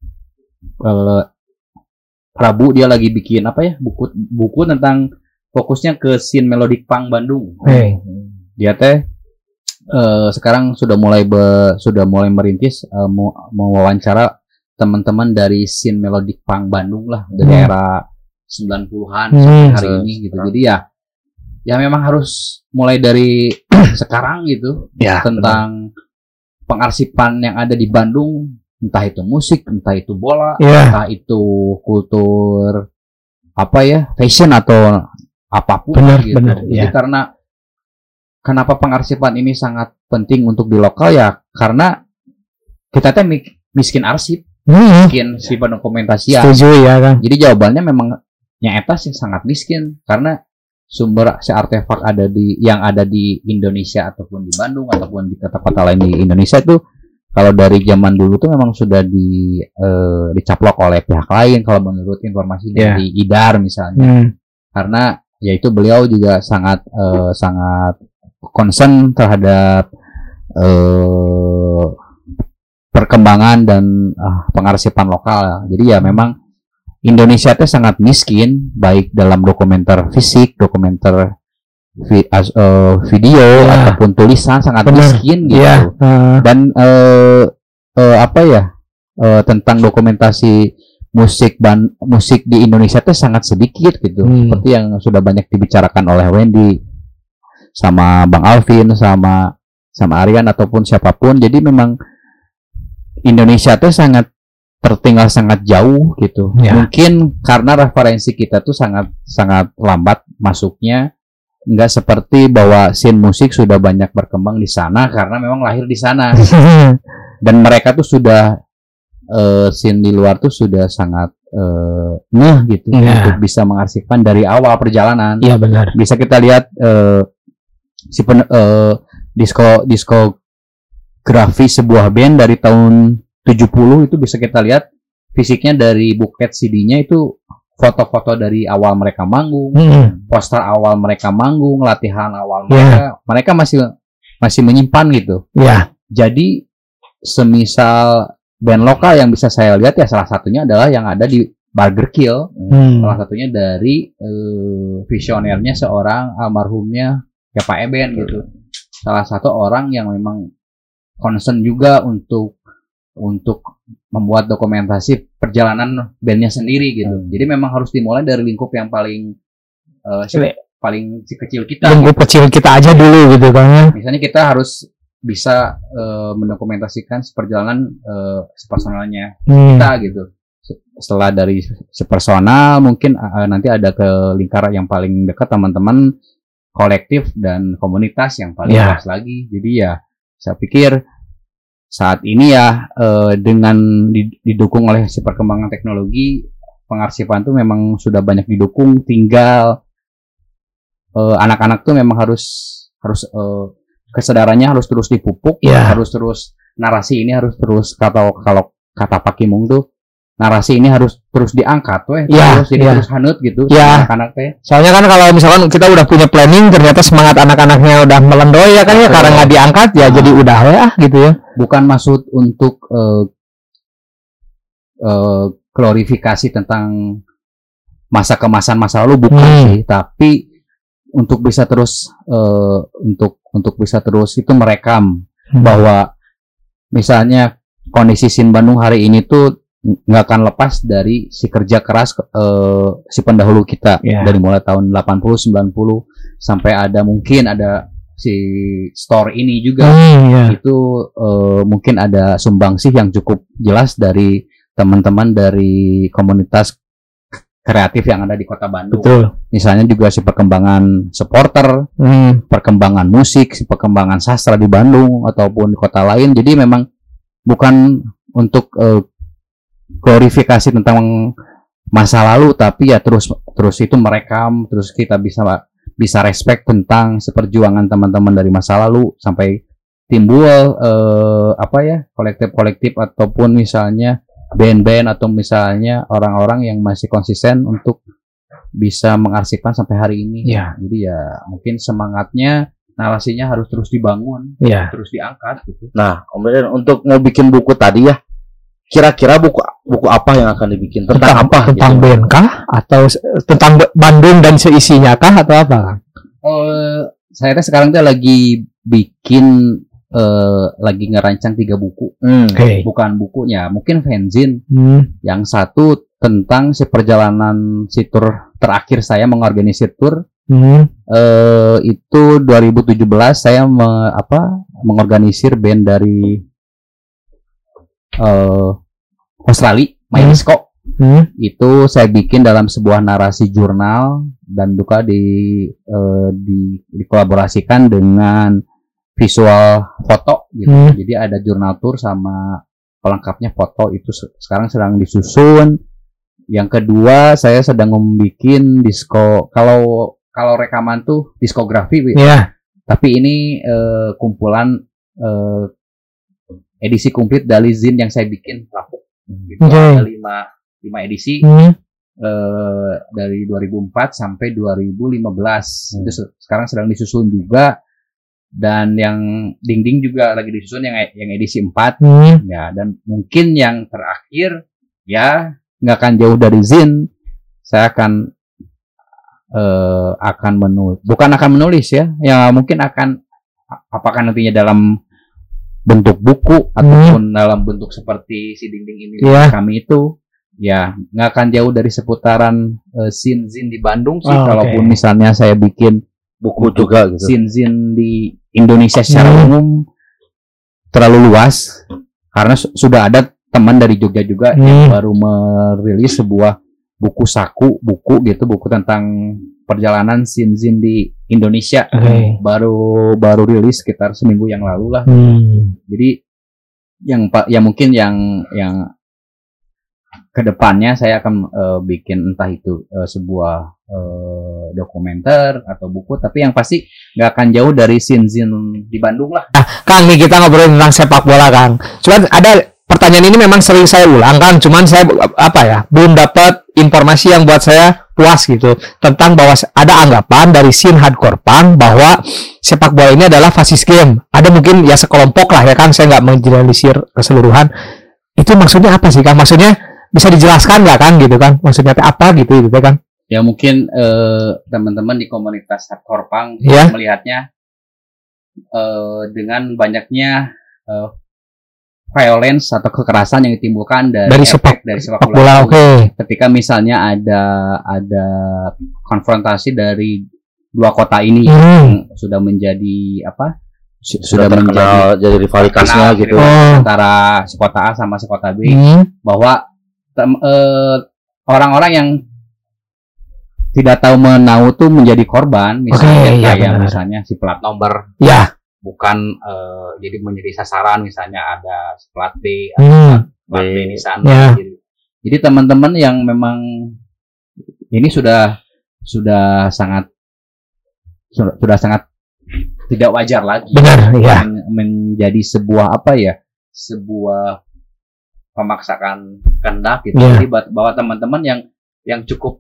eh, Prabu, dia lagi bikin apa ya, buku buku tentang fokusnya ke scene melodic punk Bandung. Hey. Dia teh eh, sekarang sudah mulai be, sudah mulai merintis eh, mau mewawancara teman-teman dari scene melodic punk Bandung lah dari Hmm. era sembilan puluhan Hmm. sampai hari ini gitu. Jadi ya ya memang harus mulai dari sekarang gitu Ya. tentang pengarsipan yang ada di Bandung, entah itu musik, entah itu bola, Ya. entah itu kultur apa ya, fashion atau apapun Benar, gitu. benar, Jadi ya. karena kenapa pengarsipan ini sangat penting untuk di lokal ya karena kita teh mi- miskin arsip, Hmm. miskin si pendokumentasian. Setuju ya kan. Jadi jawabannya memang nyata sih sangat miskin karena sumber si artefak ada di yang ada di Indonesia ataupun di Bandung ataupun di kota-kota lain di Indonesia itu kalau dari zaman dulu tuh memang sudah di eh, dicaplok oleh pihak lain kalau menurut informasi Ya. dari Idar misalnya. Hmm. Karena yaitu beliau juga sangat eh, sangat concern terhadap eh, perkembangan dan ah, pengarsipan lokal. Jadi ya memang Indonesia itu sangat miskin baik dalam dokumenter fisik, dokumenter vi- as- eh, video Ya. ataupun tulisan sangat Benar. miskin gitu. Iya. eh, Dan eh, eh, apa ya eh, tentang dokumentasi musik ban musik di Indonesia itu sangat sedikit gitu. Hmm. Seperti yang sudah banyak dibicarakan oleh Wendy sama Bang Alvin sama sama Aryan ataupun siapapun. Jadi memang Indonesia tuh sangat tertinggal sangat jauh gitu. Ya. Mungkin karena referensi kita tuh sangat sangat lambat masuknya, nggak seperti bahwa scene musik sudah banyak berkembang di sana karena memang lahir di sana. Dan mereka tuh sudah eh, scene di luar tuh sudah sangat eh, ngeh gitu Ya. untuk bisa mengarsipkan dari awal perjalanan. Iya benar. Bisa kita lihat eh, si pen, eh, disco diskografi sebuah band dari tahun tujuh puluh itu bisa kita lihat fisiknya dari buket C D-nya itu foto-foto dari awal mereka manggung, Hmm. poster awal mereka manggung, latihan awal Ya. mereka, mereka masih masih menyimpan gitu. Ya. Jadi semisal band lokal yang bisa saya lihat ya salah satunya adalah yang ada di Burger Kill. Hmm. Salah satunya dari eh, visionernya seorang almarhumnya ya Pak Eben gitu. Salah satu orang yang memang concern juga untuk untuk membuat dokumentasi perjalanan bandnya sendiri gitu. Jadi memang harus dimulai dari lingkup yang paling eh, si- Kecil. paling si kecil kita. Lingkup kecil kita aja dulu gitu kan ya. Misalnya kita harus bisa eh, mendokumentasikan perjalanan eh, personalnya Hmm. kita gitu. Setelah dari si personal mungkin uh, nanti ada ke lingkaran yang paling dekat teman-teman kolektif dan komunitas yang paling Ya. luas lagi. Jadi ya saya pikir saat ini ya uh, dengan di- didukung oleh si perkembangan teknologi pengarsipan tuh memang sudah banyak didukung. Tinggal uh, anak-anak tuh memang harus harus uh, kesadarannya harus terus dipupuk, Ya. harus terus narasi ini harus terus kata kalau kata Pak Kimung tuh narasi ini harus terus diangkat weh, Ya, terus jadi ya. terus hanut gitu Ya. anak-anak teh. Soalnya kan kalau misalkan kita udah punya planning ternyata semangat anak-anaknya udah melendoy ya kan ya Betul. karena nggak diangkat ya Ah. jadi udah ya gitu ya. Bukan maksud untuk eh, eh, glorifikasi tentang masa kemasan masa lalu bukan Hmm. sih, tapi untuk bisa terus eh, untuk untuk bisa terus itu merekam Hmm. bahwa misalnya kondisi Sin Bandung hari ini tuh nggak akan lepas dari si kerja keras eh, si pendahulu kita Ya. dari mulai tahun delapan puluh sembilan puluh sampai ada mungkin ada si store ini juga Hmm, ya. itu eh, mungkin ada sumbangsih yang cukup jelas dari teman-teman dari komunitas kreatif yang ada di Kota Bandung. Betul. Misalnya juga si perkembangan supporter, Hmm. perkembangan musik, si perkembangan sastra di Bandung ataupun di kota lain. Jadi memang bukan untuk eh, glorifikasi tentang masa lalu, tapi ya terus terus itu merekam, terus kita bisa bisa respect tentang seperjuangan teman-teman dari masa lalu sampai timbul eh, apa ya kolektif-kolektif ataupun misalnya band-band atau misalnya orang-orang yang masih konsisten untuk bisa mengarsipkan sampai hari ini. Ya. Jadi ya mungkin semangatnya narasinya harus terus dibangun, Ya. terus diangkat gitu. Nah, Om Deden, untuk mau bikin buku tadi ya, kira-kira buku buku apa yang akan dibikin tentang, Tentang apa? Tentang gitu? band kah atau se- tentang Ba- Bandung dan seisinya kah atau apa? Eh, saya teh sekarang tuh lagi bikin eh, lagi ngerancang tiga buku, Hmm. Oke. bukan bukunya, mungkin fanzine. Hmm. Yang satu tentang si perjalanan si tur terakhir saya mengorganisir tur Hmm. eh, itu dua ribu tujuh belas saya me- apa mengorganisir band dari eh, Australia, My Hmm. Disco. Hmm. Itu saya bikin dalam sebuah narasi jurnal dan juga di, eh, di dikolaborasikan dengan visual foto gitu. Hmm. Jadi ada jurnal tour sama pelengkapnya foto itu se- sekarang sedang disusun. Yang kedua saya sedang membuat disco kalau kalau rekaman tuh diskografi, Wi. Ya. Tapi ini eh, kumpulan eh, edisi komplit dari zin yang saya bikin lapuk. Gitu. Oke. Ada lima lima edisi Hmm. eh, dari dua ribu empat sampai dua ribu lima belas. Hmm. Itu se- sekarang sedang disusun juga. Dan yang dinding juga lagi disusun yang yang edisi empat. Hmm. Ya, dan mungkin yang terakhir ya nggak akan jauh dari zin. Saya akan eh, akan menulis, bukan akan menulis ya, ya mungkin akan apakah nantinya dalam bentuk buku ataupun dalam bentuk seperti si dinding ini Yeah. kami itu ya nggak akan jauh dari seputaran uh, zin-zin di Bandung sih. Oh, Kalaupun okay. misalnya saya bikin Buku juga gitu. zin-zin di Indonesia secara Hmm. umum terlalu luas karena su- sudah ada teman dari Jogja juga Hmm. yang baru merilis sebuah buku saku buku gitu, buku tentang perjalanan zin-zin di Indonesia. Oke. baru baru rilis sekitar seminggu yang lalu lah. Hmm. Jadi yang pak ya mungkin yang yang kedepannya saya akan eh, bikin entah itu eh, sebuah eh, dokumenter atau buku, tapi yang pasti nggak akan jauh dari zin-zin di Bandung lah. Kang, nih kita ngobrolin tentang sepak bola, Kang. Cuman ada pertanyaan ini memang sering saya ulang, Kang. Cuman saya apa ya, belum dapat informasi yang buat saya puas gitu tentang bahwa ada anggapan dari scene hardcore punk bahwa sepak bola ini adalah fasis game. Ada mungkin ya sekelompok lah ya, Kang. Saya nggak mengeneralisir keseluruhan. Itu maksudnya apa sih, Kang? Maksudnya bisa dijelaskan nggak, Kang? Gitu kan? Maksudnya apa gitu, gitu kan? Ya mungkin eh, teman-teman di komunitas hardcore punk Iya. melihatnya eh, dengan banyaknya eh, violence atau kekerasan yang ditimbulkan dari, Dari efek sepak, dari sepak sepak bola. bola, oke. Ketika misalnya ada ada konfrontasi dari dua kota ini Hmm. yang sudah menjadi apa? Sudah terkenal jadi rivalitasnya terkenal gitu. Oh. antara si kota A sama si kota B, Hmm. bahwa tem- eh, orang-orang yang tidak tahu menau tuh menjadi korban, misalnya Oke, iya, kayak benar. misalnya si plat nomor Ya. bukan eh, jadi menjadi sasaran, misalnya ada si plat B, Hmm. plat B di sana. Ya. Jadi, jadi teman-teman yang memang ini sudah sudah sangat sudah, sudah sangat tidak wajar lagi. Benar, ya. Men- menjadi sebuah apa ya, sebuah pemaksakan kehendak gitu. Ya. Jadi ba- bahwa teman-teman yang yang cukup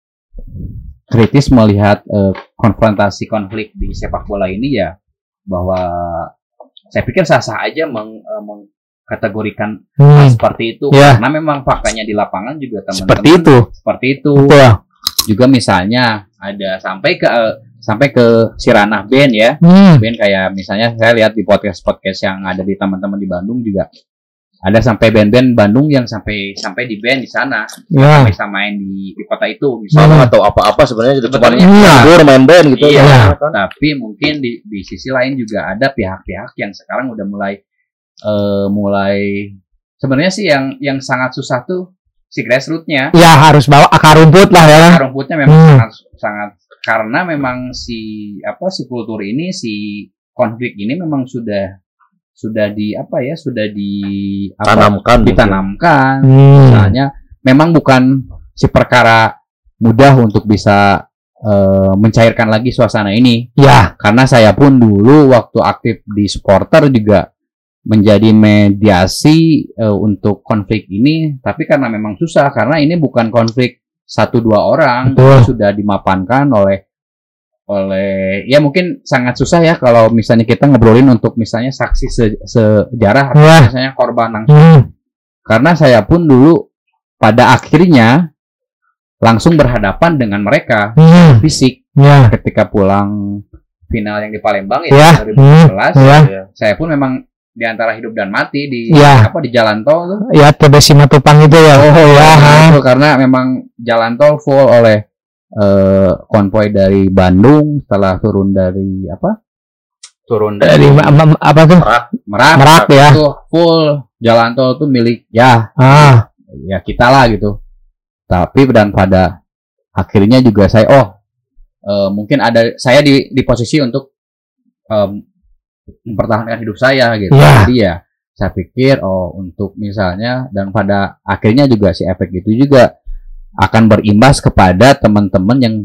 kritis melihat eh, konfrontasi konflik di sepak bola ini ya, bahwa saya pikir sah-sah aja meng, eh, mengkategorikan Hmm. seperti itu, Ya. karena memang faktanya di lapangan juga teman-teman Seperti itu. seperti itu. Betul. Juga misalnya ada sampai ke eh, sampai ke si ranah band ya, Hmm. band kayak misalnya saya lihat di podcast-podcast yang ada di teman-teman di Bandung juga ada sampai band-band Bandung yang sampai sampai di band di sana, Ya. bisa main di, di kota itu Sama misalnya. atau apa-apa sebenarnya jadi cuma Sebetulnya iya. libur main band gitu. Iya, Iya. kan. tapi mungkin di di sisi lain juga ada pihak-pihak yang sekarang udah mulai eh, mulai sebenarnya sih yang yang sangat susah tuh si grassroots-nya. Ya harus bawa akar rumput lah ya. Akar rumputnya memang Hmm. sangat sangat karena memang si apa si kultur ini, si konflik ini memang sudah sudah di apa ya sudah di apa, Tanamkan gitu. ditanamkan. Hmm. Misalnya memang bukan si perkara mudah untuk bisa eh, mencairkan lagi suasana ini, Ya. karena saya pun dulu waktu aktif di supporter juga menjadi mediasi eh, untuk konflik ini, tapi karena memang susah karena ini bukan konflik satu dua orang, Betul. sudah dimapankan oleh oleh ya mungkin sangat susah ya kalau misalnya kita ngobrolin untuk misalnya saksi se- sejarah atau Wah. misalnya korban langsung. Hmm. Karena saya pun dulu pada akhirnya langsung berhadapan dengan mereka Hmm. fisik Ya. ketika pulang final yang di Palembang Ya. ya dua ribu tujuh belas. Ya. Saya pun memang di antara hidup dan mati di Ya. apa di jalan tol tuh. Ya, T B Simatupang itu ya. Oh, ya. Nah, itu karena memang jalan tol full oleh eh, konvoy dari Bandung, setelah turun dari apa? Turun Dari dari ma- ma- apa tuh? Merak, Merak ya. itu full jalan tol tuh milik ya Ah. ya kita lah gitu. Tapi dan pada akhirnya juga saya oh eh, mungkin ada saya di di posisi untuk em, mempertahankan hidup saya gitu. Ya. Jadi ya saya pikir oh untuk misalnya dan pada akhirnya juga si efek itu juga akan berimbas kepada teman-teman yang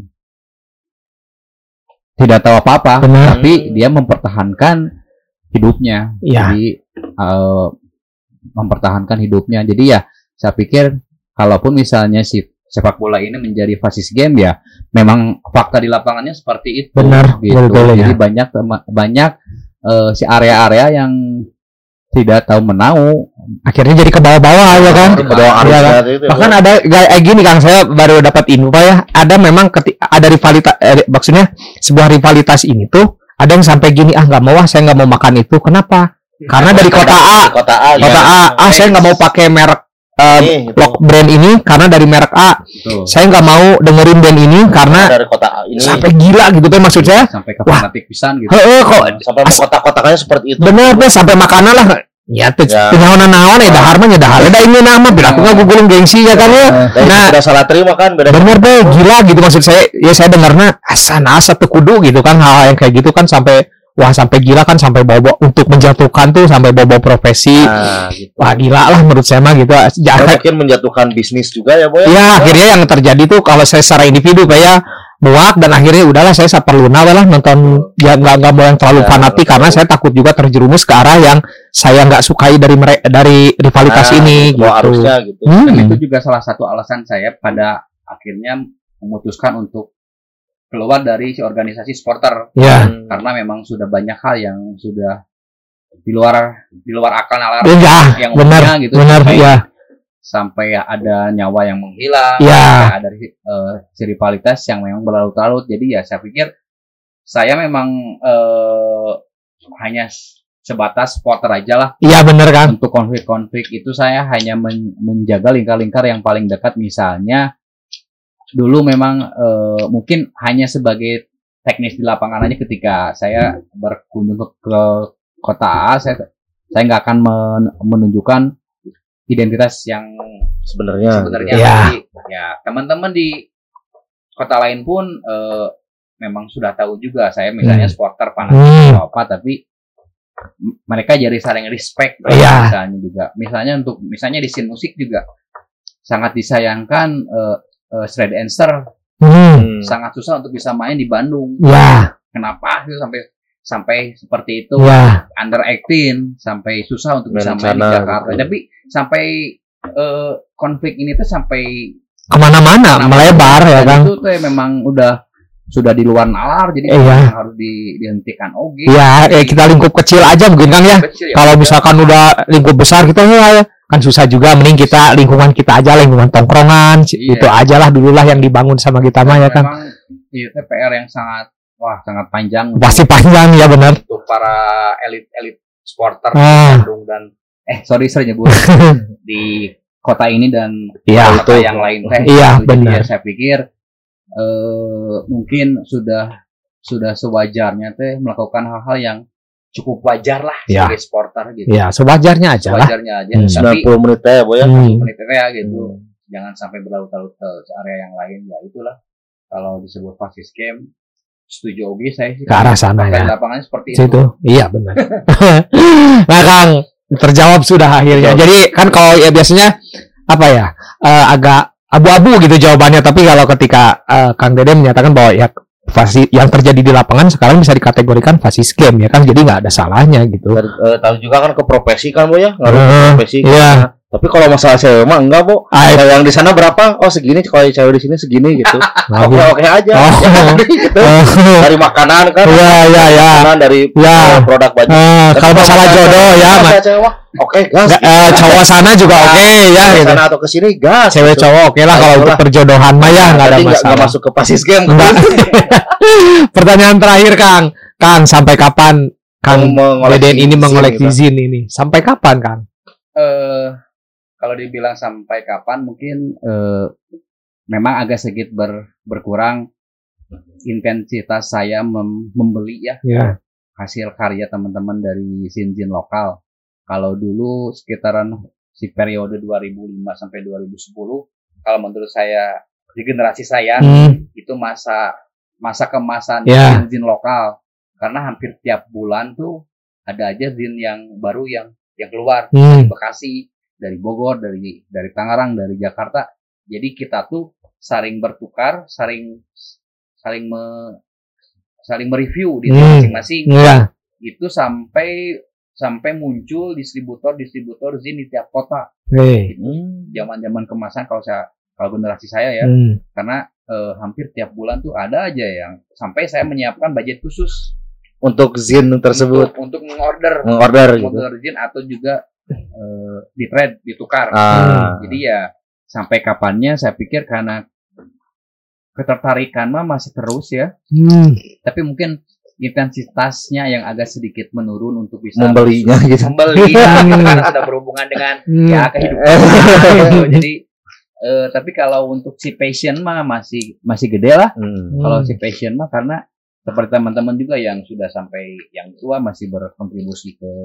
tidak tahu apa-apa, Benar. tapi dia mempertahankan hidupnya. Ya. Jadi eh, mempertahankan hidupnya. Jadi ya saya pikir kalaupun misalnya si sepak bola ini menjadi fasis game ya memang fakta di lapangannya seperti itu. Benar, gitu. betul, Jadi ya. banyak tema- banyak eh, si area-area yang tidak tahu menau akhirnya jadi ke bawah-bawah ya kan. Ke bawah arus Iya kan? saat itu, Bahkan Boy. ada kayak gini Kang, saya baru dapat info ya. Ada memang keti- ada rivalitas eh, maksudnya sebuah rivalitas ini tuh ada yang sampai gini, ah nggak mau ah saya nggak mau makan itu. Kenapa? Karena dari kota A, Kota A, kota ya. A, ah saya nggak mau pakai merek eh, Ini, gitu. lock brand ini karena dari merek A. Betul. Saya nggak mau dengerin band ini karena dari kota A ini sampai gila gitu tuh maksud saya. Sampai ke fanatik pisan gitu. Heeh kok sampai as- kotak-kotaknya seperti itu. bener deh sampai makanan lah. Ya tuh Ya. naon-naon ya dahar mah nya dahar da ini nama bila aku nggak gugulung gengsi ya kan ya. Dan Nah, udah salah terima kan beda. bener deh gila gitu maksud saya. Ya saya dengarnya asana asa tuh kudu gitu kan hal yang kayak gitu kan sampai wah sampai gila kan sampai bawa untuk menjatuhkan tuh sampai bawa profesi. Nah, gitu. Wah gila lah menurut saya mah gitu. Ya, Jangan mungkin menjatuhkan bisnis juga ya, Boy. ya akhirnya yang terjadi tuh kalau saya secara individu kayak muak dan akhirnya udahlah saya saperluna lah nonton ya nggak nggak mau yang terlalu Ya, fanatik karena saya takut juga terjerumus ke arah yang saya nggak sukai dari mere- dari rivalitas Nah, ini gitu, gitu. harusnya gitu. Hmm. Dan itu juga salah satu alasan saya pada akhirnya memutuskan untuk keluar dari si organisasi supporter Ya, Hmm. karena memang sudah banyak hal yang sudah di luar di luar akal nalar ya, yang benar, umumnya gitu benar, sampai, ya, sampai ada nyawa yang menghilang, Ya. sampai ada eh, si rivalitas yang memang berlarut-larut. Jadi ya saya pikir saya memang eh, hanya sebatas supporter aja lah. iya benar kan. Untuk konflik-konflik itu saya hanya men- menjaga lingkar-lingkar yang paling dekat. Misalnya dulu memang eh, mungkin hanya sebagai teknis di lapangan aja ketika saya berkunjung ke, ke kota A, saya saya nggak akan men- menunjukkan identitas yang Sebenarnya. sebenarnya. Ya. Jadi, ya teman-teman di kota lain pun eh, memang sudah tahu juga saya misalnya supporter fanatik Hmm. atau apa, tapi m- mereka jadi saling respect. Iya. Misalnya juga, misalnya untuk misalnya di scene musik juga sangat disayangkan eh, eh, Shred Enster Hmm. Hmm. sangat susah untuk bisa main di Bandung. Ya, Kenapa sih sampai sampai seperti itu? ya, Under eighteen sampai susah untuk bisa main di Berencana, Jakarta. gitu. Tapi sampai eh, konflik ini tuh sampai kemana-mana melebar ya kan. itu tuh memang udah sudah di luar nalar, jadi Iya. memang harus di, dihentikan oke. Ya, eh, kita lingkup kecil aja mungkin kan ya. Kecil ya. Kalau misalkan udah lingkup besar kita ya kan susah juga, mending kita lingkungan kita aja, lingkungan tongkrongan Iya. itu aja lah dulu lah yang dibangun sama kita mah ya kan. Memang itu P R yang sangat wah sangat panjang Pasti panjang ya benar. untuk para elit-elit supporter Ah. di Bandung dan eh sorry saya nyebut di kota ini dan Iya, kota itu. yang lain teh. Iya, Jadi benar. ya saya pikir eh, mungkin sudah sudah sewajarnya teh melakukan hal-hal yang cukup wajar lah Iya. sebagai supporter gitu. Ya, sewajarnya aja lah. Sewajarnya aja. Hmm. Tapi sembilan puluh menit ya, Boy ya. Hmm. menit ya gitu. Jangan sampai berlarut-larut ke area yang lain. Ya itulah kalau disebut fasis game setuju oke saya sih. Ke arah sana Fakta di ya. lapangannya seperti itu. Situ. Iya benar. Nah, Kang, terjawab sudah akhirnya. Jadi kan kalau ya biasanya apa ya? eh, agak abu-abu gitu jawabannya, tapi kalau ketika eh, Kang Dede menyatakan bahwa ya fasi yang terjadi di lapangan sekarang bisa dikategorikan fasis game ya kan, jadi nggak ada salahnya gitu. Dan, eh, tahu juga kan ke profesi kan, Boy ya. Ngaruh ke Eh, profesi. iya. Tapi kalau masalah cewek mah enggak, Bo. Ah, Kalau yang di sana berapa? Oh, segini. Kalau yang cewek di sini segini gitu. Oke, oke aja. Oh. Ya, gitu. Oh. Dari makanan kan. Iya, iya, iya. Makanan dari Ya. eh, produk baju. Eh, Tapi kalau masalah jodoh ya, masalah Mas. cewek mah, oke, gas. Nggak, eh, cowok sana juga oke ya Ke gitu. sana atau ke sini gas. Cewek gitu. cowok oke lah kalau Oke untuk lah. perjodohan mah ya nggak ada Berarti nggak- nggak masalah. masuk ke pasis game. Enggak. Pertanyaan terakhir Kang, Kang sampai kapan Kang Mengoleksi Deden ini zin mengoleksi gitu. zin ini? Sampai kapan Kang? Eh, kalau dibilang sampai kapan mungkin eh, memang agak sedikit ber, berkurang intensitas saya mem- membeli ya Ya. hasil karya teman-teman dari zin-zin lokal. Kalau dulu sekitaran si periode dua ribu lima sampai dua ribu sepuluh, kalau menurut saya di generasi saya Hmm. itu masa masa kemasan Ya. zin-zin lokal, karena hampir tiap bulan tuh ada aja zin yang baru yang yang keluar dari Hmm. Bekasi, dari Bogor, dari dari Tangerang, dari Jakarta. Jadi kita tuh saling bertukar, saling saling me, saling mereview di Hmm. masing-masing. Iya. Itu sampai sampai muncul distributor-distributor zin di tiap kota. Hei. Zaman-zaman kemasan kalau saya kalau generasi saya ya, Hmm. karena eh, hampir tiap bulan tuh ada aja yang sampai saya menyiapkan budget khusus Untuk zin tersebut untuk, untuk mengorder mengorder gitu. mengorder zin atau juga uh, di trade, ditukar. Ah. Jadi ya sampai kapannya saya pikir karena ketertarikan mah masih terus ya. Hmm. Tapi mungkin intensitasnya yang agak sedikit menurun untuk bisa Membelinya gitu. membeli ya, karena sudah berhubungan dengan Hmm. ya kehidupan gitu. Jadi eh, tapi kalau untuk si passion mah masih masih gede lah. Hmm. Kalau si passion mah karena seperti teman-teman juga yang sudah sampai yang tua masih berkontribusi ke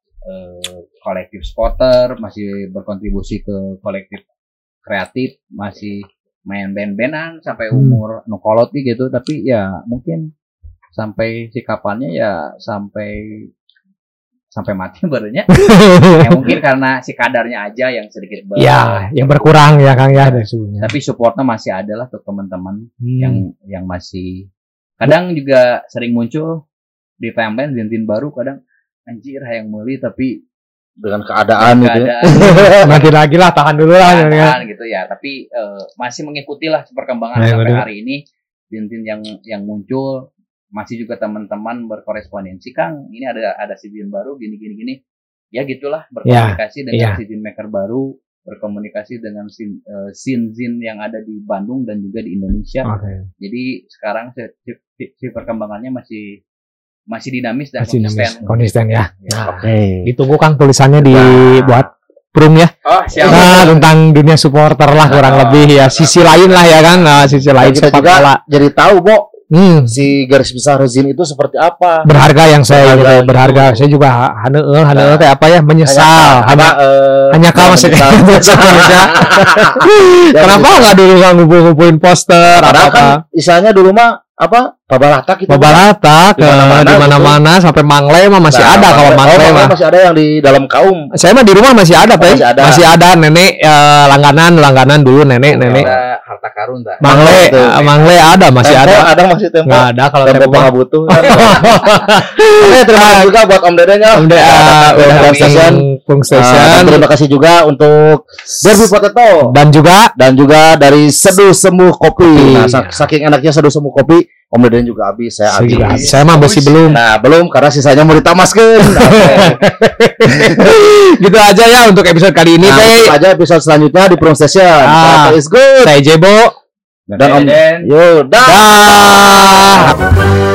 eh, kolektif spotter, masih berkontribusi ke kolektif kreatif, masih main band-bandan sampai umur hmm. nukolot gitu. Tapi ya mungkin sampai si kapannya ya sampai sampai mati barunya. Ya mungkin karena si kadarnya aja yang sedikit ber Ya, yang berkurang ya Kang ya dari sebelumnya. Tapi supportnya masih ada lah tuh teman-teman Hmm. yang yang masih kadang juga sering muncul di timeline zintin baru, kadang anjir yang beli tapi Dengan keadaan gitu. ya. keadaan Nanti lagi lah, tahan dulu lah ya. keadaan gitu ya. Tapi eh, masih mengikuti lah perkembangan Nah, sampai betul. hari ini zintin yang yang muncul. Masih juga teman-teman berkorespondensi, Kang, ini ada ada season baru gini gini gini. Ya gitulah, berkomunikasi dengan ya. season maker baru, berkomunikasi dengan scene uh, scene yang ada di Bandung dan juga di Indonesia. Oke. Jadi sekarang si, si, si perkembangannya masih masih dinamis dan Masih konsisten. dinamis, konsisten ya. Ya. Nah, Oke. ditunggu Kang tulisannya dibuat Prum ya. Oh, siap. Nah, tentang dunia supporter lah kurang Oh, lebih ya. Sisi lain lah ya Kang, nah, sisi lain Kita sepak juga bola. jadi tahu, Bo, Hmm. si garis besar rezim itu seperti apa. Berharga yang saya Berharga gitu, gitu. berharga. Saya juga haneul, haneul Nah, teh apa ya? Menyesal. Apa, Hanya eh, hanya kau masih menyesal. ya. Kenapa nggak dulu nggak ngumpul-ngumpulin poster Padahal kan apa-apa? istilahnya dulu mah apa? Babalata gitu. Babalata ke Di mana-mana di mana-mana sampai Mangle mah masih Nah, ada kalau oh, Mangle mah. masih ada yang di dalam kaum. Saya mah di rumah masih ada, Pak. Masih ada. Masih ada nenek eh, langganan, langganan dulu nenek, nenek. Ada harta karun tak? Mangle, Itu. eh, Mangle ada, masih Tempo ada. ada masih tempo. Nggak ada kalau Tempo tempo mah. nggak butuh. Oke, terima kasih juga buat Om Dedenya. Om Dea, Om Om Station. Pung Ah, Station. terima kasih juga untuk Derby Potato Dan juga dan juga dari Seduh Sembuh Kopi. Nah, sak- saking enaknya Seduh Sembuh Kopi, Om Deden juga habis, saya saya habis. juga habis. Saya mah masih belum. Nah, belum karena sisanya mau ditamaskan. Gitu aja ya untuk episode kali ini, Nah, teh. itu aja episode selanjutnya di Pro Station. Ah. Is good. Saya Jebo. Dan Om Deden. Yo, dah. Dah.